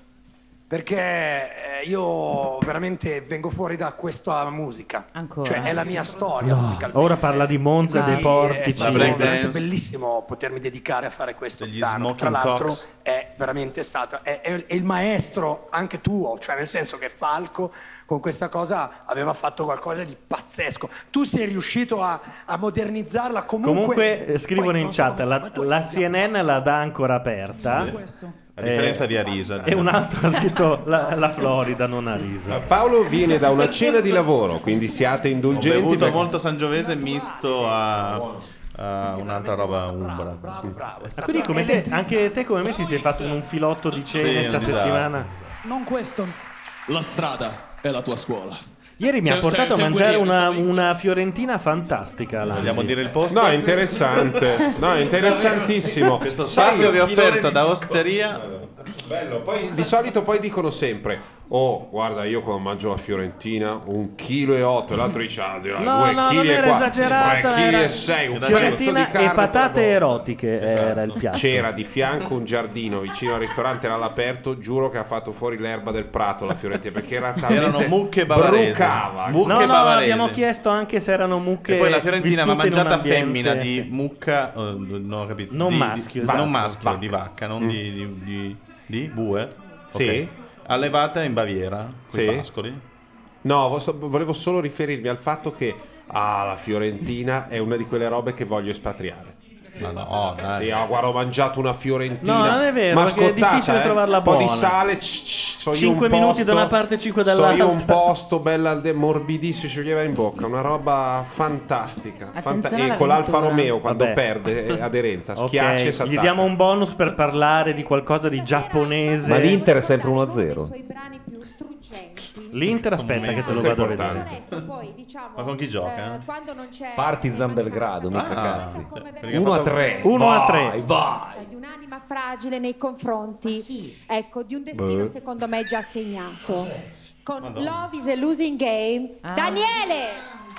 perché eh, io veramente vengo fuori da questa musica. Ancora? Cioè è la mia storia No, musicalmente. ora parla di Monza, dei Quindi portici. è stato break veramente dance. bellissimo potermi dedicare a fare questo Degli brano. Tra Smoking l'altro Cocks. è veramente stato è, è- è il maestro anche tuo, cioè nel senso che Falco con questa cosa aveva fatto qualcosa di pazzesco. Tu sei riuscito a, a modernizzarla comunque. Comunque eh, scrivono Poi in non so chat, come- la, ma tu la C N N la dà ancora aperta. A differenza di Arisa. E un altro ha scritto la, la Florida, non Arisa. Paolo viene da una cena di lavoro, quindi siate Ho indulgenti. bevuto perché- molto sangiovese misto a, a un'altra roba umbra. Ma quindi come te, anche te come me ti sei fatto un filotto di cene Sì, sta un disastro. settimana? Non questo. La strada è la tua scuola. Ieri mi Sei- ha portato sei- a sei un mangiare guerriero, una, una fiorentina fantastica. Landi. Vogliamo dire il posto? No, è interessante. No, è interessantissimo. Questo Sai, spazio vi è filone offerto di da discorso. Osteria. Bello, poi di solito poi dicono sempre oh guarda io quando mangio la fiorentina un chilo e otto e l'altro dice ah, dirà, No, due no, non chili e era quattro, esagerato, tre chili era e sei, un pezzo fiorentina di carne e patate proprio. erotiche era il piatto. C'era di fianco un giardino vicino al ristorante, era all'aperto, giuro che ha fatto fuori l'erba del prato la fiorentina perché era talmente Erano mucche bavaresi. brucava. Mucche No, no, bavaresi. abbiamo chiesto anche se erano mucche. E poi la Fiorentina va vissute in un mangiata ambiente- femmina di sì. mucca, eh, non ho capito. Non di- maschio, di, esatto. non maschio, Vacca. di vacca, non Mm. di, di, di, di bue. Sì. Ok. Allevata in Baviera, Sì. coi pascoli. No, vo- volevo solo riferirmi al fatto che ah, la fiorentina è una di quelle robe che voglio espatriare. Ma no, dai. Sì, ah, guarda, ho mangiato una fiorentina. No, non è vero, ma perché è scottata, difficile eh. trovarla Un po' di buona. sale, c- c- so io Cinque un minuti posto, da una parte e cinque So dall'altra. io un posto bella al de- morbidissimo, scioglieva in bocca, una roba fantastica. Fanta- Attenzione e alla con l'Alfa ventura. Romeo quando Vabbè. perde eh, aderenza, Ok, schiaccia e gli s'attacca. diamo un bonus per parlare di qualcosa di giapponese. Ma l'Inter è sempre uno a zero. I suoi brani più struggenti. L'Inter aspetta che te lo Questo è vado a importante. vedere. Ecco, poi diciamo Ma con chi gioca? eh, quando non c'è Partizan Belgrado, mica Ah, cazzi. perché ha uno a fatto- tre. Uno a Vai, tre. vai. di un'anima fragile nei confronti ecco di un destino Beh. secondo me già segnato con Love is a Losing Game. Daniele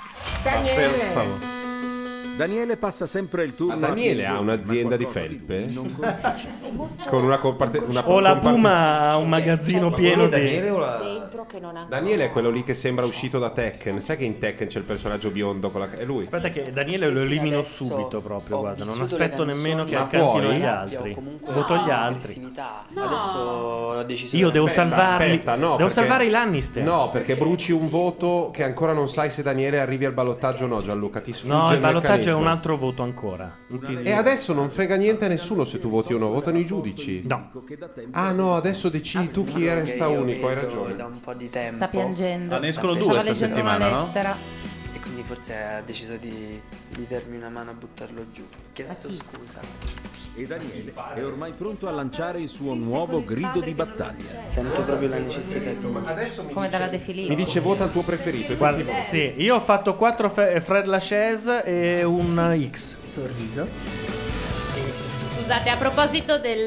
Per favore. Daniele passa sempre il turno. Ma Daniele a ha un'azienda di felpe? non colpisce. Con una, comparte- una O la comparte- Puma ha un magazzino pieno di. Daniele o la... dentro che non ha Daniele è quello lì che sembra uscito da Tekken. Sai che in Tekken c'è il personaggio biondo con la... È lui. Aspetta che Daniele Se lo fino elimino adesso subito proprio, ho guarda, non vissuto le aspetto nemmeno che canzoni, accantino puoi? gli rabbia o altri. comunque Voto gli altri. aggressività. Adesso ho deciso Io di- devo Aspetta, salvarli. aspetta, no, devo perché- salvare i Lannister. No, perché bruci un voto che ancora non sai se Daniele arrivi al ballottaggio o no, Gianluca. Ti sfugge No, il ballottaggio è meccanismo. un altro voto ancora. Non ti- E adesso non frega niente a nessuno se tu voti o no, votano i giudici. No. Ah no, adesso decidi tu chi resta Io unico, hai vedo ragione. da un po' di tempo. Sta piangendo. Ah, ne escono Stava due sta leggendo settimana, una no? lettera. E quindi forse ha deciso di, di darmi una mano a buttarlo giù. Chiesto scusa. E Daniele è ormai pronto a lanciare il suo nuovo grido di battaglia. Sento proprio la necessità di... Come dalla De Filippo. Mi dice vota il tuo preferito. e Guarda, tutti votano. sì, io ho fatto quattro fe- Fred Lachaise e un X. Sorriso. Scusate, a proposito del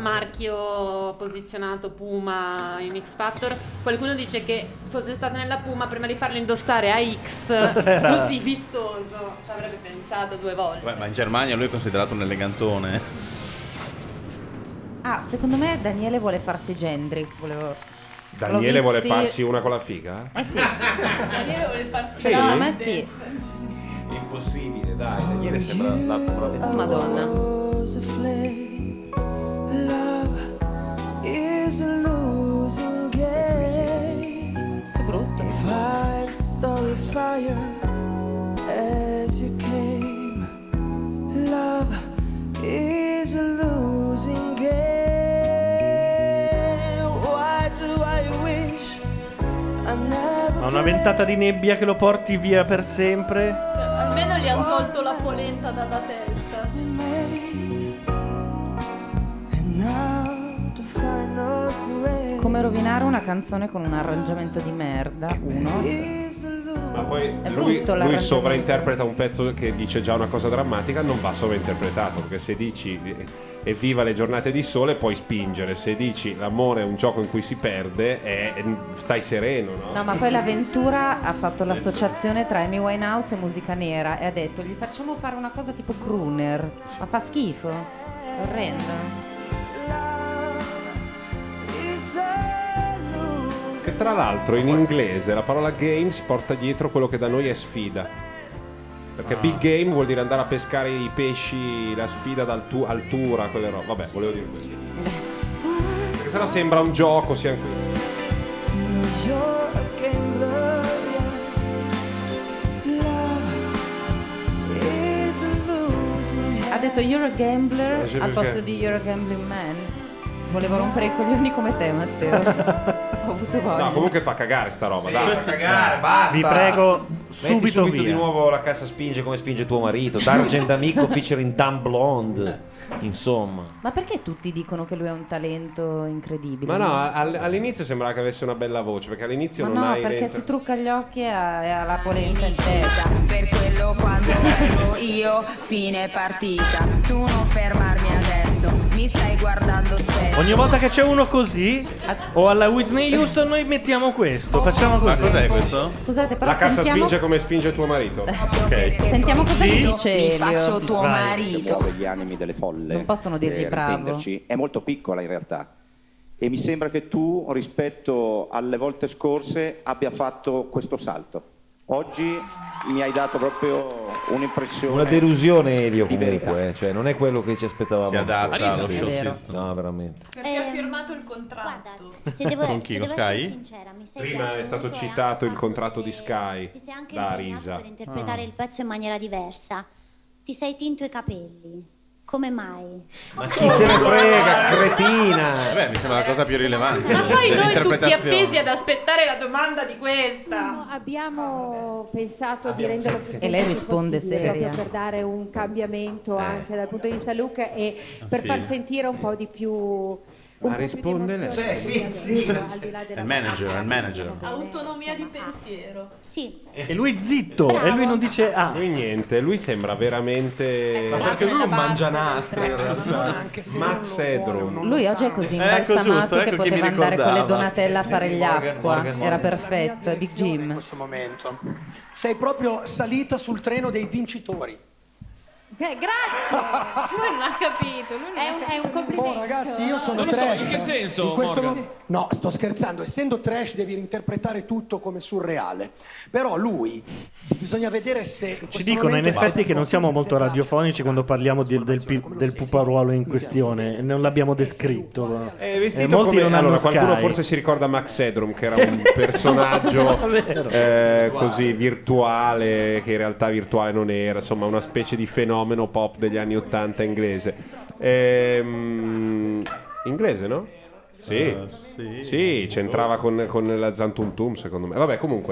marchio posizionato Puma in X Factor, qualcuno dice che fosse stata nella Puma prima di farlo indossare a X così vistoso. Ci avrebbe pensato due volte. Beh, ma in Germania lui è considerato un elegantone. Ah, secondo me Daniele vuole farsi gendri. Volevo... Daniele l'ho vuole visti- farsi una con la figa? Eh sì. Daniele vuole farsi Secondo me sì. Impossibile, dai. Daniele sembra l'altro bravo. Oh, Madonna. was a flame. Love is a losing game. Che brutto. Five story fire as you came. Love is a losing game. Why una ventata di nebbia che lo porti via per sempre. Almeno gli hanno tolto la polenta dalla testa. Come rovinare una canzone con un arrangiamento di merda, uno. Ma poi È lui, brutto lui l'arrangiamento. sovrainterpreta un pezzo che dice già una cosa drammatica, non va sovrainterpretato, perché se dici evviva le giornate di sole puoi spingere, se dici l'amore è un gioco in cui si perde è, stai sereno, no? No, ma poi l'avventura ha fatto l'associazione tra Amy Winehouse e musica nera e ha detto gli facciamo fare una cosa tipo crooner, ma fa schifo, è orrendo. Che tra l'altro in inglese la parola game si porta dietro quello che da noi è sfida. Perché Ah. big game vuol dire andare a pescare i pesci, la sfida d'altura, quelle robe. Vabbè, volevo dire così. Perché sennò sembra un gioco, siamo qui. Ha detto you're a gambler Eh, je- al posto je- di you're a gambling man. Volevo rompere i coglioni come te, Matteo. Ho avuto voglia. No, comunque fa cagare sta roba, Sì, dai. fa cagare, basta. Vi prego, Metti subito subito via. di nuovo La cassa spinge come spinge tuo marito. D'Argent Amico featuring Dan Blonde. Insomma. Ma perché tutti dicono che lui ha un talento incredibile? Ma no, all- all'inizio sembrava che avesse una bella voce, perché all'inizio Ma non no, hai perché dentro- si trucca gli occhi e ha, e ha la polenta in testa. Per quello quando perdo io, fine partita. Tu non fermarmi adesso, mi stai guardando spesso. Ogni volta che c'è uno così, o alla Whitney Houston, noi mettiamo questo. Facciamo così. Ma cos'è questo? Scusate, però La cassa sentiamo... spinge come spinge tuo marito. Ok. Sentiamo cosa Sì? gli dice Mi Elio. faccio tuo Vai. marito. Muove gli animi delle folle. Non possono dirgli per bravo. intenderci. È molto piccola in realtà. E mi sembra che tu, rispetto alle volte scorse, abbia fatto questo salto. Oggi mi hai dato proprio un'impressione. Una delusione Elio di verità. comunque, eh. Cioè non è quello che ci aspettavamo. Si adatta Sì, allo sì. show Vero. system. No, veramente. Perché ha firmato il contratto. Se devo, Con chi? se Con devo Sky? essere sincera, mi sei Prima è piaciuto stato e citato il anche contratto di Sky ti sei anche da impegnato Risa. per interpretare Ah. il pezzo in maniera diversa. Ti sei tinto i capelli. Come mai? Ma chi se ne frega, cretina! Beh, mi sembra la cosa più rilevante. Ma poi noi tutti dell'interpretazione. appesi ad aspettare la domanda di questa. No, abbiamo pensato di renderlo più E lei semplice risponde possibile, seria. proprio per dare un cambiamento Eh. anche dal punto di vista look e per sì. far sentire un po' di più un Ma po' più di risponde lei. emozione Sì, per sì, lui, sì. al di là della Il manager, musica, il manager. Autonomia di pensiero. Sì. E lui zitto, e lui non dice ah. Lui niente, lui sembra veramente Ma perché lui non mangia nastri in realtà. Max Edron. Lui oggi è così Ecco, imbalsamato giusto, ecco che chi poteva mi andare con le ricordava. donatelle a fare gli Morgan, acqua. Morgan, Era Morgan. perfetto, è Big in Jim. questo momento. Sei proprio salita sul treno dei vincitori. Eh, grazie. Lui non ha capito. Lui non È ha un, capito. è un complimento. Oh ragazzi, io sono Non lo so, trash. in che senso, In questo Morgan? mo- No, sto scherzando. Essendo trash devi interpretare tutto come surreale. Però lui, bisogna vedere se... in Ci questo dicono in momento effetti va- che non siamo molto radiofonici quando parliamo di- del, pi- del puparuolo in questione, e non l'abbiamo descritto. È Eh, vestito molti come... non hanno Allora, qualcuno Sky. forse si ricorda Max Edrom, che era un personaggio Vero. eh, così virtuale, che in realtà virtuale non era, insomma una specie di fenomeno pop degli anni ottanta inglese. Ehm, inglese, no? Sì, Eh, sì. sì, c'entrava con, con la Zantuntum, secondo me. Vabbè, comunque.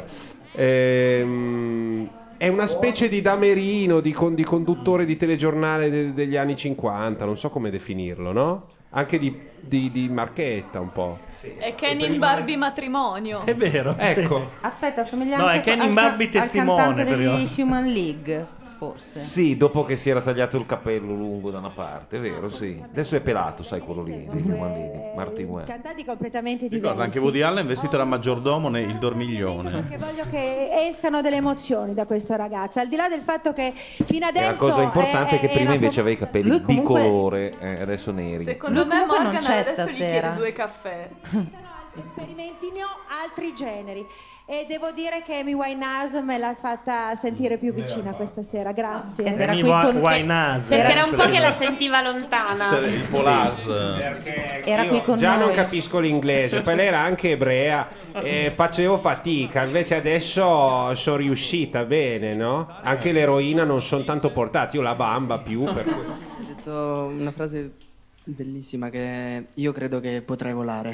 Ehm, è una specie di damerino, di, con- di conduttore di telegiornale de- degli anni cinquanta, non so come definirlo, no? Anche di, di- di marchetta un po'. È Ken in Barbie matrimonio. È vero. Ecco. Aspetta, assomiglia No, anche è Ken al, in Barbie al testimone, cantante però. degli Human League, forse. Sì, dopo che si era tagliato il capello lungo da una parte, è vero, sì. Adesso è pelato, sai quello lì, di Human League, Martin Webb. Cantanti completamente diversi. Ricordo anche Woody Allen vestito da maggiordomo nel Il Dormiglione. Che voglio che escano delle emozioni da questo ragazzo, al di là del fatto che fino E adesso la cosa importante è, che è- prima era invece aveva i capelli Lui comunque- bicolore e adesso neri. Secondo Lui me comunque non Morgan c'è adesso gli stasera. chiede due caffè. sperimentino altri generi e devo dire che Amy Winehouse me l'ha fatta sentire più vicina questa sera, grazie. Ed era Amy qui con- Winehouse. Perché era un po' Sì. che la sentiva lontana. Il Polas. Era Io qui con già non noi. capisco l'inglese, poi lei era anche ebrea e facevo fatica, invece adesso sono riuscita bene, no? Anche l'eroina non sono tanto portata, io la bamba più per cui... Ho detto una frase bellissima che io credo che potrai volare.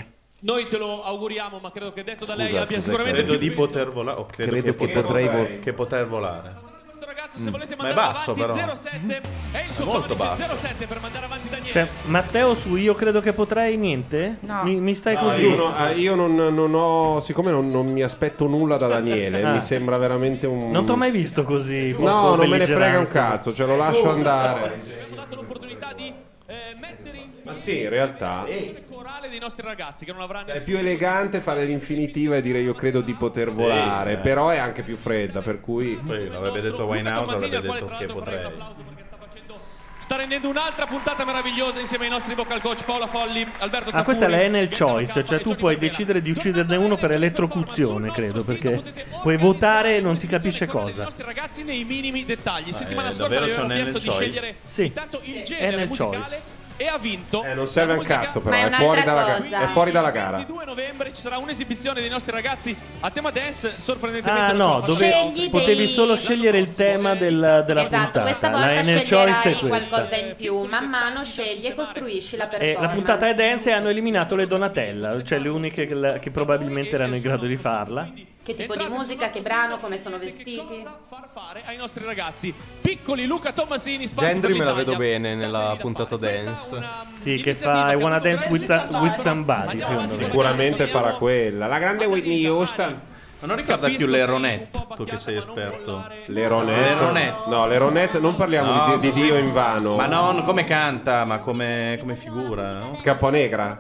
Noi te lo auguriamo, ma credo che detto da lei Scusa, abbia scusa, sicuramente credo più di poter volare. O credo, Credo che, che poter potrei volare. vol- Che poter volare. Ragazzi, Mm. se volete Ma è mandare basso, avanti però. zero sette è il suo Molto codice basso. zero sette per mandare avanti Daniele. Cioè, Matteo su io credo che potrei niente? No. Mi, mi stai No, così? io, no- eh, io non, non ho, siccome non, non mi aspetto nulla da Daniele, Ah. mi sembra veramente un. Non t'ho mai visto così. No, poco non me ne frega un belligerante. cazzo, cioè lo lascio andare. Abbiamo dato l'opportunità di eh, mettere in Ma sì, in realtà il corale dei nostri ragazzi che non avrà è nessuno. più elegante fare l'infinitiva e dire io credo di poter volare, eh. però è anche più fredda, per cui. Poi l'avrebbe detto Winehouse, Tomasini, avrebbe al quale detto tra che l'altro farei un potrei. applauso perché sta facendo sta rendendo un'altra puntata meravigliosa insieme ai nostri vocal coach Paola Folli, Alberto Ah, questa è la Tafuri, Enel Choice, cioè tu puoi decidere di ucciderne uno per elettrocuzione, credo, perché puoi votare e non si capisce i cosa. nostri ragazzi nei minimi dettagli. Settimana eh, scorsa davvero vi avevo c'è un chiesto di Enel scegliere Sì. intanto il genere Enel musicale Choice. e ha vinto. Eh, non serve la un musica. cazzo, però Ma è è fuori, un'altra dalla, cosa. è fuori dalla gara. Il ventidue novembre ci sarà un'esibizione dei nostri ragazzi a tema dance. Sorprendentemente Ah non ce no, l'ho fatta. dove Scegli potevi dei- solo scegliere il tema del- della Esatto, puntata. questa La volta Enel Choice è sceglierai questa. qualcosa in più. Man mano scegli e costruisci la E performance. la puntata è dance e hanno eliminato le Donatella, cioè le uniche che, la- che probabilmente erano in grado di farla. Che tipo di musica, che brano, come sono vestiti. far fare ai nostri ragazzi. Piccoli Luca Tomasini, spazio Gendry per me la l'Italia. vedo bene nella puntata dance. Sì, che fa I Wanna Dance with, with Somebody, secondo me. Sicuramente farà quella. La grande Whitney Houston. Ma non ricorda più le Ronette, tu che sei esperto. Le Ronette? Le Ronette. No, le Ronette non parliamo No, di, di Dio in vano. Ma non come canta, ma come, come figura, no? Caponegra?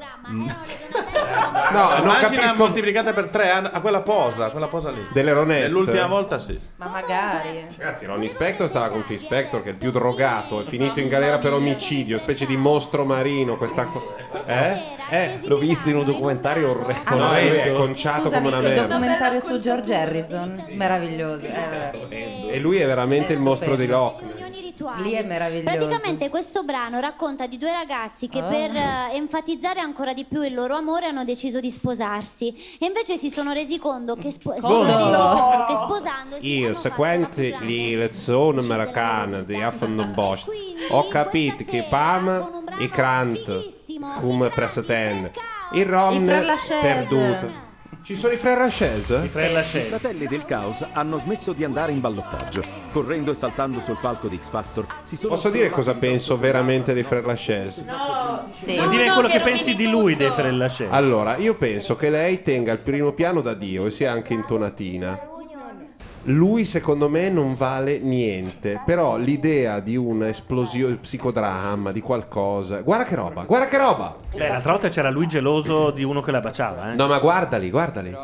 No, non immagina capisco- moltiplicata per tre a, a quella posa, quella posa lì. Delle Ronette? L'ultima volta sì. Ma magari. Ragazzi, Ronnie Spector stava con Phil Spector, che è il più drogato, è finito in galera per omicidio, specie di mostro marino. Questa. co- Eh? Eh? L'ho visto in un documentario orre- Ah, No, no, è conciato Scusami, come una il merda. documentario su George Harrison, meraviglioso. eh, E lui è veramente È il mostro di stupendo. Locke. rituali. Lì è meraviglioso. Praticamente questo brano racconta di due ragazzi che Ah. per eh, enfatizzare ancora di più il loro amore hanno deciso di sposarsi e invece si sono resi conto che, spo- si sono No. resi conto che sposandosi Io, seguente le lezioni americane di Affenbosch, ho capito che Pam e Grant, come Presetene, il Rom I Frère Lachaise. perduto. Ci sono i Frère Lachaise? I Frère Lachaise. I fratelli del Caos hanno smesso di andare in ballottaggio. Correndo e saltando sul palco di X Factor, si sono Posso dire cosa penso veramente dei Frère Lachaise? Sì. Vuoi dire quello che pensi di lui dei Frère Lachaise? Allora, io penso che lei tenga il primo piano da Dio e sia anche intonatina. Lui secondo me non vale niente, però l'idea di un'esplosione psicodramma, di qualcosa. Guarda che roba, guarda che roba! Beh, l'altra volta c'era lui geloso di uno che la baciava, eh. No, ma guardali, guardali.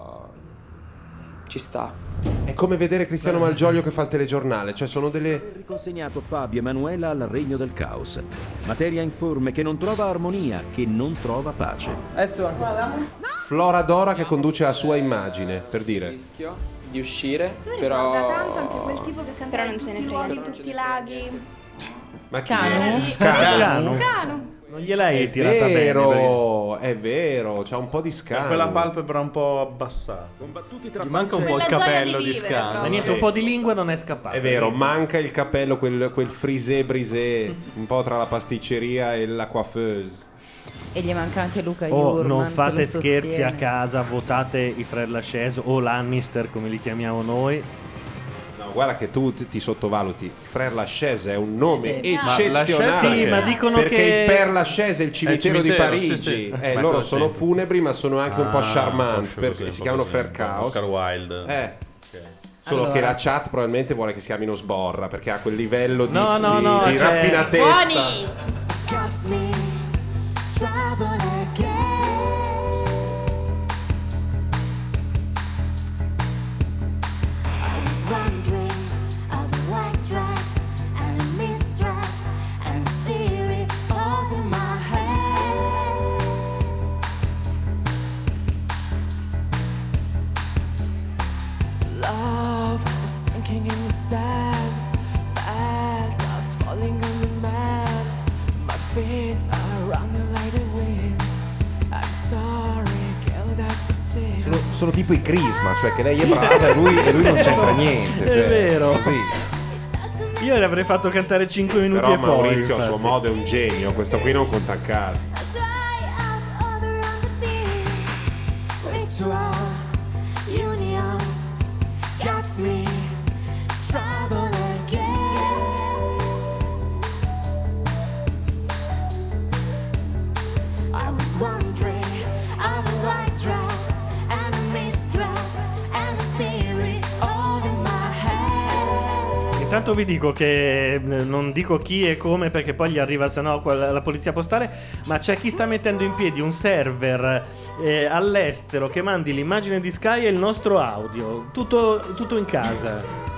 Ci sta. È come vedere Cristiano Malgioglio che fa il telegiornale, cioè sono delle... riconsegnato Fabio Emanuela al regno del caos. Materia informe che non trova armonia, che non trova pace. Adesso Flora Dora che conduce la sua immagine, per dire. rischio di uscire, Lui però ricorda tanto anche quel tipo che cantava in tutti i luoghi, in tutti i laghi. Ma chi Scanu? è? Scanu? Scanu. Non gliel'hai È tirata bene. vero, è vero, c'ha un po' di scano. quella palpebra un po' abbassata. Gli manca un po' il Quella gioia capello di di vivere, Scano. Ma niente, un po' di lingua non è scappato. È vero, manca il capello, quel, quel frisé brisé, un po' tra la pasticceria e la coiffeuse. E gli manca anche Luca Oh, Jurman, non che fate lo scherzi sostiene. a casa, votate i Frère Lachaise o Lannister come li chiamiamo noi. No, guarda che tu ti ti sottovaluti. Frère Lachaise è un nome Sì. eccezionale. Ma Lachaise- Sì, ma dicono perché che- il Père Lachaise è il cimitero, cimitero, di Parigi. sì, sì. Eh, Ma loro così. sono funebri, ma sono anche un po' Ah, charmant, un po' perché così, si un chiamano po' Frère così, Chaos. Oscar Wilde. Eh. Solo Allora. che la chat probabilmente vuole che si chiamino Sborra, perché ha quel livello di, No, no, di- no, di cioè- raffinatezza. Buoni! Got me trouble again. I was wondering of a white dress and a mistress and a spirit over my head. Love is sinking in the sand. Bad dust falling on the man. My feet are running like the wind. I'm sorry, girl, that was it. Sono, sono tipo i Crisma, cioè che lei è brava e lui, e lui non c'entra niente. È Cioè, vero. così. Io le avrei fatto cantare cinque minuti Però e poi. Maurizio a suo infatti. modo è un genio, questo qui non conta un cazzo. natural unions got me trouble again. I was wondering of a white dress and a mistress and a spirit over my head. Intanto vi dico che eh, non dico chi e come perché poi gli arriva sennò quella- la polizia postale, ma c'è chi sta mettendo in piedi un server eh, all'estero che mandi l'immagine di Sky e il nostro audio, tutto, tutto in casa.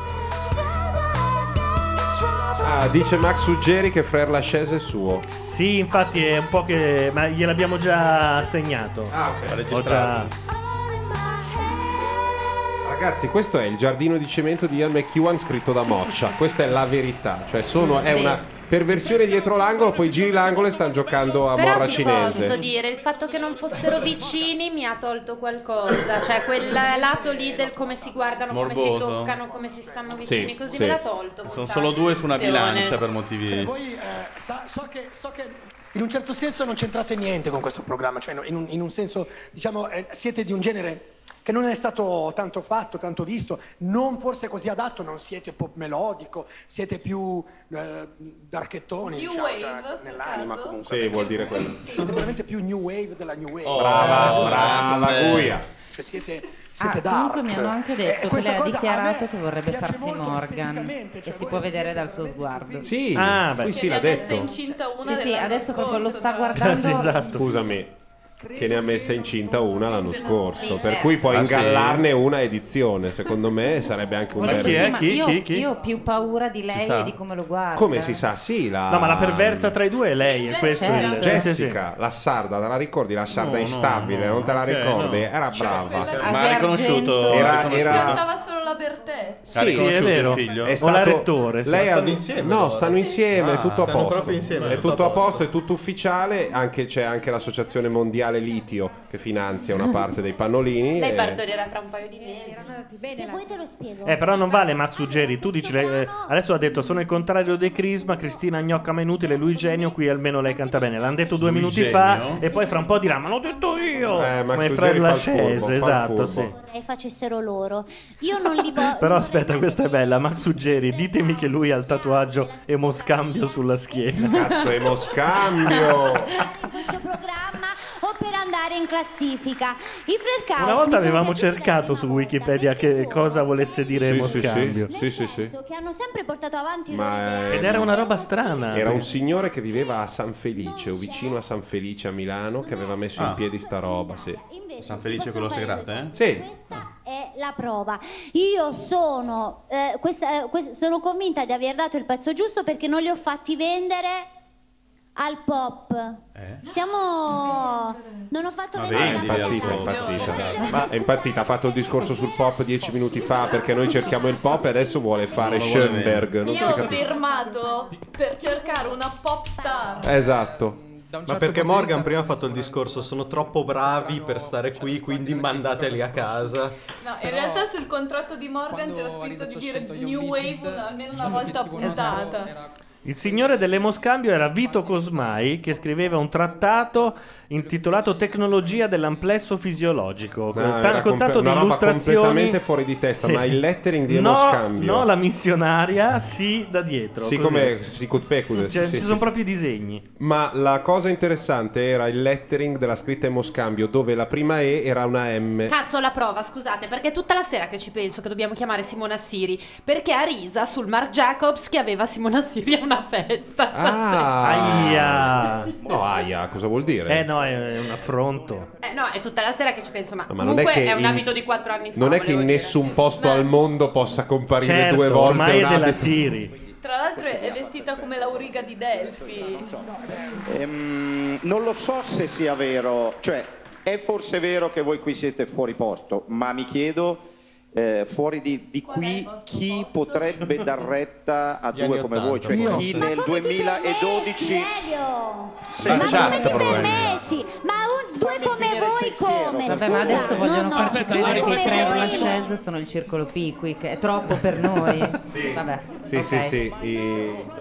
Ah, dice Max Ruggeri che Frère Lachaise è suo. Sì, infatti è un po' che... ma gliel'abbiamo già assegnato. Ah, ok. Ho già... Ragazzi, questo è il giardino di cemento di Ian McEwan scritto da Moccia. Questa è la verità. Cioè, sono, è Sì. una perversione dietro l'angolo, poi giri l'angolo e stanno giocando a Però morra ti cinese. posso dire, il fatto che non fossero vicini mi ha tolto qualcosa. Cioè quel lato lì del come si guardano, come si Morboso. toccano, come si stanno vicini, Sì, così sì. me l'ha tolto. Sono questa solo due su una sensazione. bilancia per motivi. Cioè, voi eh, sa- so, che, so che in un certo senso non c'entrate niente con questo programma, cioè in un, in un senso, diciamo, eh, siete di un genere che non è stato tanto fatto, tanto visto, non forse così adatto, non siete pop melodico, siete più eh, darkettoni, New diciamo, wave, cioè, per nell'anima caso? comunque. Sì, vuol dire quello. Siete veramente più new wave della new wave. Oh, brava, Cioè, voi brava, siete- Guia. Cioè siete, siete Ah, dark. comunque mi hanno anche Eh, detto che questa lei ha cosa a dichiarato me che vorrebbe piace farsi molto Morgan esteticamente, e cioè si voi può vedere dal suo sguardo. Sì, Ah, beh. sì, sì, Che l'ha ne ha messa detto. incinta una Sì, sì, dell'anno adesso proprio lo scorso, sta tra- guardando. Sì, esatto. Scusami, che ne ha messa incinta una l'anno scorso, per eh. cui puoi Ah, sì? ingallarne una edizione. Secondo me sarebbe anche un Volevo bel... dire, chi è? ma Chi? io, Chi? Chi? io ho più paura di lei sa? e di come lo guarda. Come si sa? Sì, la... No, ma la perversa tra i due è lei, è questo Certo. il... Jessica, la sarda, te la ricordi? La sarda No, no, instabile, no, non te la ok, ricordi? no. Era brava. Ma ha riconosciuto? Era- ha riconosciuto? era- Cantava solo la Bertè. Sì, Ha riconosciuto è vero. il figlio? È O la stato- rettore, sì. lei Ma ha- stanno insieme no, loro? stanno insieme, è Ah, tutto a stanno posto. proprio insieme, È tutto a posto, è tutto ufficiale. Anche, c'è anche l'associazione mondiale litio che finanzia una parte dei pannolini. Lei e- partorirà fra un paio di mesi. Se vuoi te lo spiego. Eh, però non vale Max Ruggeri, tu dici, lei- eh, adesso ha detto sono il contrario dei Crisma, Cristina gnocca ma inutile, lui genio, qui almeno lei canta bene. L'hanno detto due Lui minuti genio? fa e poi fra un po' dirà ma l'ho detto io, Eh, Max come Ruggeri Frère fa il furbo, Lachaise, fa il esatto, furbo. sì. Vorrei facessero loro. Io non li voglio. Però aspetta, questa è bella, Max Ruggeri, ditemi che lui ha il tatuaggio emoscambio sulla schiena. Cazzo, emoscambio! in questo programma o per andare in classifica. I Frère Caos Una mi volta sono avevamo piaciuti cercato su Wikipedia che cosa volesse dire Sì, sì, emoscambio. sì, sì, sì. che hanno sempre portato avanti i Ma loro è- ideali. Ed era una roba strana. Era un signore che viveva a San Felice, o vicino a San Felice a Milano, che aveva messo in Ah. piedi sta roba, sì. Invece San si Felice possono quello fare segrete, due eh? cose. Sì. Questa è la prova. Io sono, eh, questa- eh, quest- sono convinta di aver dato il pezzo giusto perché non li ho fatti vendere al pop. Siamo. Non ho fatto Ma vedere vedi, la è impazzita, è prova. impazzita. Ma è impazzita, ha fatto il discorso sul pop dieci minuti fa perché noi cerchiamo il pop e adesso vuole fare Non lo vuole Schoenberg. Non si Io ho capisce. firmato per cercare una pop star. Esatto. Ma perché Morgan prima ha fatto il discorso sono troppo bravi per stare qui, quindi mandateli a casa. No, in realtà sul contratto di Morgan c'era scritto di dire New Wave una- almeno una volta a puntata. Il signore dell'emoscambio era Vito Cosmai, che scriveva un trattato intitolato Tecnologia dell'amplesso fisiologico, con, No, ta- era con comple- tanto di una roba illustrazioni. completamente fuori di testa, Sì. ma il lettering di No, emoscambio. no, la missionaria, sì, da dietro. Sì, così. come Sicut Pecules, Cioè, sì, ci sì, sono sì. proprio i disegni. Ma la cosa interessante era il lettering della scritta emoscambio, dove la prima E era una M. Cazzo, la prova, scusate, perché è tutta la sera che ci penso che dobbiamo chiamare Simona Siri, perché a risa sul Marc Jacobs che aveva Simona Siri a una festa stasera. Ah, Aia. No, aia, cosa vuol dire? Eh no, è un affronto. Eh, no, è tutta la sera che ci penso, ma, Ma non è comunque che è, un in- abito di quattro anni fa. Non è che volevo in dire. nessun posto al mondo possa comparire Certo, due volte ormai un è della abito. Siri. Tra l'altro è vestita come l'Auriga di Delphi. Ehm, non lo so se sia vero, cioè è forse vero che voi qui siete fuori posto, ma mi chiedo eh, fuori di, di qui chi potrebbe dar retta a Gli due anni come voi, cioè ottanta, chi forse. nel duemiladodici Elio! Sì, Ma esatto, come ti probabilmente. permetti? Ma un, due come voi come? Vabbè, ma adesso Scusa, vogliono no, no, farci due credere che come i Frère voi. Lachaise sono il circolo Pickwick, è troppo per noi. Vabbè. Sì, ok. sì, sì. i-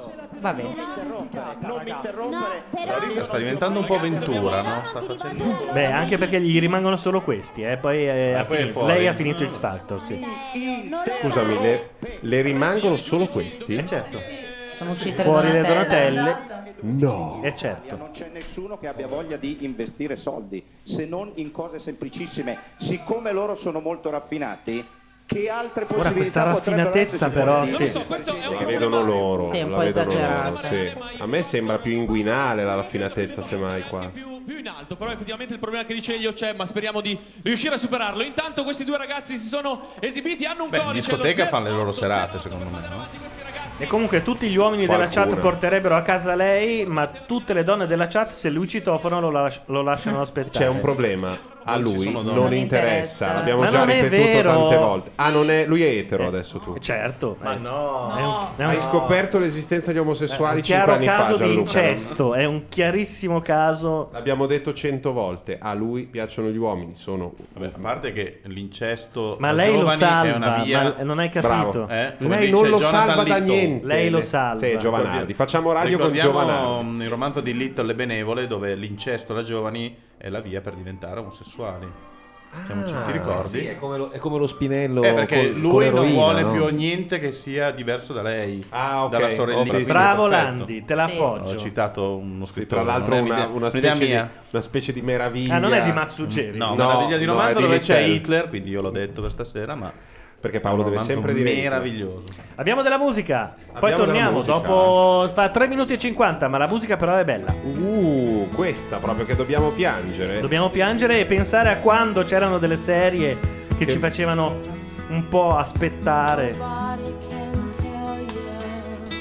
Va bene. Non mi interrompere. Larissa sta diventando un po' Ventura, no? Sta facendo... Beh, anche perché gli rimangono solo questi, eh. Poi, eh, ha poi è finito- fuori. lei ha finito X Factor, sì. Scusami, le, le rimangono solo questi? Eh certo. Sono uscite Fuori le le Donatelle. Donatelle. No. Eh certo. Non c'è nessuno che abbia voglia di investire soldi, se non in cose semplicissime. Siccome loro sono molto raffinati, che altre Ora questa possibilità potrebbero raffinatezza esserci però, fuori di- sì. La vedono loro. Sì, un la po' vedono esagerata. loro, sì. A me sembra più inguinale la raffinatezza, semmai qua. più in alto, però effettivamente il problema che dice Elio c'è, ma speriamo di riuscire a superarlo. Intanto questi due ragazzi si sono esibiti, hanno un Beh, in codice. discoteca lo fanno le loro serate, secondo me, no? E comunque tutti gli uomini della Qualcuna. chat porterebbero a casa lei, ma tutte le donne della chat, se lui citofono, lo, las- lo lasciano aspettare. C'è un problema. A Non ci lui sono donne. non Non interessa, interessa. l'abbiamo Ma già non è ripetuto vero. tante volte. Ah, non è, lui è etero adesso tu. Certo. Ma no. È un, è un- Hai scoperto l'esistenza di omosessuali un cinque chiaro anni fa, caso di Gianluca. incesto, è un chiarissimo caso. L'abbiamo detto cento volte. A lui piacciono gli uomini, sono. Vabbè, a parte che l'incesto Ma da lei lo giovani salva, è una via... ma non hai capito. Bravo. Eh? Come Lei dice non lo Jonathan salva da Little. niente. Lei lo salva. Sì, Giovanardi. Facciamo radio con Ricordiamo Giovanardi. il romanzo di Little Le Benevole dove l'incesto da giovani è la via per diventare omosessuali. Siamo, Ah, ti ricordi? sì, è come lo, è come lo spinello. Eh, perché col- con lui non l'eroina, vuole no? più niente che sia diverso da lei. Ah, ok. Dalla sorellina. Ok, sì, Bravo perfetto. Landi, te l'appoggio. Ho citato uno scrittore. Tra l'altro non è una, un'idea- una un'idea specie di, mia. una specie di meraviglia. Ah, non è di Max Ruggeri. No, No, meraviglia di no, romanzo è di dove c'è Little. Hitler, quindi io l'ho detto questa sera, ma perché Paolo è un deve romanzo sempre dire Hitler. meraviglioso. Abbiamo della musica, poi Abbiamo della torniamo musica. dopo. Fa tre minuti e cinquanta, ma la musica però è bella. Uh, questa proprio che dobbiamo piangere. Dobbiamo piangere e pensare a quando c'erano delle serie che, Che- ci facevano un po' aspettare. Nobody can tell you.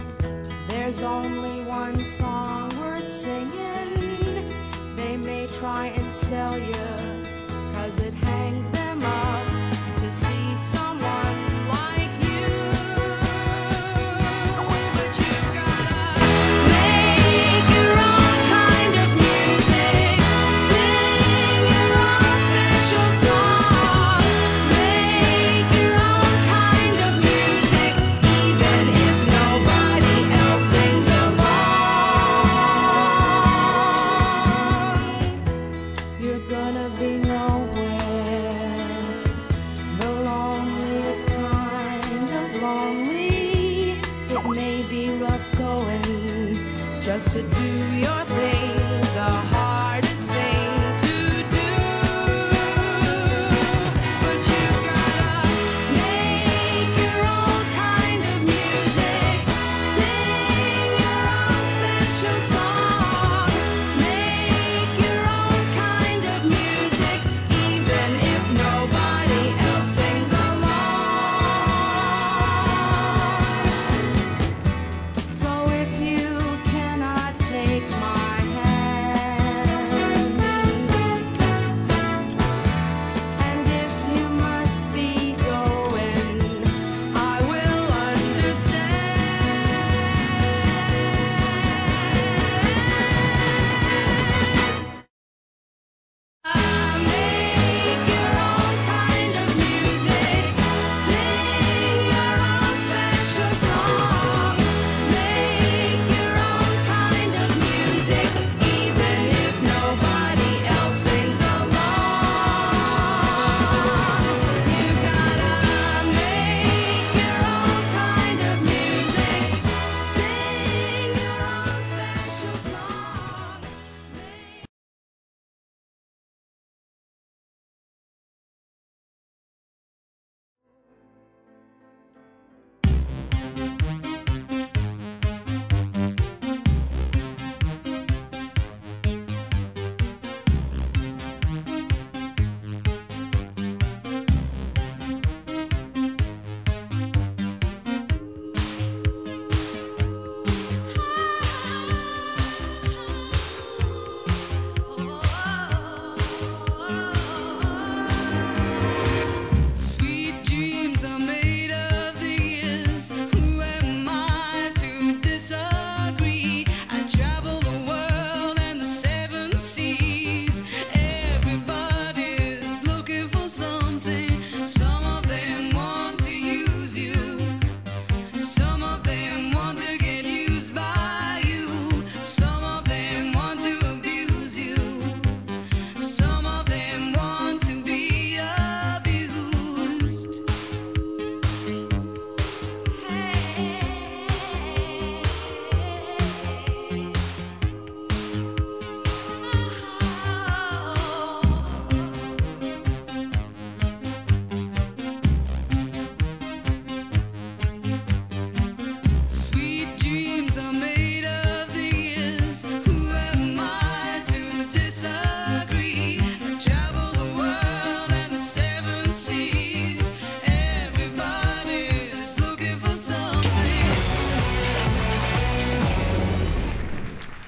There's only one song worth singing. They may try and sell you, cause it hangs them up to see someone like you. But you gotta make your own kind of music, sing your own special song, make your own kind of music, even if nobody else sings along. You're gonna be nowhere, the loneliest kind of lonely. It may be rough going just to do your thing, the hardest thing to do. But you gotta make your own kind of music, sing your own special song, make your own kind of music, even if nobody else sings along. So if you cannot take my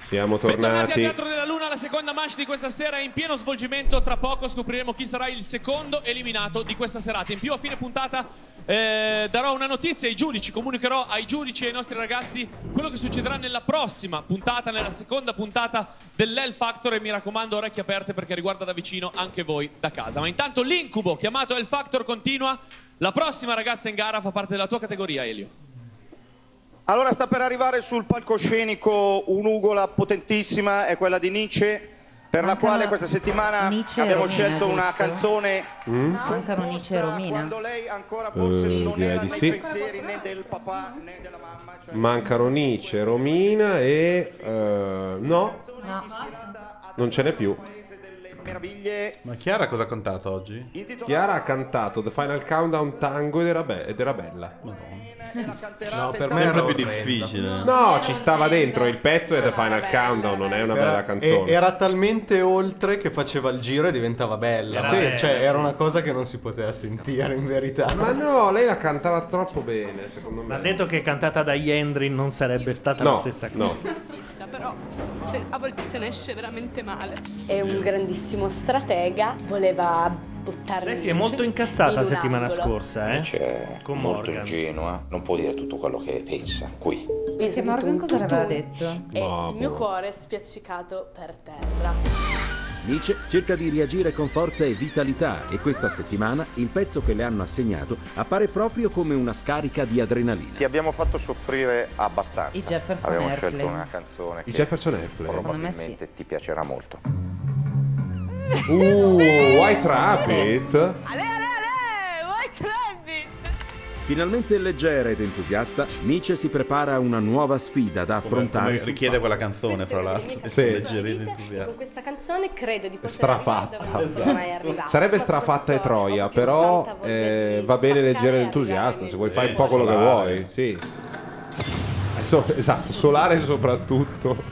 Siamo Bentornati al tornati. Teatro della Luna, la seconda manche di questa sera è in pieno svolgimento. Tra poco scopriremo chi sarà il secondo eliminato di questa serata. In più, a fine puntata eh, darò una notizia ai giudici, comunicherò ai giudici e ai nostri ragazzi quello che succederà nella prossima puntata, nella seconda puntata dell'L Factor, e mi raccomando orecchie aperte perché riguarda da vicino anche voi da casa. Ma intanto l'incubo chiamato L Factor continua. La prossima ragazza in gara fa parte della tua categoria, Elio. Allora sta per arrivare sul palcoscenico un'ugola potentissima, è quella di Nietzsche, per la Mancano quale questa settimana Nietzsche e abbiamo Romina, scelto una giusto? canzone Mancano Nietzsche e Romina. quando lei ancora forse Eh, non direi era di nei sì. pensieri né del papà né della mamma. Cioè Mancano Nietzsche, Romina e... eh, no, non ce n'è più. meraviglie. Ma Chiara cosa ha cantato oggi? Chiara ha cantato The Final Countdown Tango ed era, be- ed era bella. No, per me Sempre era più più difficile. No, ci stava dentro il pezzo e The Final Countdown, non è una bella Era, canzone. e- era talmente oltre che faceva il giro e diventava bella. Era Sì, bella, cioè sì. era una cosa che non si poteva sentire in verità. Ma no, lei la cantava troppo bene, secondo me. Ma detto che cantata da Yendri non sarebbe stata No, la stessa no. cosa. Però se- a volte se ne esce veramente male. È un grandissimo stratega, voleva buttarmi Lei si è molto incazzata in la un settimana angolo. scorsa, eh? C'è Con molto Morgan. ingenua, non può dire tutto quello che pensa qui. Io sono Morgan un cosa aveva tutun detto? E Ma il mio boh. cuore è spiaccicato per terra. Nietzsche cerca di reagire con forza e vitalità e questa settimana il pezzo che le hanno assegnato appare proprio come una scarica di adrenalina. Ti abbiamo fatto soffrire abbastanza. I Jefferson Abbiamo Airplane. scelto una canzone I che Jefferson Airplane. probabilmente ti piacerà molto. Uh, White Rabbit. Ale, ale, ale, White Rabbit! Finalmente leggera ed entusiasta, Nietzsche si prepara a una nuova sfida da Come, affrontare. come sul richiede palco. quella canzone, fra l'altro. Sì. Leggera ed E con entusiasta. questa canzone credo di poter Strafatta. arrivare dove non sono mai arrivata. Sarebbe strafatta e troia, però eh, va bene leggera ed entusiasta, se vuoi fare un po' quello che Solare. vuoi, sì. So- esatto, solare soprattutto.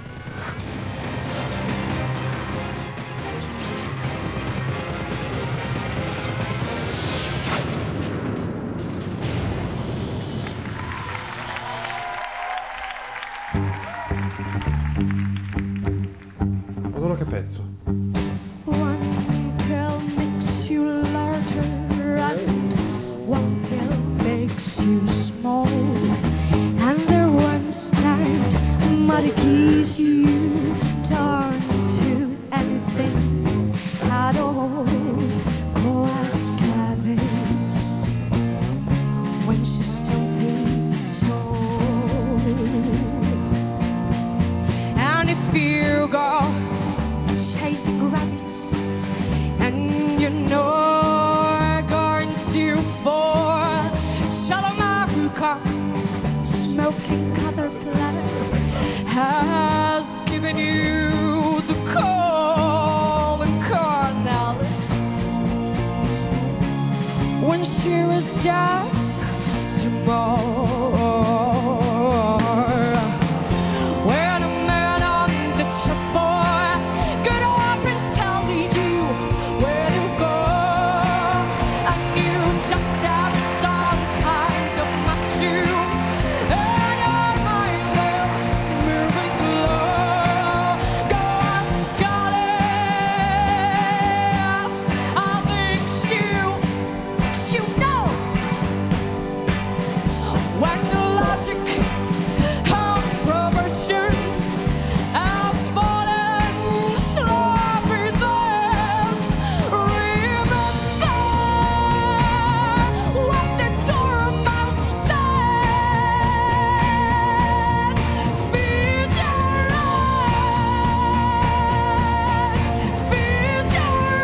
Madonna che pezzo. One pill makes you larger and one pill makes you small. And there once night might ease you turn to anything at all. Go ask Alice when she still feels tall. And if you go chasing rabbits and you know you're going to fall, Chalamarca, smoking caterpillar, has given you the call in Cornelis when she was just small. When a man on the chessboard got up and tell you where to go, and you just have some kind of mushrooms, and your mind is moving low. Go ask Alice, I think you, you know. When the logic of proportions have fallen, sloppy thoughts, remember what the Dormouse said. Feed your eyes, feed your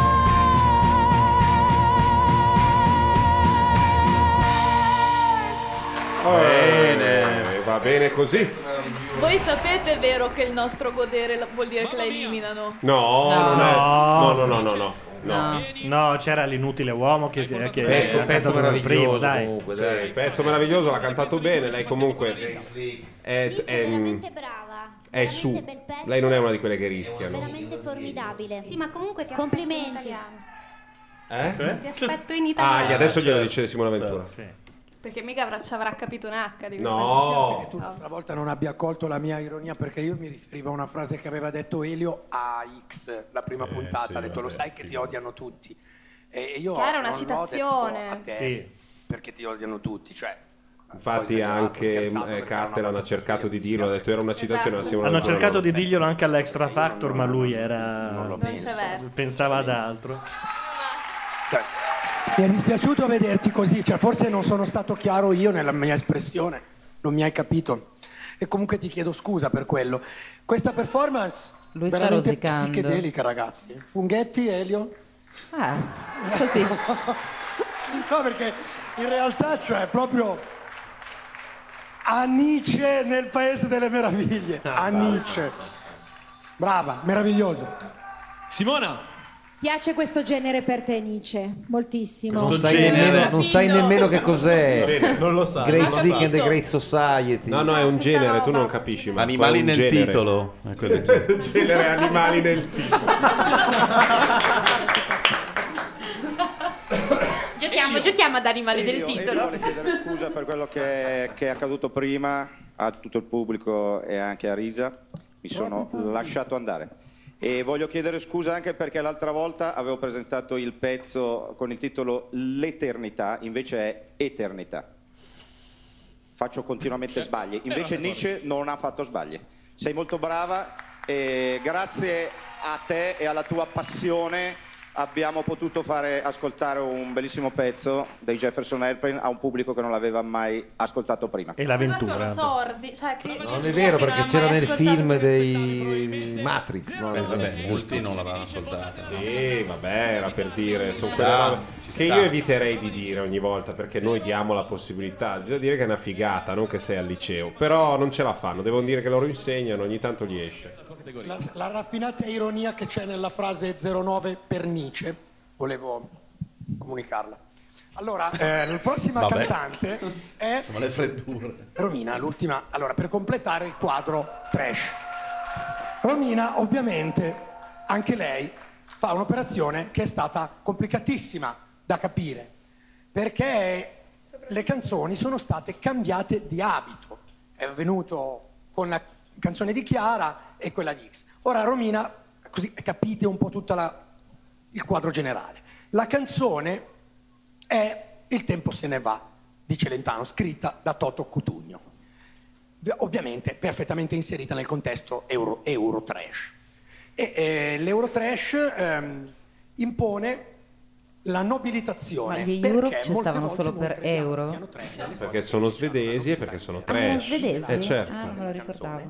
Bene, va bene così. Voi sapete, vero, che il nostro godere la- vuol dire che la eliminano? No, non è. No, no, no, no, no. No, no, c'era l'inutile uomo che, si- che Pezzo, ha pezzo cantato per primo, meraviglioso dai. comunque, dai. Pezzo meraviglioso, l'ha cantato bene, lei comunque è, è, Nietzsche è veramente brava. è su. veramente bel pezzo. Lei non è una di quelle che rischiano. Veramente formidabile. Sì, ma comunque ti Complimenti. Eh? Ti aspetto in italiano. Ah, gli- adesso glielo dice Simona Ventura. Sì. Perché mica avrà, ci avrà capito un H di No. questa Mi dispiace che tu No. l'altra volta non abbia accolto la mia ironia, perché io mi riferivo a una frase che aveva detto Elio a X, la prima puntata. sì, ha detto, lo vabbè, sai che ti odiano tutti. E io Che era una non l'ho detto citazione. a te, Sì. perché ti odiano tutti. Cioè, Infatti poi anche scherzato, eh, perché Catalan ha cercato di dirlo, ha detto era una citazione, ma Simone Hanno ancora cercato non di lo- dirglielo anche all'Extra Factor, ma lui era. Non c'è verso. Pensava ad altro. Mi è dispiaciuto vederti così, cioè forse non sono stato chiaro io nella mia espressione, non mi hai capito. E comunque ti chiedo scusa per quello. Questa performance Lui sta veramente rosicando. psichedelica, ragazzi. Funghetti, Elio? Ah, così. No, perché in realtà, cioè, proprio Anice nel Paese delle Meraviglie. Anice. Brava, meraviglioso. Simona. Piace questo genere per te, Nietzsche? Moltissimo. Non sai, nemmeno, non sai nemmeno che cos'è. Genere. Non lo sai, Great non lo Sick sai. and the Great Society. No, no, è un genere, tu non capisci. Ma Animali è un nel genere. titolo. È quello che- Genere animali nel titolo. Giochiamo, giochiamo ad animali del Elio, Elio titolo. vuole chiedere scusa per quello che, che è accaduto prima a tutto il pubblico e anche a Risa. Mi sono lasciato andare. E voglio chiedere scusa anche perché l'altra volta avevo presentato il pezzo con il titolo L'Eternità, invece è Eternità. Faccio continuamente sbagli. Invece Nietzsche non ha fatto sbagli. Sei molto brava e grazie a te e alla tua passione abbiamo potuto fare ascoltare un bellissimo pezzo dei Jefferson Airplane a un pubblico che non l'aveva mai ascoltato prima. E Cosa sono sordi? Cioè, che, Non è vero, perché c'era nel film dei Matrix. No? Eh, vabbè, molti non l'avranno ascoltata. Sì, vabbè, era per dire, sono Ci quelle sta, robe ci che sta. io eviterei di dire ogni volta, perché noi diamo la possibilità. Bisogna dire che è una figata, non che sei al liceo. Però non ce la fanno, devono dire che loro insegnano, ogni tanto gli esce. La, la raffinata ironia che c'è nella frase zero nove per Nietzsche, volevo comunicarla. Allora, eh, la prossima Vabbè. cantante è Sono le freddure. Romina, l'ultima. Allora, per completare il quadro trash. Romina, ovviamente, anche lei fa un'operazione che è stata complicatissima da capire, perché le canzoni sono state cambiate di abito. È avvenuto con la canzone di Chiara e quella di X. Ora Romina, così capite un po' tutto il quadro generale. La canzone è Il tempo se ne va di Celentano, scritta da Toto Cutugno. V- Ovviamente perfettamente inserita nel contesto euro, Eurotrash. E eh, l'Eurotrash ehm, impone la nobilitazione. Ma gli perché euro ci molte stavano volte solo noi per crediamo euro? che siano trash le Perché sono svedesi e perché sono Ah, trash. svedesi? Eh certo. Ah, non me lo ricordavo.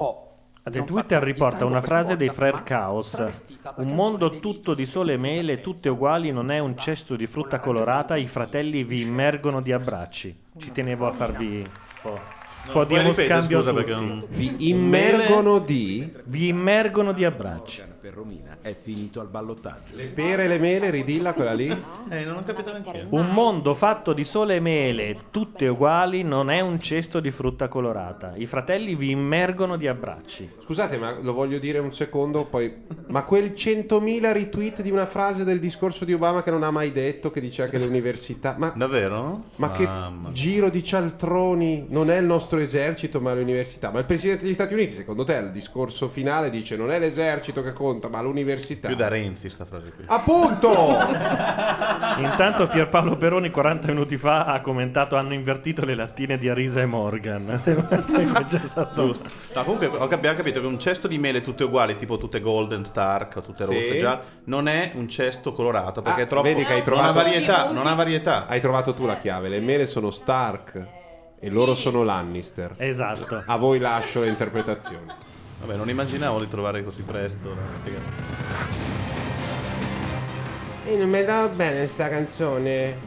The Twitter riporta una frase dei Frer Chaos. Un mondo tutto di sole e mele, tutte uguali, non è un cesto di frutta colorata, i fratelli vi immergono di abbracci. Ci tenevo a farvi un po', un po' di puoi uno ripetere, scambio a scusa, tutti. perché non- Vi immergono di? Vi immergono di abbracci. Per Romina è finito al ballottaggio. Le pere e le mele, ridilla quella lì? Eh, non ho capito neanche. Un mondo fatto di sole e mele, tutte uguali, non è un cesto di frutta colorata. I fratelli vi immergono di abbracci. Scusate, ma lo voglio dire un secondo, poi. Ma quel centomila retweet di una frase del discorso di Obama che non ha mai detto, che diceva che le università. Ma davvero? Ma che Mamma. giro di cialtroni! Non è il nostro esercito, ma le università. Ma il presidente degli Stati Uniti, secondo te, il discorso finale dice non è l'esercito che conta, ma l'università. Più da Renzi sta frase qui. Appunto! Intanto Pierpaolo Peroni quaranta minuti fa ha commentato hanno invertito le lattine di Arisa e Morgan. Giusto. No, comunque ho cap- abbiamo capito che un cesto di mele tutte uguali, tipo tutte golden, stark o tutte Sì. rosse già, non è un cesto colorato perché Ah, è troppo. vedi che hai non trovato ha varietà, non ha varietà. Hai trovato tu la chiave. Le mele sono Stark e loro sono Lannister. Esatto. A voi lascio le interpretazioni. Vabbè, non immaginavo di trovare così presto. E non mi dà bene sta canzone.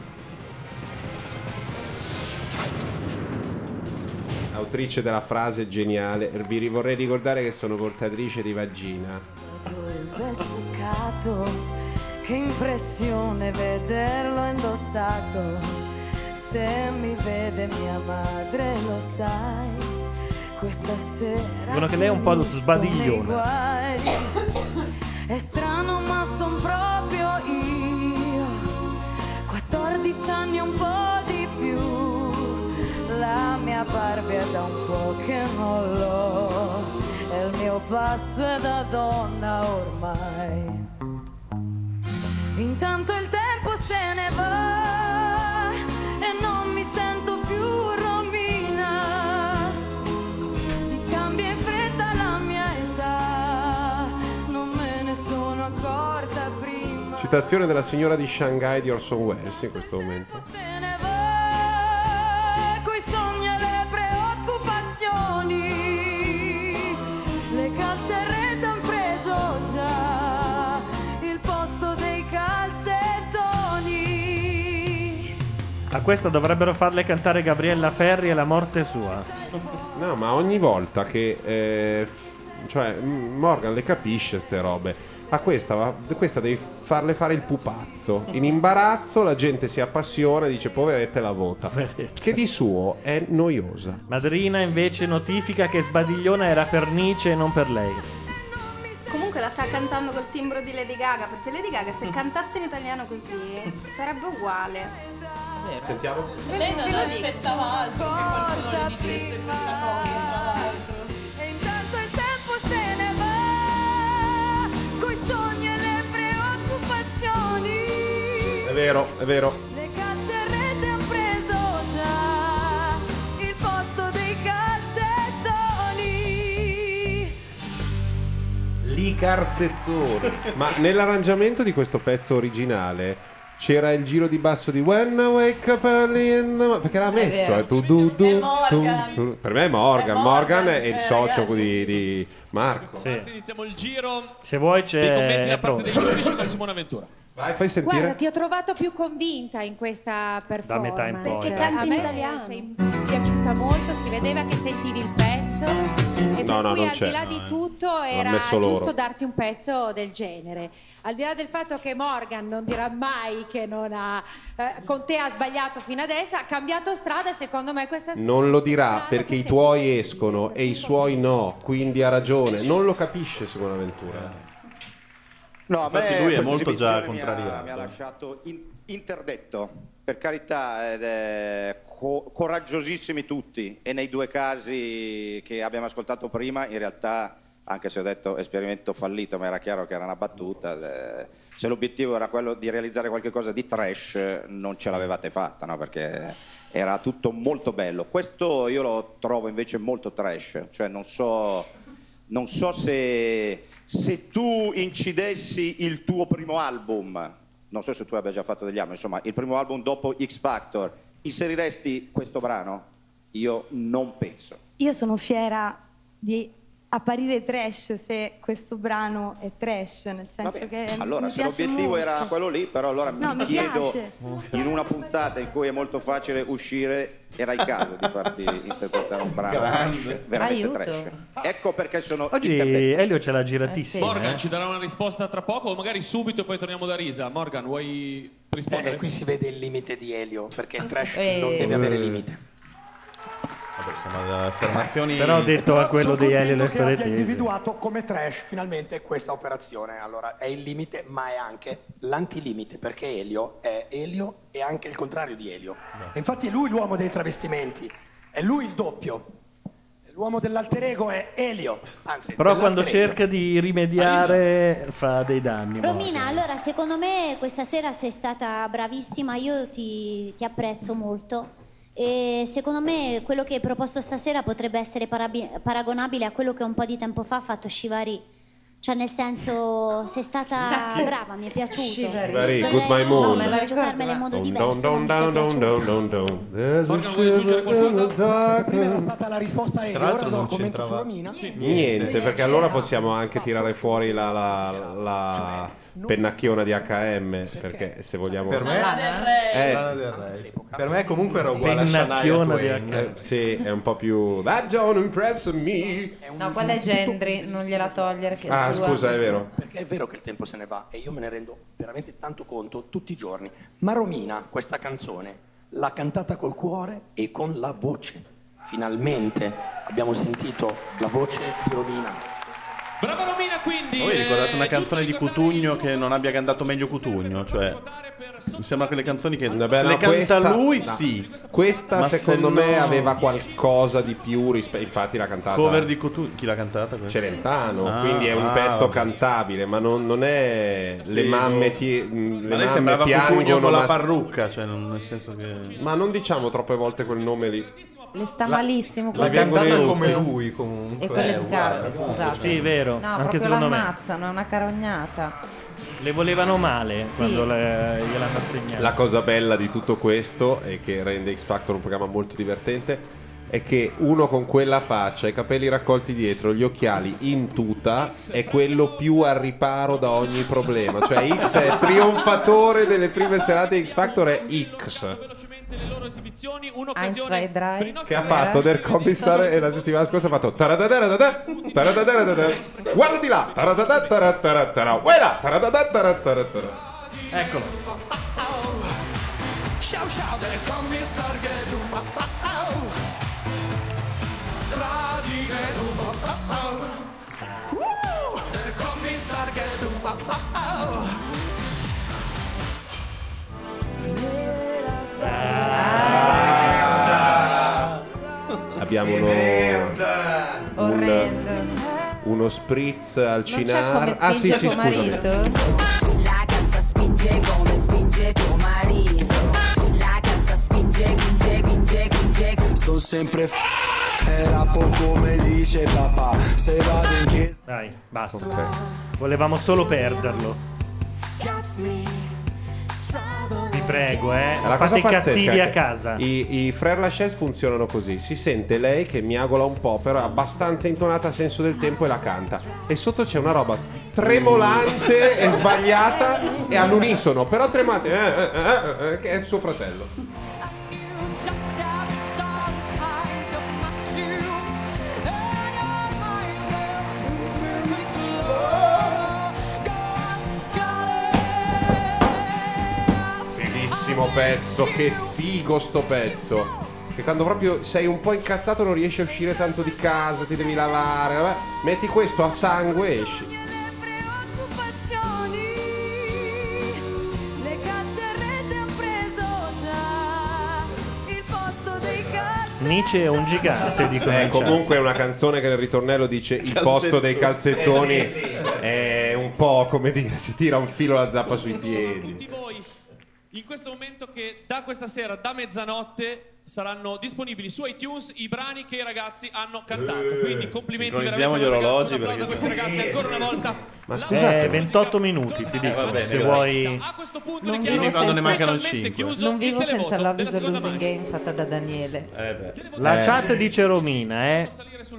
Autrice della frase geniale. Vi vorrei ricordare che sono portatrice di vagina. È sbucato, che impressione vederlo indossato. Se mi vede mia madre lo sai, questa sera Dicono che lei è un po' finisco sbadiglione. nei guai. È strano ma son proprio io, quattordici anni e un po' di più. la mia Barbie è da un po' che non l'ho, e il mio passo è da donna ormai. Intanto il tempo se ne va e non mi sento più Romina. Si cambia in fretta la mia età, non me ne sono accorta prima. Citazione della signora di Shanghai di Orson Welles in questo momento. Se ne va coi sogni e le preoccupazioni, le calze a rete han preso già il posto dei calzettoni. A questa dovrebbero farle cantare Gabriella Ferri e La morte sua. No, ma ogni volta che eh, f- cioè m- Morgan le capisce ste robe. A questa, va- questa devi farle fare il pupazzo. In imbarazzo la gente si appassiona e dice poveretta e la vota. Che di suo è noiosa. Madrina invece notifica che Sbadigliona era per Nietzsche e non per lei. Comunque la sta cantando col timbro di Lady Gaga, perché Lady Gaga se cantasse in italiano così sarebbe uguale. Sentiamo. Ve, Lei non ve lo si dico. aspettava altro che qualcuno le dicesse questa cosa, tra l'altro. E intanto il tempo se ne va coi sogni e le preoccupazioni. È vero, è vero. Le calze a rete han preso già il posto dei calzettoni. Li carzettoni. Ma nell'arrangiamento di questo pezzo originale c'era il giro di basso di When I Wake Up Early in the... perché l'ha messo vero. eh, tu, du, du, È Morgan. tu, tu. Per me è Morgan. È Morgan, Morgan, è il eh, socio ragazzi. di, di Marco. Sì. Iniziamo il giro Se vuoi dei c'è commenti da è parte pronto. dei giudici con Simona Ventura. Vai, fai sentire. Guarda, ti ho trovato più convinta in questa performance. metà in poi, Perché eh. canti in A me italiano. Sei piaciuta molto, si vedeva che sentivi il pezzo e No, per no, cui non al c'è. di là di tutto era messo giusto loro. darti un pezzo del genere. Al di là del fatto che Morgan non dirà mai che non ha eh, con te ha sbagliato fino adesso, ha cambiato strada e secondo me questa Non lo dirà perché i tuoi escono e i suoi no, quindi ha ragione. Non lo capisce Simona Ventura. No, a Infatti me lui è questa molto già esibizione mi ha- contrariato. Mi ha lasciato in- interdetto, per carità, ed è co- coraggiosissimi tutti. E nei due casi che abbiamo ascoltato prima, in realtà, anche se ho detto esperimento fallito, ma era chiaro che era una battuta. eh, Se l'obiettivo era quello di realizzare qualcosa di trash, non ce l'avevate fatta, no? Perché era tutto molto bello. Questo io lo trovo invece molto trash, cioè non so. Non so se, se tu incidessi il tuo primo album, non so se tu abbia già fatto degli album, insomma, il primo album dopo X Factor, inseriresti questo brano? Io non penso. Io sono fiera di apparire trash se questo brano è trash, nel senso Vabbè, che allora mi se piace l'obiettivo molto. era quello lì, però allora No, mi mi chiedo, piace. in una puntata in cui è molto facile uscire, era il caso di farti interpretare un brano Grande. trash, veramente Aiuto. trash. Ecco perché sono Oggi interdetto. Elio ce l'ha giratissima. Morgan eh. ci darà una risposta tra poco o magari subito e poi torniamo da Risa. Morgan, vuoi rispondere? Eh, qui si vede il limite di Elio, perché il trash Eh. non deve avere limite. Vabbè, siamo ad affermazioni. Però ho detto a quello Sono di Elio contento le che abbia storie tese. individuato come trash finalmente questa operazione. Allora, è il limite, ma è anche l'antilimite, perché Elio è Elio e anche il contrario di Elio. E infatti è lui l'uomo dei travestimenti, è lui il doppio. L'uomo dell'alter ego è Elio, anzi, Però quando dell'alter ego. cerca di rimediare fa dei danni. Romina, allora secondo me questa sera sei stata bravissima, io ti, ti apprezzo molto e secondo me quello che hai proposto stasera potrebbe essere parabi- paragonabile a quello che un po' di tempo fa ha fatto Shivari. Cioè nel senso sei stata brava, mi è piaciuto. Shivari, Dovrei- Good My Moon. no, dovrei giocarmela in modo diverso. Down, non mi down, sei down, piaciuta. down, down, down. There's a Morgan, vuoi aggiungere qualcosa? Prima era stata la risposta a Elio, Tra ora l'altro do non il commento su c'entrava- Romina. Niente, perché allora possiamo anche tirare fuori la, la, la pennacchiona di acca emme, perché se vogliamo... Per me, Eh, Lana Del Rey. Per me comunque era uguale a Shania Pennacchiona di Twain. eh, sì, è un po' più... That don't impress me. No, quella è Gendry, non gliela togliere che è Ah, sua. scusa, è vero. Perché è vero che il tempo se ne va e io me ne rendo veramente tanto conto tutti i giorni. Ma Romina, questa canzone, l'ha cantata col cuore e con la voce. Finalmente abbiamo sentito la voce di Romina. Brava Romina, quindi. Voi ricordate una eh, canzone di giusto ricordare Cutugno il che non abbia cantato meglio Cutugno? Cioè, votare per Mi sembra che le canzoni che Vabbè, se no, le canta questa- lui, no. sì. Questa Ma secondo se me no- aveva qualcosa di più rispetto. Infatti l'ha cantata Cover di Cotu- chi l'ha cantata? questa? Celentano, Ah, quindi è un ah, pezzo vabbè. cantabile, ma non, non è Sì, le mamme no. ti, mh, le Ma lei mamme sembrava Cutugno piangono con la ma- parrucca, cioè non- nel senso che ma non diciamo troppe volte quel nome lì. Le sta malissimo L'ha quel cantata vestito. come lui comunque. E quelle È scarpe, uguale. scusate. Sì, vero, No, anche proprio secondo me. l'ammazzano, è una carognata. Le volevano male quando le- gliel'hanno assegnato. La cosa bella di tutto questo e che rende X Factor un programma molto divertente è che uno con quella faccia, i capelli raccolti dietro, gli occhiali in tuta è quello più al riparo da ogni problema. Cioè X è trionfatore delle prime serate X Factor, è X. Eins, zwei, drei. Che ha fatto Der Commissar e la settimana scorsa ha fatto taradadadadada, taradadadadada, guarda di là, taradadadadadada, uela, taradadadadadada. Eccolo. Ciao ciao del Kommissar Geduma. Radine Duma. Der Kommissar Geduma. Abbiamo uno, un, uno spritz al cinar. Ah sì sì, scusami. La cassa spinge come spinge tuo marito. La cassa spinge, spinge, spinge, spinge. Sto sempre f***, era poco come dice papà. Se vado in chiesa. Dai, basta. Volevamo solo perderlo. Vi prego, eh. La Fate cosa i pazzesca cattivi è a che casa. I, i Frère Lachaise funzionano così: si sente lei che miagola un po', però è abbastanza intonata a senso del tempo e la canta. E sotto c'è una roba tremolante e sbagliata e all'unisono, però tremante, eh, eh, eh, eh, che è suo fratello. Bellissimo pezzo, che figo sto pezzo. Che quando proprio sei un po' incazzato non riesci a uscire tanto di casa, ti devi lavare, vabbè, metti questo a sangue e esci. Le cazzerette han preso già il posto dei cazzi. Nietzsche è un gigante, dicono. Eh, in chat. comunque è una canzone che nel ritornello dice il Calzettoni. posto dei calzettoni Eh, sì, sì. è un po' come dire, si tira un filo alla zappa sui piedi. In questo momento che da questa sera, da mezzanotte, saranno disponibili su iTunes i brani che i ragazzi hanno cantato. Quindi complimenti Sincronizziamo veramente gli ai orologi ragazzi, un applauso perché a questi ragazzi ancora una volta. Ma scusate, eh, ventotto minuti ti dico. va bene, se dai. vuoi. Non Dimmi vivo quando ne mancano senza, cinque. non vivo senza televoto Love is a della Losing Game fatta da Daniele. Eh beh. La Eh. chat dice Romina, eh.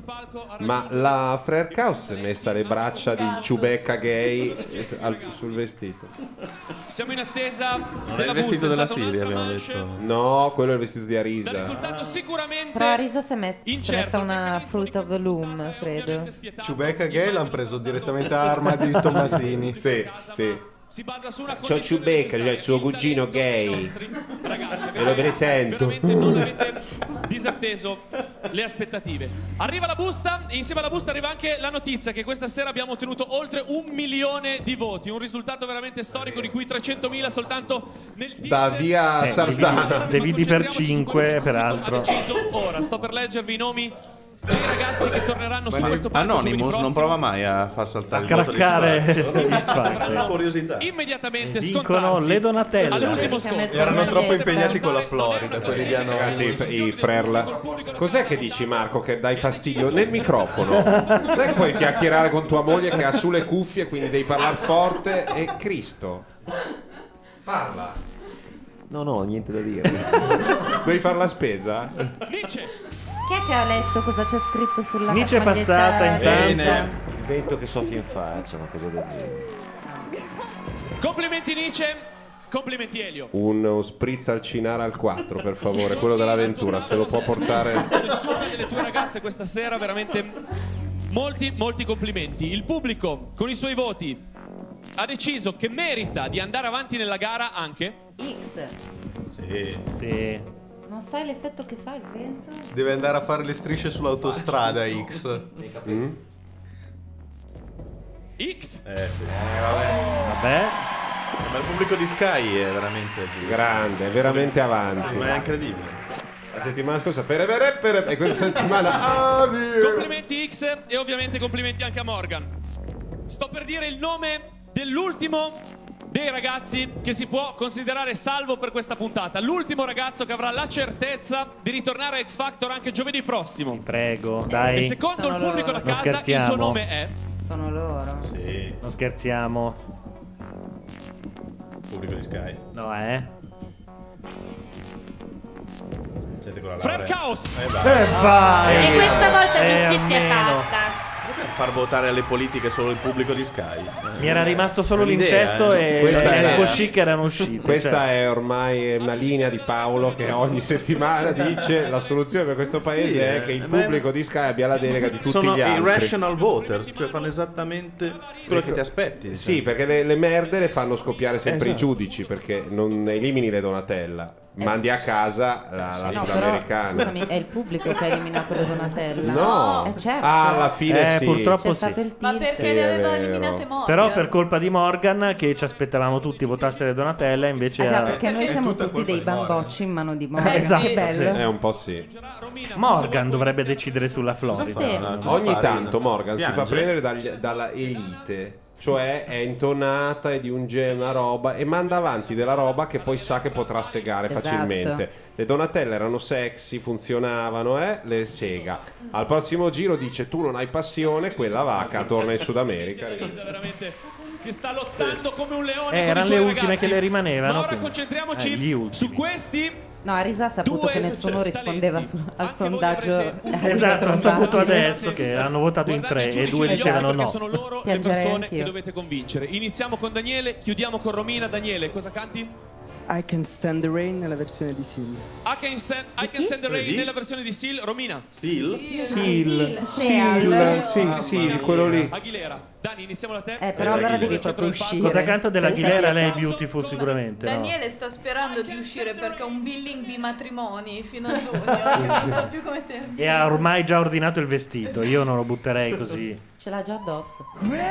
Ma la Frère Caos si è messa le braccia di Ciubecca gay al- sul vestito. Siamo in attesa Non è della il vestito busta, è della stata Siria, abbiamo detto. No, quello è il vestito di Arisa. risultato sicuramente Però Arisa si è met- si è incerto. messa una Fruit of the Loom, credo. Ciubecca Gay l'hanno preso direttamente a arma di Tommasini. Sì, sì. Si basa su una C'ho Ciubecca, cioè il suo cugino gay. ragazzi, E lo presento. veramente non avete disatteso le aspettative. Arriva la busta e insieme alla busta arriva anche la notizia che questa sera abbiamo ottenuto oltre un milione di voti, un risultato veramente storico di cui trecentomila soltanto nel Da via Eh, Sarzana. Dividi per cinque, peraltro. ora. Sto per leggervi i nomi dei ragazzi che torneranno su Ma questo palco giovedì Anonymous non prossimo. prova mai a far saltare A il voto di craccare X X Factor. Per curiosità. Immediatamente Dicono scontrarsi le Donatella. all'ultimo scontro. Erano troppo impegnati con la Florida, quelli di Ragazzi, Anonymous. i, i Frère La- Cos'è che dici, Marco, che dai fastidio nel microfono? Non è che puoi chiacchierare con tua moglie che ha sulle cuffie, quindi devi parlare forte. E Cristo, parla. No, no, niente da dire. Devi fare la spesa? Chi è che ha letto cosa c'è scritto sulla Nietzsche è maglietta passata rosa? intanto. Il vento che soffia in faccia, una cosa del genere. Complimenti Nietzsche, complimenti Elio. Uno spritz al cinara al quattro, per favore, quello dell'avventura, se lo può portare. Nessuna delle tue ragazze questa sera, veramente molti, molti complimenti. Il pubblico, con i suoi voti, ha deciso che merita di andare avanti nella gara anche X. Sì. Sì. Non sai l'effetto che fa il vento? Deve andare a fare le strisce sull'autostrada X. X. Eh sì. Vabbè. Ma il pubblico di Sky è veramente grande, è veramente avanti. Ma è incredibile. La settimana scorsa per per per e questa settimana ah, mio. Complimenti X e ovviamente complimenti anche a Morgan. Sto per dire il nome dell'ultimo dei ragazzi che si può considerare salvo per questa puntata. L'ultimo ragazzo che avrà la certezza di ritornare a X Factor anche giovedì prossimo. Prego, dai. E secondo Sono il pubblico loro. da Non casa il scherziamo. suo nome è Sono loro. Sì. Non scherziamo. Pubblico di Sky. No, eh? Gente con la Fred laurea. Chaos. Eh, Eh, vai. vai. E questa volta Eh, giustizia è almeno. fatta. Far votare alle politiche solo il pubblico di Sky. Mi era rimasto solo L'idea, l'incesto eh. e Questa le è- info chic erano uscite. Questa cioè. è ormai una linea di Paolo che ogni settimana dice la soluzione per questo paese Sì, è eh, che il ma è- pubblico di Sky abbia la delega di tutti Sono gli altri. irrational voters, cioè fanno esattamente quello che ti aspetti. Sì, perché le, le merde le fanno scoppiare sempre Esatto. i giudici, perché non elimini le Donatella, mandi a casa la, la No, però, sudamericana. scusami, è il pubblico che ha eliminato le Donatella. No. Eh, certo. Ah, alla fine Eh, sì. purtroppo C'è sì. stato il Ma tilt. perché Sì, le è aveva vero. eliminate Morgan? Però per colpa di Morgan, che ci aspettavamo tutti votasse le Donatella, invece Ah, già, ha- perché noi È siamo tutta tutti colpa dei di Morgan. bambocci in mano di Morgan. Eh, esatto, Che bello. sì. È un po' sì. Morgan dovrebbe decidere sulla Florida. Sì. Ogni tanto Morgan si fa Piange? prendere dagli- dalla elite, cioè è intonata, è di un genere, una roba, e manda avanti della roba che poi sa che potrà segare Esatto. facilmente. Le Donatelle erano sexy, funzionavano, eh? Le sega. Al prossimo giro dice tu non hai passione, quella vacca torna in Sud America. veramente che sta lottando come un leone Eh, con i erano suoi le ultime ragazzi. che le rimanevano, Ma ora quindi. concentriamoci Eh, gli ultimi. su questi. No, Arisa ha saputo Due che nessuno talenti. rispondeva su- al sondaggio. Esatto, ho saputo Trombabile. adesso che hanno votato in tre e giudici due degli dicevano altri, no. perché sono loro le Piangerei persone anch'io. che dovete convincere. Iniziamo con Daniele, chiudiamo con Romina. Daniele, cosa canti? I Can Stand the Rain nella versione di Sil. I Can Stand, I can stand the Rain nella versione di Seal. Romina. Seal? Sil, Seal. sì, sì, quello lì. Aguilera. Dani, iniziamo da te. Eh, però allora devi proprio uscire. Cosa canta dell'Aguilera? Senza Lei è pietà. Beautiful sicuramente, no? Daniele sta sperando di uscire perché ha un billing di matrimoni fino a giugno, che non so più come terminare. E ha ormai già ordinato il vestito, io non lo butterei così. Ce l'ha già addosso.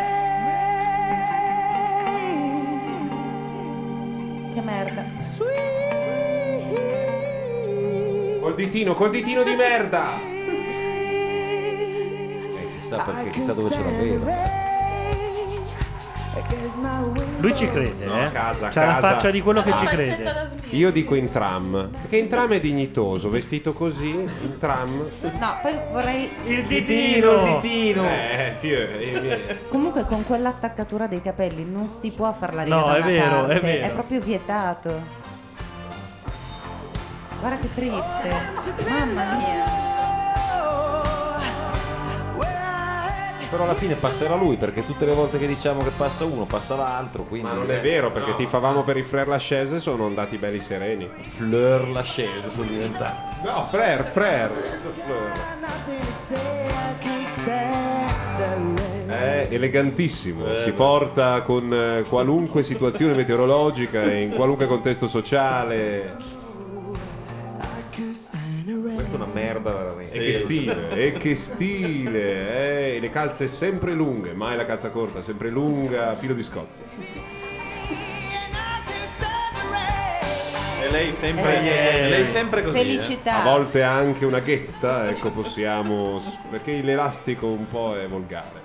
Che merda. Col ditino, col ditino di merda. Chissà perché, chissà dove ce l'aveva. Lui ci crede, No, eh? casa, C'ha la casa. faccia di quello che La ci faccetta crede. da Smith. Io dico in tram, perché in tram è dignitoso, vestito così, in tram. No, poi vorrei. Il ditino, il ditino. Eh, fio, eh, Comunque con quell'attaccatura dei capelli non si può far la riga No, da è una vero, parte, è vero. È proprio vietato. Guarda che triste. Mamma mia. Però alla fine passerà lui, perché tutte le volte che diciamo che passa uno, passa l'altro. Quindi Ma non è vero, perché tifavamo per i Frère Lachaise e sono andati belli sereni. Fleur Lachaise sono diventati. No, Frère, Frère. È elegantissimo, si porta con eh, qualunque situazione meteorologica e in qualunque contesto sociale. Questa è una merda veramente. E che stile, e che stile, eh, le calze sempre lunghe, mai la calza corta, sempre lunga, filo di Scozia. E lei sempre, Eh, lei sempre così. Felicità. A volte anche una ghetta, ecco, possiamo, perché l'elastico un po' è volgare.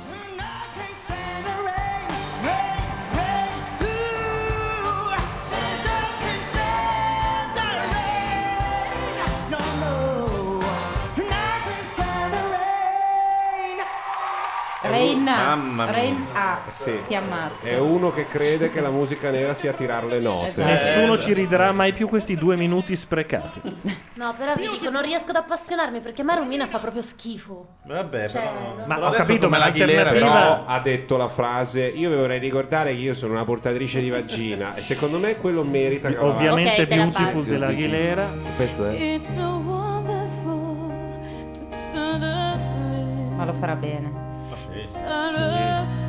Rain Mamma mia. Rain A. Sì. Ti ammazzo. È uno che crede che la musica nera sia tirare le note. Esatto. Nessuno ci riderà mai più questi due minuti sprecati. No, però vi dico, non riesco ad appassionarmi perché a me Romina fa proprio schifo. Vabbè, Cioè, però. Ma però ho adesso capito, come ma l'Aguilera, l'alternativa- Però ha detto la frase: io vi vorrei ricordare che io sono una portatrice di vagina. E secondo me quello merita che la Ovviamente Ok, te la Beautiful passo. dell'Aguilera. Che pezzo è? It's so wonderful to suddenly Ma lo farà bene. start a break.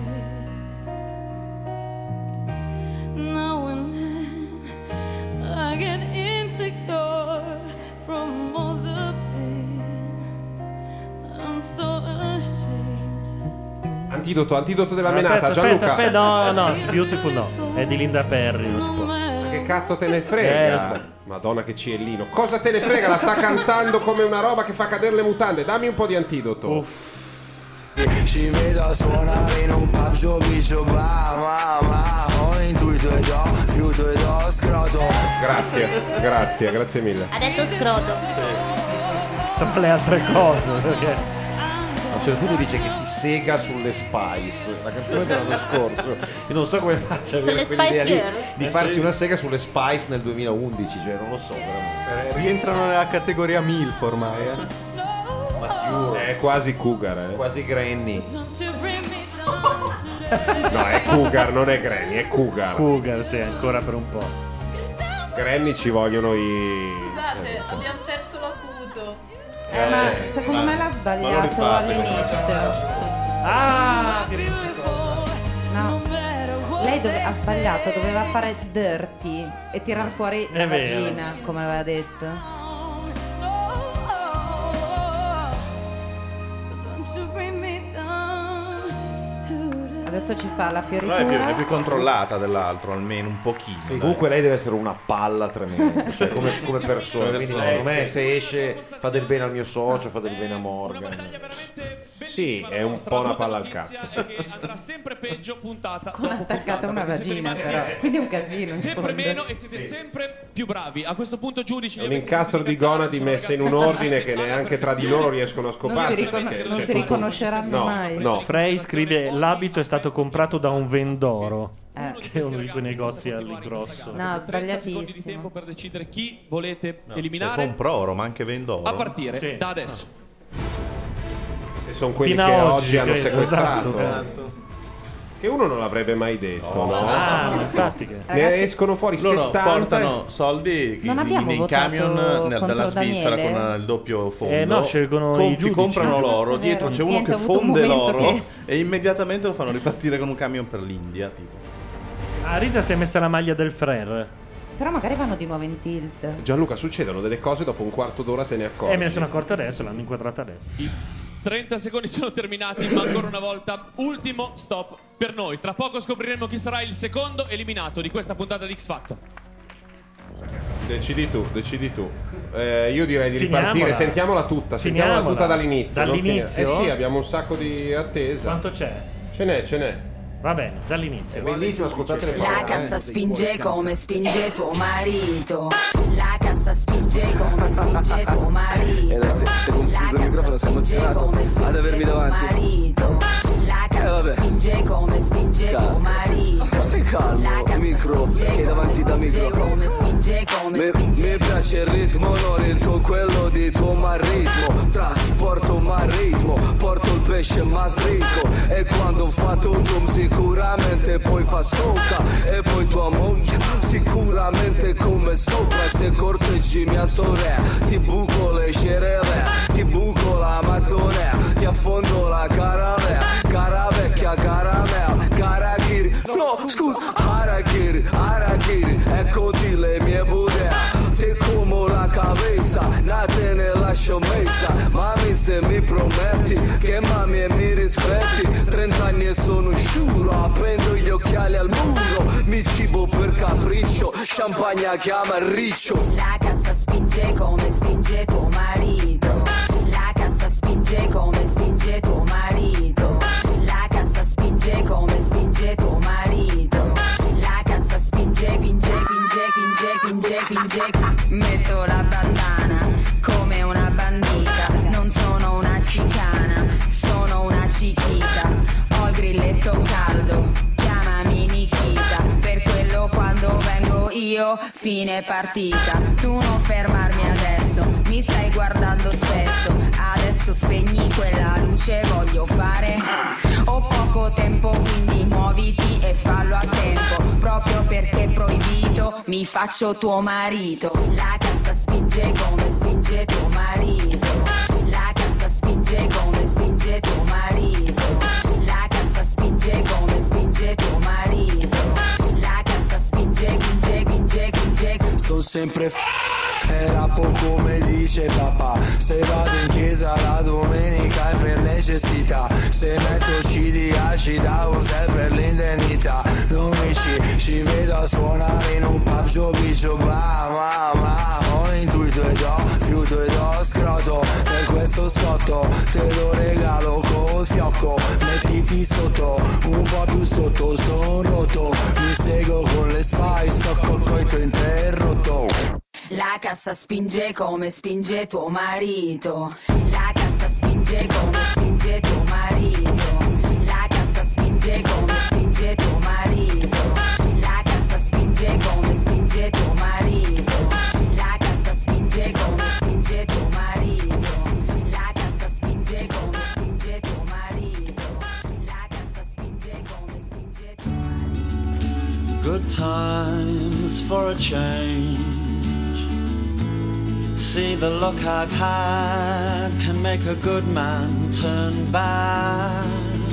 Now and then I get insecure from all the pain. I'm so ashamed. Antidoto, antidoto della Aspetta, menata, aspetta, Gianluca. aspetta, no, no, Beautiful no. È di Linda Perry, non si può. Ma che cazzo te ne frega? Eh, Madonna che ciellino. Cosa te ne frega? La sta cantando come una roba che fa cadere le mutande. Dammi un po' di antidoto. Ci vedo suonare in un pub, gioco, ma, ma, ho intuito e do, fiuto e do, scroto. Grazie, grazie, grazie mille. Ha detto scroto. Tra le altre cose, perché... A un certo punto dice che si sega sulle Spice, la canzone dell'anno scorso. Io non so come faccia a avere Sulle quell'idea Spice lì Girl? di Eh, farsi sì. una sega sulle Spice nel duemilaundici, cioè non lo so veramente. Eh, rientrano nella categoria MILF ormai. Eh. È quasi Cougar, eh. Quasi Granny. No, è Cougar, non è Granny, è Cougar. Cougar, sì, ancora per un po'. Granny ci vogliono i... Scusate, abbiamo perso l'acuto. Eh, ma secondo me l'ha sbagliato all'inizio. Ah, No. Lei dove- ha sbagliato, doveva fare dirty e tirar fuori la È vero. vagina, come aveva detto. Adesso ci fa la Però è più, fioritura. è più controllata dell'altro, almeno un pochino. Sì, dai. comunque lei deve essere una palla tremenda, cioè come, come persona. Come Quindi persona, secondo me sì. se esce fa del bene al mio socio, fa del bene a Morgan. Sì, è un po' una palla al cazzo. sì. che andrà sempre peggio puntata Con dopo attaccata puntata, una perché siete vagina, rimasti però. Quindi è un casino. in sempre fondo. meno e siete sempre più bravi. A questo punto giudici È un incastro di gonadi messe in un ordine che neanche tra di loro riescono a scoparsi. ricon- perché non c'è si tutto- riconosceranno no, mai. No, Frey scrive: l'abito è stato comprato da un vendoro. Eh. Che è uno di quei negozi al grosso. No, trenta secondi di sbagliatissimo. tempo per decidere chi volete No, eliminare cioè, compro oro, ma anche vendo oro. a partire Sì. da adesso. che sono quelli Fino che a oggi, oggi, hanno credo, sequestrato. esatto. Che uno non l'avrebbe mai detto, no? Ah, infatti che... Ne Ragazzi, escono fuori Loro settanta. portano soldi Non nei- abbiamo nei votato camion nel- contro dalla Svizzera Daniele? con il doppio fondo. Eh, no, scelgono Com- i ti giudici. comprano Ah, l'oro, è dietro vero. c'è uno Niente, che ho avuto un fonde momento l'oro che- e immediatamente lo fanno ripartire con un camion per l'India. Tipo. Ah, Rita si è messa la maglia del Frere. Però magari vanno di nuovo in tilt. Gianluca, succedono delle cose dopo un quarto d'ora te ne accorgi. Eh, me ne sono accorto adesso, l'hanno inquadrata adesso. trenta secondi sono terminati, ma ancora una volta ultimo stop per noi. Tra poco scopriremo chi sarà il secondo eliminato di questa puntata di X Factor. Decidi tu, decidi tu. Eh, io direi di Finiamola. ripartire. Sentiamola tutta, sentiamola Finiamola. tutta dall'inizio. non Dall'inizio? fine- Eh sì, abbiamo un sacco di attesa. Quanto c'è? Ce n'è, ce n'è. Va bene, dall'inizio. Bellissimo, ascoltate le La parole. cassa spinge come spinge tuo marito. La cassa spinge come spinge tuo marito. E la- se- se confuso il microfono sei emozionato ad avermi davanti. Marito. La Eh, cassa vabbè. spinge come spinge tuo Calma. marito. Stai calmo, La cassa micro, spinge che davanti da spinge micro. come spinge come Mi, spinge. mi piace il ritmo, non il tuo, quello di tuo maritmo. Trasporto ma ritmo, porto il pesce ma sricco. E quando ho fatto un zoom sicuramente poi fa soca. E poi tua moglie sicuramente come sopra. E se corteggi mia sorella ti buco le cereve, ti buco la mattonella, ti affondo la caravella, cara vecchia caramella, carachiri, no scusa, harakiri, harakiri, eccoti le mie budea. Te como la cabeza, na te ne lascio messa. Mami se mi prometti che mami e mi rispetti, trenta anni e sono sciuro, appendo gli occhiali al muro, mi cibo per capriccio, champagna chiama il riccio. La cassa spinge come spinge tuo marito. La cassa spinge come spinge tuo marito. La cassa spinge come spinge tuo marito. La cassa spinge, spinge, spinge, spinge, spinge, spinge. Metto la bandana come una bandita. Non sono una cicana, sono una cichita. Ho il grilletto caldo, chiamami Nikita. Per quello quando vengo io, fine partita. Tu non fermarmi adesso, mi stai guardando spesso. Adesso spegni quella luce, voglio fare. Ho poco tempo, quindi muoviti e fallo a tempo. Proprio perché è proibito, mi faccio tuo marito. La cassa spinge come spinge tuo marito. La cassa spinge come spinge tuo marito. La cassa spinge come spinge tuo marito. La cassa spinge, spinge, spinge, spinge. Sto sempre f- e rappo come dice papà. Se vado in chiesa la domenica è per necessità, se metto C D acida usa per l'indennità. Non mi ci, ci vedo a suonare in un pub, giovicio, ma, ma, ma. Ho intuito e do, fiuto e do, scroto per questo scotto, te lo regalo col fiocco, mettiti sotto, un po' più sotto, son rotto, mi seguo con le spy, sto col coito interrotto. La cassa spinge come spinge tuo marito. La cassa spinge come spinge tuo marito. La cassa spinge come spinge tuo marito. La cassa spinge come spinge tuo marito. La cassa spinge come spinge tuo marito. La cassa spinge come spinge tuo marito. La cassa spinge come spinge tuo marito. Good times for a change. See, the look I've had can make a good man turn bad.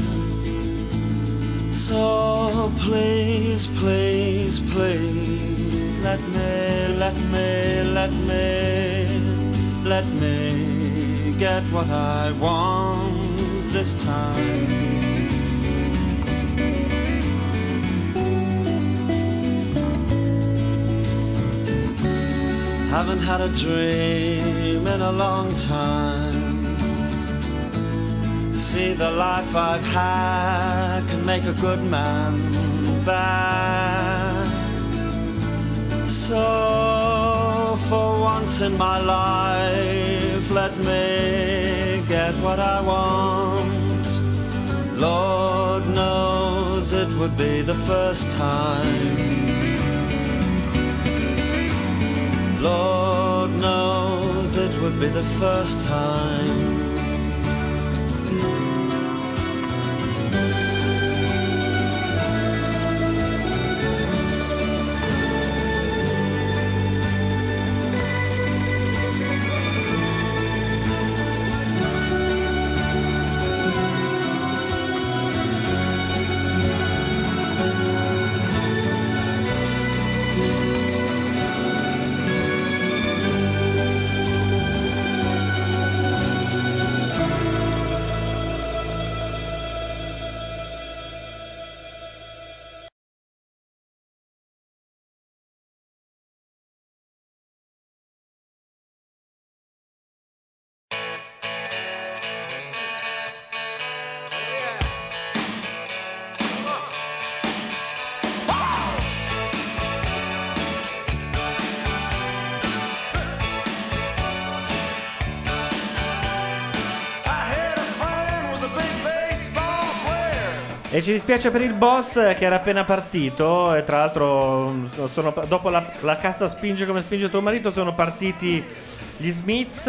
So please, please, please, let me, let me, let me, let me get what I want this time. Haven't had a dream in a long time. See, the life I've had can make a good man bad. So for once in my life, let me get what I want. Lord knows it would be the first time. Lord knows it would be the first time. E ci dispiace per il boss che era appena partito. E tra l'altro sono, dopo la, la cassa spinge come spinge tuo marito, sono partiti gli Smiths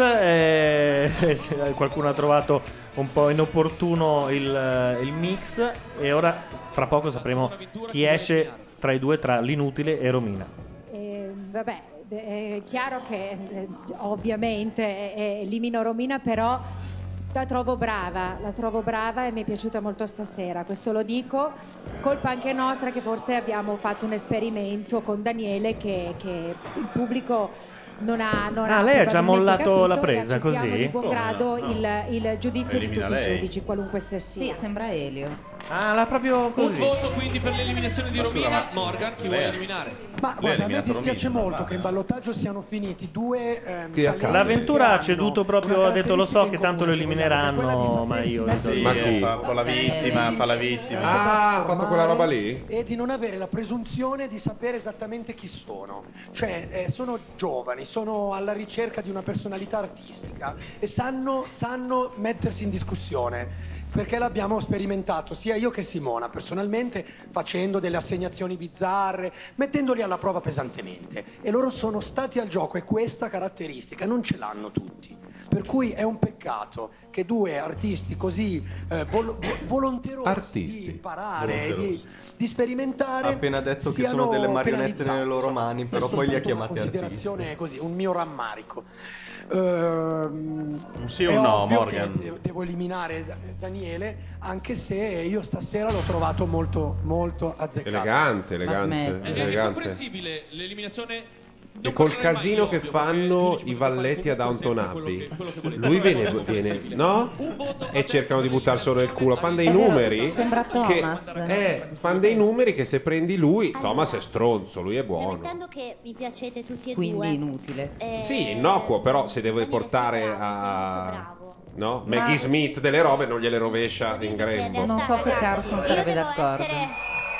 e, e qualcuno ha trovato un po' inopportuno il, il mix. E ora fra poco sapremo chi esce tra i due, tra l'inutile e Romina. Eh, vabbè, è chiaro che eh, ovviamente eh, elimino Romina, però la trovo brava, la trovo brava e mi è piaciuta molto stasera, questo lo dico. Colpa anche nostra che forse abbiamo fatto un esperimento con Daniele che, che il pubblico non ha non Ah, ha lei ha già probabilmente mollato la capito, e presa, accettiamo così? di buon Come grado no? il, il giudizio Elimina di tutti lei? i giudici, qualunque esse sia. Sì, sembra Elio. Ah, l'ha proprio così. Un voto quindi per l'eliminazione di Ma scusa, Romina. ma- Morgan, chi lei- vuole eliminare? Ma guarda, a me dispiace molto che in ballottaggio siano finiti due ehm, talenti L'avventura che ha hanno ceduto proprio, ha detto lo so che tanto lo elimineranno, ma io Sì, Ma chi? fa un po' la vittima, fa la vittima. Ah, ha fatto quella roba lì? e di non avere la presunzione di sapere esattamente chi sono. Cioè, eh, sono giovani, sono alla ricerca di una personalità artistica e sanno, sanno mettersi in discussione. Perché l'abbiamo sperimentato sia io che Simona personalmente, facendo delle assegnazioni bizzarre, mettendoli alla prova pesantemente, e loro sono stati al gioco e questa caratteristica non ce l'hanno tutti, per cui è un peccato che due artisti così eh, vol- vo- volonterosi Artisti. di imparare e di, Volonterosi. di sperimentare Ha appena detto che siano sono delle marionette penalizzati. nelle loro mani, però È poi li ha soltanto una chiamati artisti. considerazione così, un mio rammarico. Ehm, Un sì o è un no, ovvio Morgan? che de- devo eliminare Da- Daniele, anche se io stasera l'ho trovato molto molto azzeccato. Elegante, elegante, Ed è elegante. incomprensibile l'eliminazione E col casino che fanno i valletti a Downton Abbey, lui viene, viene no? E cercano di buttarselo nel culo. Fanno dei È vero, numeri sembra che Thomas. eh, fanno dei numeri che se prendi lui, Thomas è stronzo, lui è buono. Premettendo che mi piacete tutti e Quindi due. inutile. Eh, Sì, innocuo, però se deve portare a no? Ma- Maggie Smith delle robe non gliele rovescia in grembo. Non so se Carson sarebbe devo d'accordo. essere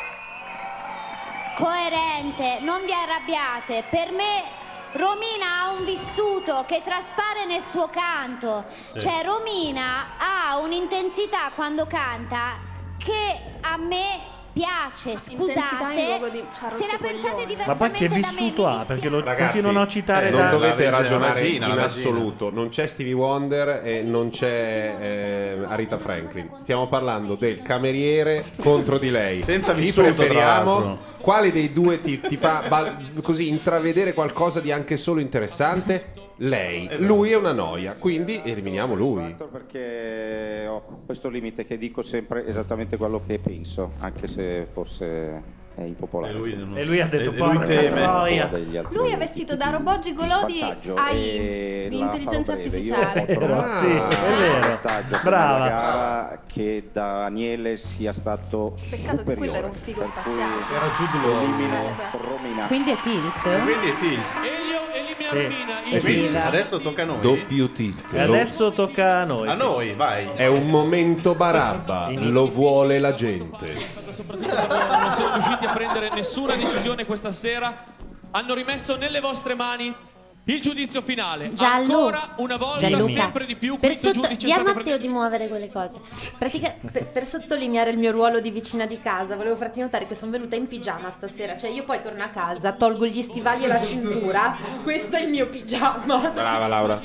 coerente, non vi arrabbiate. Per me Romina ha un vissuto che traspare nel suo canto. Sì. Cioè Romina ha un'intensità quando canta che a me piace. Intensità in luogo Scusate, di c'ha se rotto la i pensate coglioni. Ma poi che diversamente da me, vissuto ha? Perché lo Ragazzi, continuano a citare eh, non da... dovete La ragionare vagina, in la vagina. assoluto. Non c'è Stevie Wonder e non c'è eh, Aretha Franklin. Stiamo parlando del cameriere contro di lei. Senza Chi vissuto, tra preferiamo? l'altro. Quale dei due ti, ti fa ba- così intravedere qualcosa di anche solo interessante? Lei. Lui è una noia, quindi eliminiamo lui. Perché ho questo limite che dico sempre esattamente quello che penso, anche se forse è impopolare. E lui ha detto, porca troia. Lui è vestito da robot gigolò di A I, di intelligenza artificiale. Ah, sì, è vero. Brava. Brava. Gara che Daniele sia stato Peccato che quello era un superiore. figo Per cui spaziale. era Jude elimino Eh, esatto. Romina. Quindi è tilt? Quindi è tilt. Elio elimina Sì. Romina. E Il viva. Adesso tocca a noi. Doppio tilt. E adesso tocca a noi. A sì. noi, vai. È un momento barabba, lo vuole la gente. soprattutto quando non sono riusciti a prendere nessuna decisione questa sera, hanno rimesso nelle vostre mani il giudizio finale. Giallo. Ancora una volta, Gianluca, sempre di più, per questo sotto- giudice è di a stato Matteo di muovere quelle cose. Pratica- per, per sottolineare il mio ruolo di vicina di casa, volevo farti notare che sono venuta in pigiama stasera. Cioè, io poi torno a casa, tolgo gli stivali e la cintura. Questo è il mio pigiama. Brava Laura.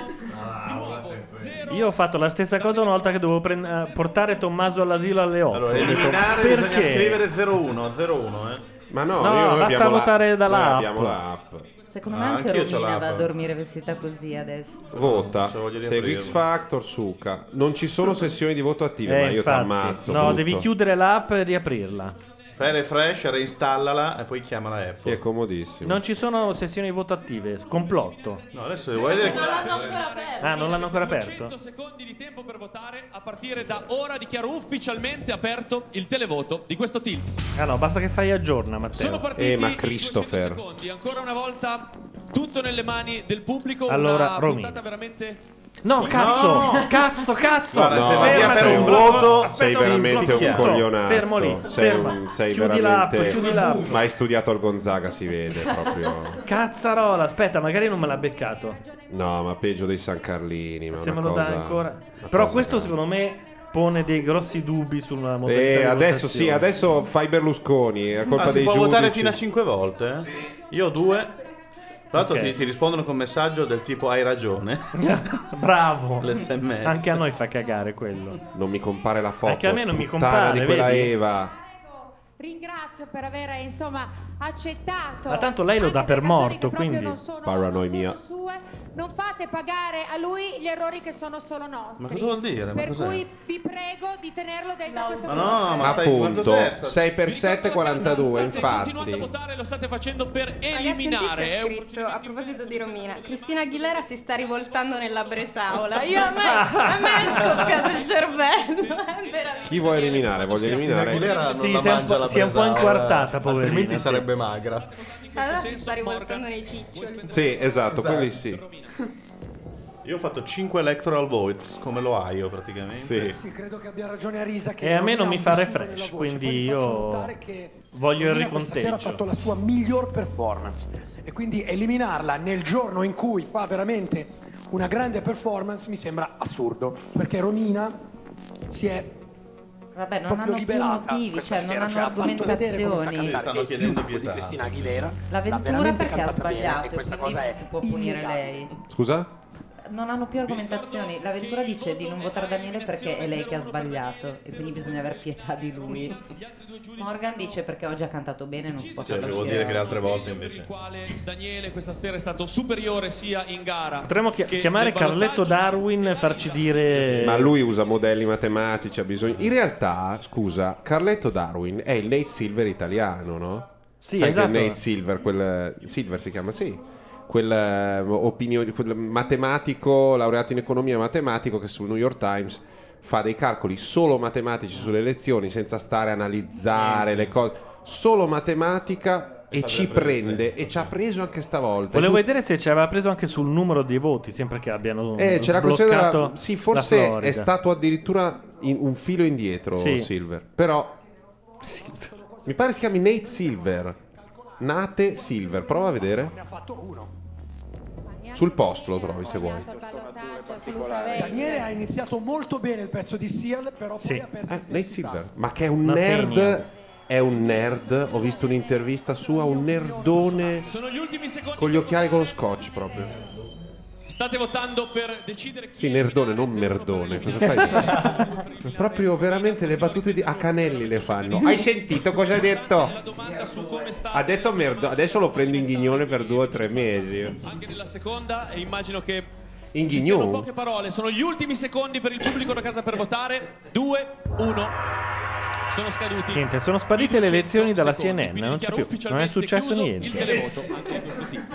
Io ho fatto la stessa cosa una volta che dovevo prend- eh, portare Tommaso all'asilo alle otto. Allora, Ho detto, eliminare bisogna perché? scrivere zero uno, zero uno, eh. Ma no, No, io- noi basta abbiamo la- votare dall'app. noi abbiamo l'app. Secondo Ah, me anche anch'io c'ho Romina l'app. va a dormire vestita così adesso. Vota, Cioè, voglio segui riaprirlo. X Factor, Suca. Non ci sono sessioni di voto attive, Eh, ma io infatti. t'ammazzo. No, brutto. devi chiudere l'app e riaprirla. Fai refresh, reinstallala e poi chiama la Apple. Sì, è comodissimo. Non ci sono sessioni di voto attive. Complotto. No, adesso vuoi vedere. Ah, non l'hanno ancora aperto? cento secondi di tempo per votare. A partire da ora dichiaro ufficialmente aperto il televoto di questo tilt. Ah no, basta che fai aggiorna, Matteo. Sono partiti Eh, ma i Christopher. secondi. Ancora una volta tutto nelle mani del pubblico. Allora, una Romina. puntata veramente. No, cazzo! Cazzo, cazzo! Guarda, se No, vai a fermati fare un un voto, Aspetta Sei un veramente un minuto. coglionazzo. Fermo lì, sei ferma. un- sei Chiudi l'app, veramente. chiudi l'app. Ma hai studiato al Gonzaga, si vede proprio. Cazzarola, aspetta, magari non me l'ha beccato. No, ma peggio dei San Carlini. Ma Se una me lo cosa, dà ancora. una Però cosa questo grave. secondo me pone dei grossi dubbi sulla modalità Eh, di adesso sì, votazione. adesso fai Berlusconi. È colpa Ah, si dei può giudici. votare fino a cinque volte? eh? Io ho due. Tra l'altro Ok. ti, ti rispondono con messaggio del tipo hai ragione. Bravo. L'S M S. Anche a noi fa cagare quello. Non mi compare la foto. Anche a me non mi puttana compare, di quella vedi? Eva. Ringrazio per aver insomma accettato. Ma tanto lei lo anche dà per le canzoni morto, che proprio quindi. non sono, Paranoia non mia. sono sue. Non fate pagare a lui gli errori che sono solo nostri. Ma cosa vuol dire? Ma Per cos'è? cui vi prego di tenerlo dentro questo Ma no, ma stai- ma Appunto, cos'è sta- sei per sette quarantadue, Continuate a infatti. votare, lo state facendo per Ragazzi, un eliminare. tizio È ha un scritto a proposito di Romina: Cristina Aguilera si sta rivoltando nella Bresaola. Io a me, a me è scoppiato il cervello. È veramente. Chi vuoi eliminare? Voglio eliminare. Aguilera non Sì, la si è un mangia po'- la si è un po' bresaola, inquartata, poverina, altrimenti sì. sarebbe magra. Allora si sta rivoltando nei ciccioli. Sì, esatto, Esatto. quindi sì. Io ho fatto cinque electoral votes come lo hai io praticamente. Sì. Sì, credo che abbia ragione Arisa che E a me non Romina mi ha fa un vissuto refresh, nella voce. quindi Poi vi faccio io notare che voglio il Romina questa sera ha fatto riconteggio. la sua miglior performance e quindi eliminarla nel giorno in cui fa veramente una grande performance mi sembra assurdo, perché Romina si è Vabbè, non proprio hanno più liberata motivi, questa cioè non sera, hanno cioè, ha fatto vedere come sa argomentazioni. cantare. Stanno È chiedendo beautiful pietà. di Cristina Aguilera, L'avventura l'ha veramente perché ha cantata bene sbagliato, e questa quindi cosa è si può punire innegabile. lei. Scusa? Non hanno più argomentazioni. L'avventura dice di non votare Daniele perché è lei che ha sbagliato e quindi bisogna aver pietà di lui. Morgan dice perché oggi ha cantato bene, non si può Cioè, farlo devo uscire. dire che le altre volte invece. quale Daniele questa sera è stato superiore sia in gara. Potremmo chi- che chiamare nel Carletto Darwin e farci dire. Ma lui usa modelli matematici, ha bisogno. In realtà, scusa, Carletto Darwin è il Nate Silver italiano, no? Sì, Sai esatto. che Nate Silver, quel Silver si chiama, sì. Quel, eh, opinione- quel matematico, laureato in economia matematico che sul New York Times fa dei calcoli solo matematici sulle elezioni senza stare a analizzare le cose, solo matematica e ci prende e ci ha preso anche stavolta. Volevo E tu- vedere se ci aveva preso anche sul numero dei voti, sempre che abbiano Eh, c'era questione sbloccato della- sì, la forse Florida. è stato addirittura in- un filo indietro Sì. Silver. Però mi pare si chiami Nate Silver. Nate Silver, prova a vedere. Sul post lo trovi se vuoi. Daniele ha iniziato molto bene il pezzo di Seal, però poi ha perso Eh, Nate Silver, ma che è un Una nerd. femmina. È un nerd. Ho visto un'intervista sua, un nerdone Sono gli ultimi secondi. con gli occhiali con lo scotch proprio. State votando per decidere chi Sì, nerdone, non merdone. Cosa fai? Proprio veramente le battute di a Canelli le fanno. Hai sentito cosa ha detto? Ha detto merdo. Adesso lo prendo in ghignone per due o tre mesi. anche nella seconda e immagino che In ci siano ghignone? poche parole. Sono gli ultimi secondi per il pubblico da casa per votare. due, uno. Sono scaduti. Niente, sono sparite le elezioni dalla secondi, C N N, quindi non c'è dichiaro più, non è ufficialmente successo chiuso niente. il televoto anche di questo team.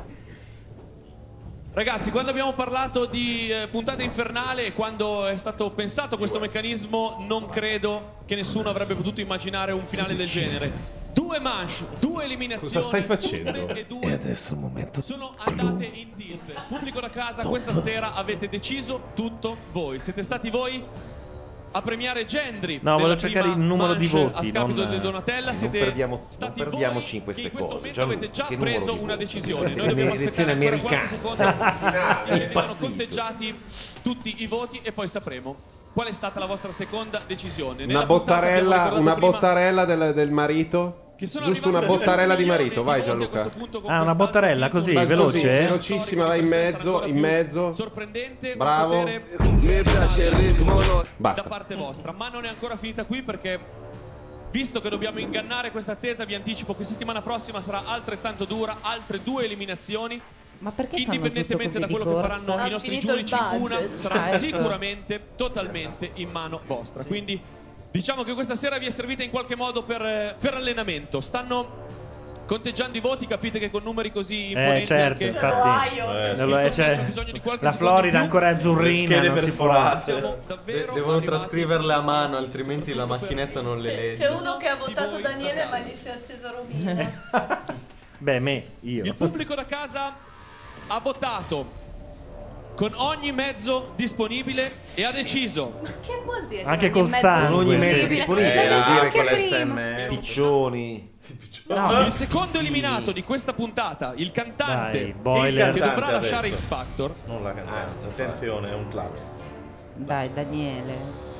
Ragazzi, quando abbiamo parlato di eh, puntata infernale e quando è stato pensato questo meccanismo, non credo che nessuno avrebbe potuto immaginare un finale del genere. Due manche, due eliminazioni. Cosa stai facendo? una e due E adesso il momento sono andate in tilt. Pubblico da casa, questa sera avete deciso tutto voi. Siete stati voi a premiare Gendry. No, nella volevo cercare prima il numero di manche voti, A scapito non- di Donatella, non siete perdiamo- non stati perdiamoci voi in queste che in questo cose. momento Gianlu- avete già che numero preso di una voti? decisione. È Noi dobbiamo un'elezione aspettare ancora quaranta americana. secondi che vengano Impazzito. conteggiati tutti i voti e poi sapremo qual è stata la vostra seconda decisione. Una Nella puntata abbiamo bottarella, ricordato una prima bottarella del, del marito? sono Giusto una arrivati bottarella di milioni marito, di vai voti a Gianluca. questo punto con Ah, una bottarella così, Vai così, veloce? velocissima, vai in mezzo, in mezzo. sorprendente Bravo. poter Mi piace il ritmo, no? da Basta. parte vostra, ma non è ancora finita qui perché visto che dobbiamo ingannare questa attesa, vi anticipo che settimana prossima sarà altrettanto dura, altre due eliminazioni. Ma perché fanno Indipendentemente tutto da così quello di che corsa? faranno Ha i nostri finito il giudici, una budget. sarà Ah, ecco. sicuramente totalmente in mano vostra. Quindi diciamo che questa sera vi è servita in qualche modo per, per allenamento. Stanno conteggiando i voti, capite che con numeri così imponenti Eh, certo, anche infatti. Eh, Eh, lo è, c'è- c'è bisogno di qualche la secondo Florida in più. ancora è azzurrina, schede non si può. perforate. Davvero De- devono arrivati- trascriverle a mano, altrimenti la macchinetta non le C'è, legge. c'è uno che ha votato Daniele ma gli si è accesa Romina. Beh, me, io. Il pubblico da casa ha votato con ogni mezzo disponibile e ha deciso Che vuol dire? Anche con col sangue. Con ogni mezzo Disponibile. disponibile, Eh, vuol dire anche con prima. l'S M piccioni. No. il secondo eliminato di questa puntata, il cantante Dai, Boiler. che dovrà cantante lasciare adesso. X Factor. Non la cantante. Attenzione, è un clap. Dai, Daniele.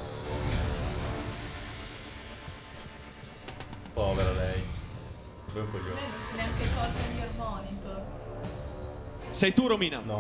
Povera lei. Due coglioni. Non si neanche accorge il mio monitor. Sei tu, Romina? No.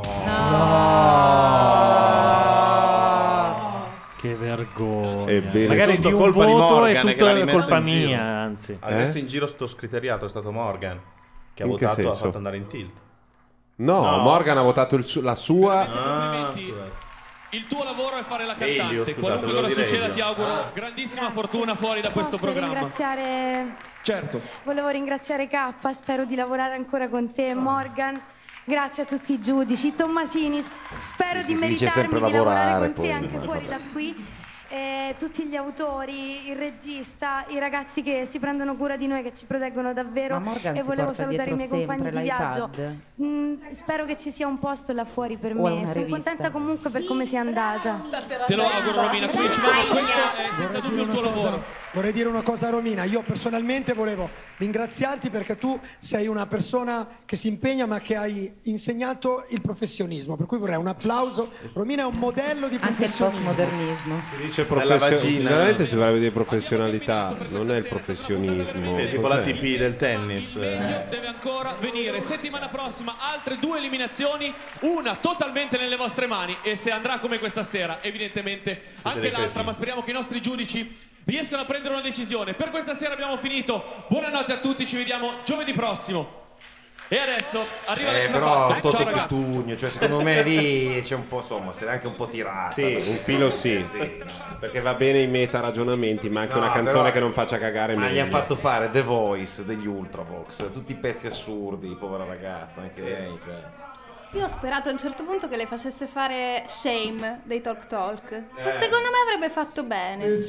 Che vergogna. Ebbene, Magari tutto di un colpa di voto Morgan, è che l'ha tutta rimesso colpa in giro. mia, anzi. Ha messo Eh? in giro sto scriteriato, è stato Morgan che ha In che votato, ha senso? fatto andare in tilt. No, No. Morgan ha votato il su- la sua. Complimenti. Il tuo lavoro è fare la cantante. Elio, scusate, Qualunque volevo cosa dire succeda, Elio. ti auguro grandissima fortuna fuori da questo Posso programma. ringraziare, Certo. volevo ringraziare K, spero di lavorare ancora con te, Morgan. Grazie a tutti i giudici, Tommasini, sp- spero Sì, di si dice meritarmi sempre di lavorare lavorare, con te poi. anche fuori da qui. E tutti gli autori, il regista, i ragazzi che si prendono cura di noi, che ci proteggono davvero. Ma Morgan E si volevo porta salutare i miei dietro compagni sempre di viaggio. l'iPad? Mm, spero che ci sia un posto là fuori per O è me. una Sono rivista? contenta comunque per come sia andata. Te lo auguro, Romina. Come dicevamo, questo è senza dubbio il tuo lavoro. Vorrei dire una cosa a Romina, io personalmente volevo ringraziarti perché tu sei una persona che si impegna ma che hai insegnato il professionismo, per cui vorrei un applauso. Romina è un modello di Anche il professionismo. postmodernismo. Si dice Nella professionalità. vagina. Veramente si dovrebbe dire professionalità, non è il professionismo. Sì, tipo Cos'è? la T P del tennis. eh. Deve ancora venire settimana prossima altre due eliminazioni, una totalmente nelle vostre mani e se andrà come questa sera evidentemente anche dei l'altra, cretini. ma speriamo che i nostri giudici riescano a prendere una decisione. Per questa sera abbiamo finito, buonanotte a tutti, ci vediamo giovedì prossimo. E adesso arriva la Eh, cifra però quattro. Totti Ciao ragazzi. Cutugno, cioè secondo me lì c'è un po', insomma, se l'è anche un po' tirata. Sì, un filo sì, perché va bene i meta ragionamenti, ma anche No, una canzone però- che non faccia cagare Ma gli meglio. hanno fatto fare The Voice degli Ultravox, tutti i pezzi assurdi, povera ragazza, anche lei, cioè. Io ho sperato a un certo punto che le facesse fare Shame dei Talk Talk, che Eh. secondo me avrebbe fatto bene.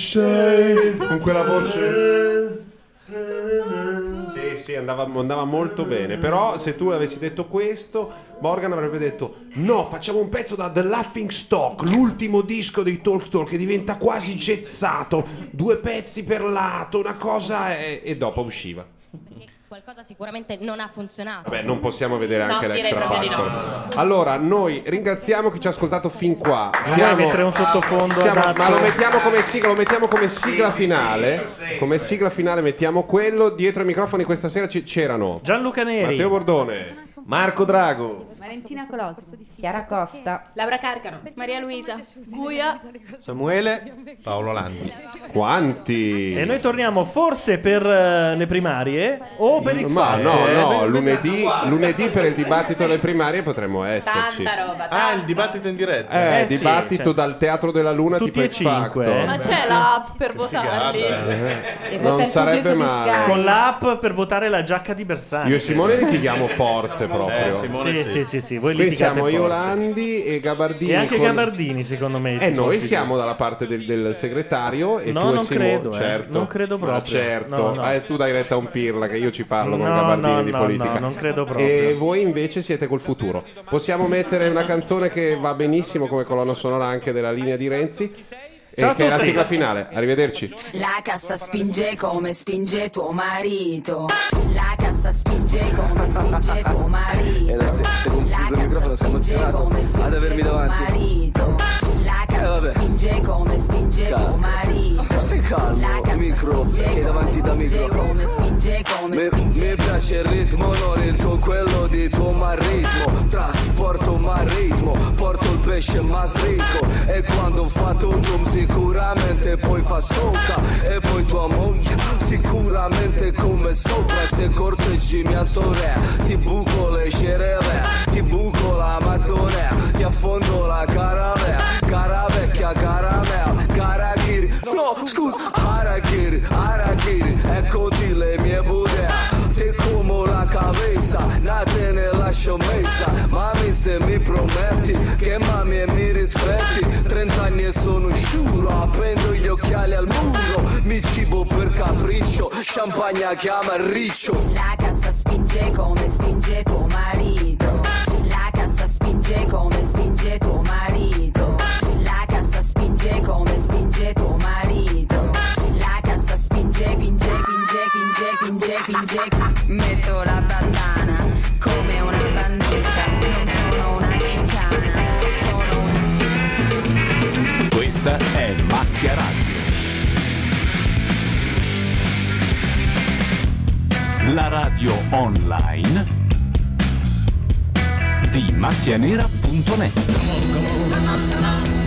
Con quella voce. Sì, sì, andava, andava molto bene. Però se tu avessi detto questo, Morgan avrebbe detto: no, facciamo un pezzo da The Laughing Stock, l'ultimo disco dei Talk Talk che diventa quasi jazzato, due pezzi per lato, una cosa e, e dopo usciva. Qualcosa sicuramente non ha funzionato. Vabbè, non possiamo vedere No, anche direi l'Extra proprio di Factor. no. Allora, noi ringraziamo chi ci ha ascoltato fin qua. vuoi mettere un sottofondo siamo- adatto? ma lo mettiamo come sigla, lo mettiamo come sigla finale. Come sigla finale mettiamo quello. Dietro ai microfoni questa sera ci- c'erano Gianluca Neri, Matteo Bordone, Marco Drago, Valentina Colosi, Chiara Costa, Laura Carcano, Maria Luisa, Guia, Samuele, Paolo Landi. Quanti? E noi torniamo forse per eh, le primarie o per X Ma no, Factor. no, Eh, lunedì, lunedì per il dibattito delle primarie potremmo esserci. Tanta roba, Ah, il dibattito in diretta. Eh, Eh sì, dibattito cioè. dal Teatro della Luna Tutti tipo e X cinque, Factor. eh. ma c'è l'app per votarli. Eh, vota non il sarebbe pubblico di male. Sky. Con l'app per votare la giacca di Bersani. Io e Simone litighiamo forte proprio. Eh, Simone Sì, sì. sì, sì, sì, voi Qui litigate siamo forte. Iolandi e Gabardini. E anche con- Gabardini, secondo me. E ti noi porti siamo giusto. dalla parte del, del segretario e No, tu e non Simone, credo, eh. certo. Non credo Ma proprio. certo. No, no. Eh, tu dai retta a un pirla che io ci parlo con No, Gabardini no, di no, politica. no, non credo proprio. E voi invece siete col futuro. Possiamo mettere una canzone che va benissimo come colonna sonora anche della linea di Renzi. E Ciao a che è la tutti. sigla finale. Arrivederci. La cassa spinge come spinge tuo marito. La cassa spinge come spinge tuo marito. E se, se confuso il microfono sei emozionato ad avermi davanti. Marito. La Eh vabbè. cassa spinge come spinge tuo Calma. marito. Stai calmo, micro, che hai davanti da micro. Come spinge come Mi, mi piace il ritmo, non il tuo, quello di tuo maritmo. Trasporto maritmo, porto il pesce ma sricco. E quando ho fatto un zoom sicuramente poi fa soca. E poi tua moglie sicuramente come sopra. E se corteggi mia sorella, ti buco le cereve, ti buco la mattonea, ti affondo la caravella, cara vecchia caramella, carachiri, no scusa, harakiri, harakiri, eccoti le mie budea, te como la cabeza, na te ne lascio messa, mami se mi prometti, che mami e mi rispetti, trent'anni e sono sciuro, appendo gli occhiali al muro, mi cibo per capriccio, champagna chiama il riccio. La cassa spinge come spinge tuo marito. La cassa spinge come spinge tuo marito. La cassa spinge come spinge tuo marito. La cassa spinge, spinge, spinge, spinge, spinge, spinge. Metto la bandana come una bandita. Non sono una cicana, sono una cicana. Questa è Macchia Radio. La radio online di macchianera punto net.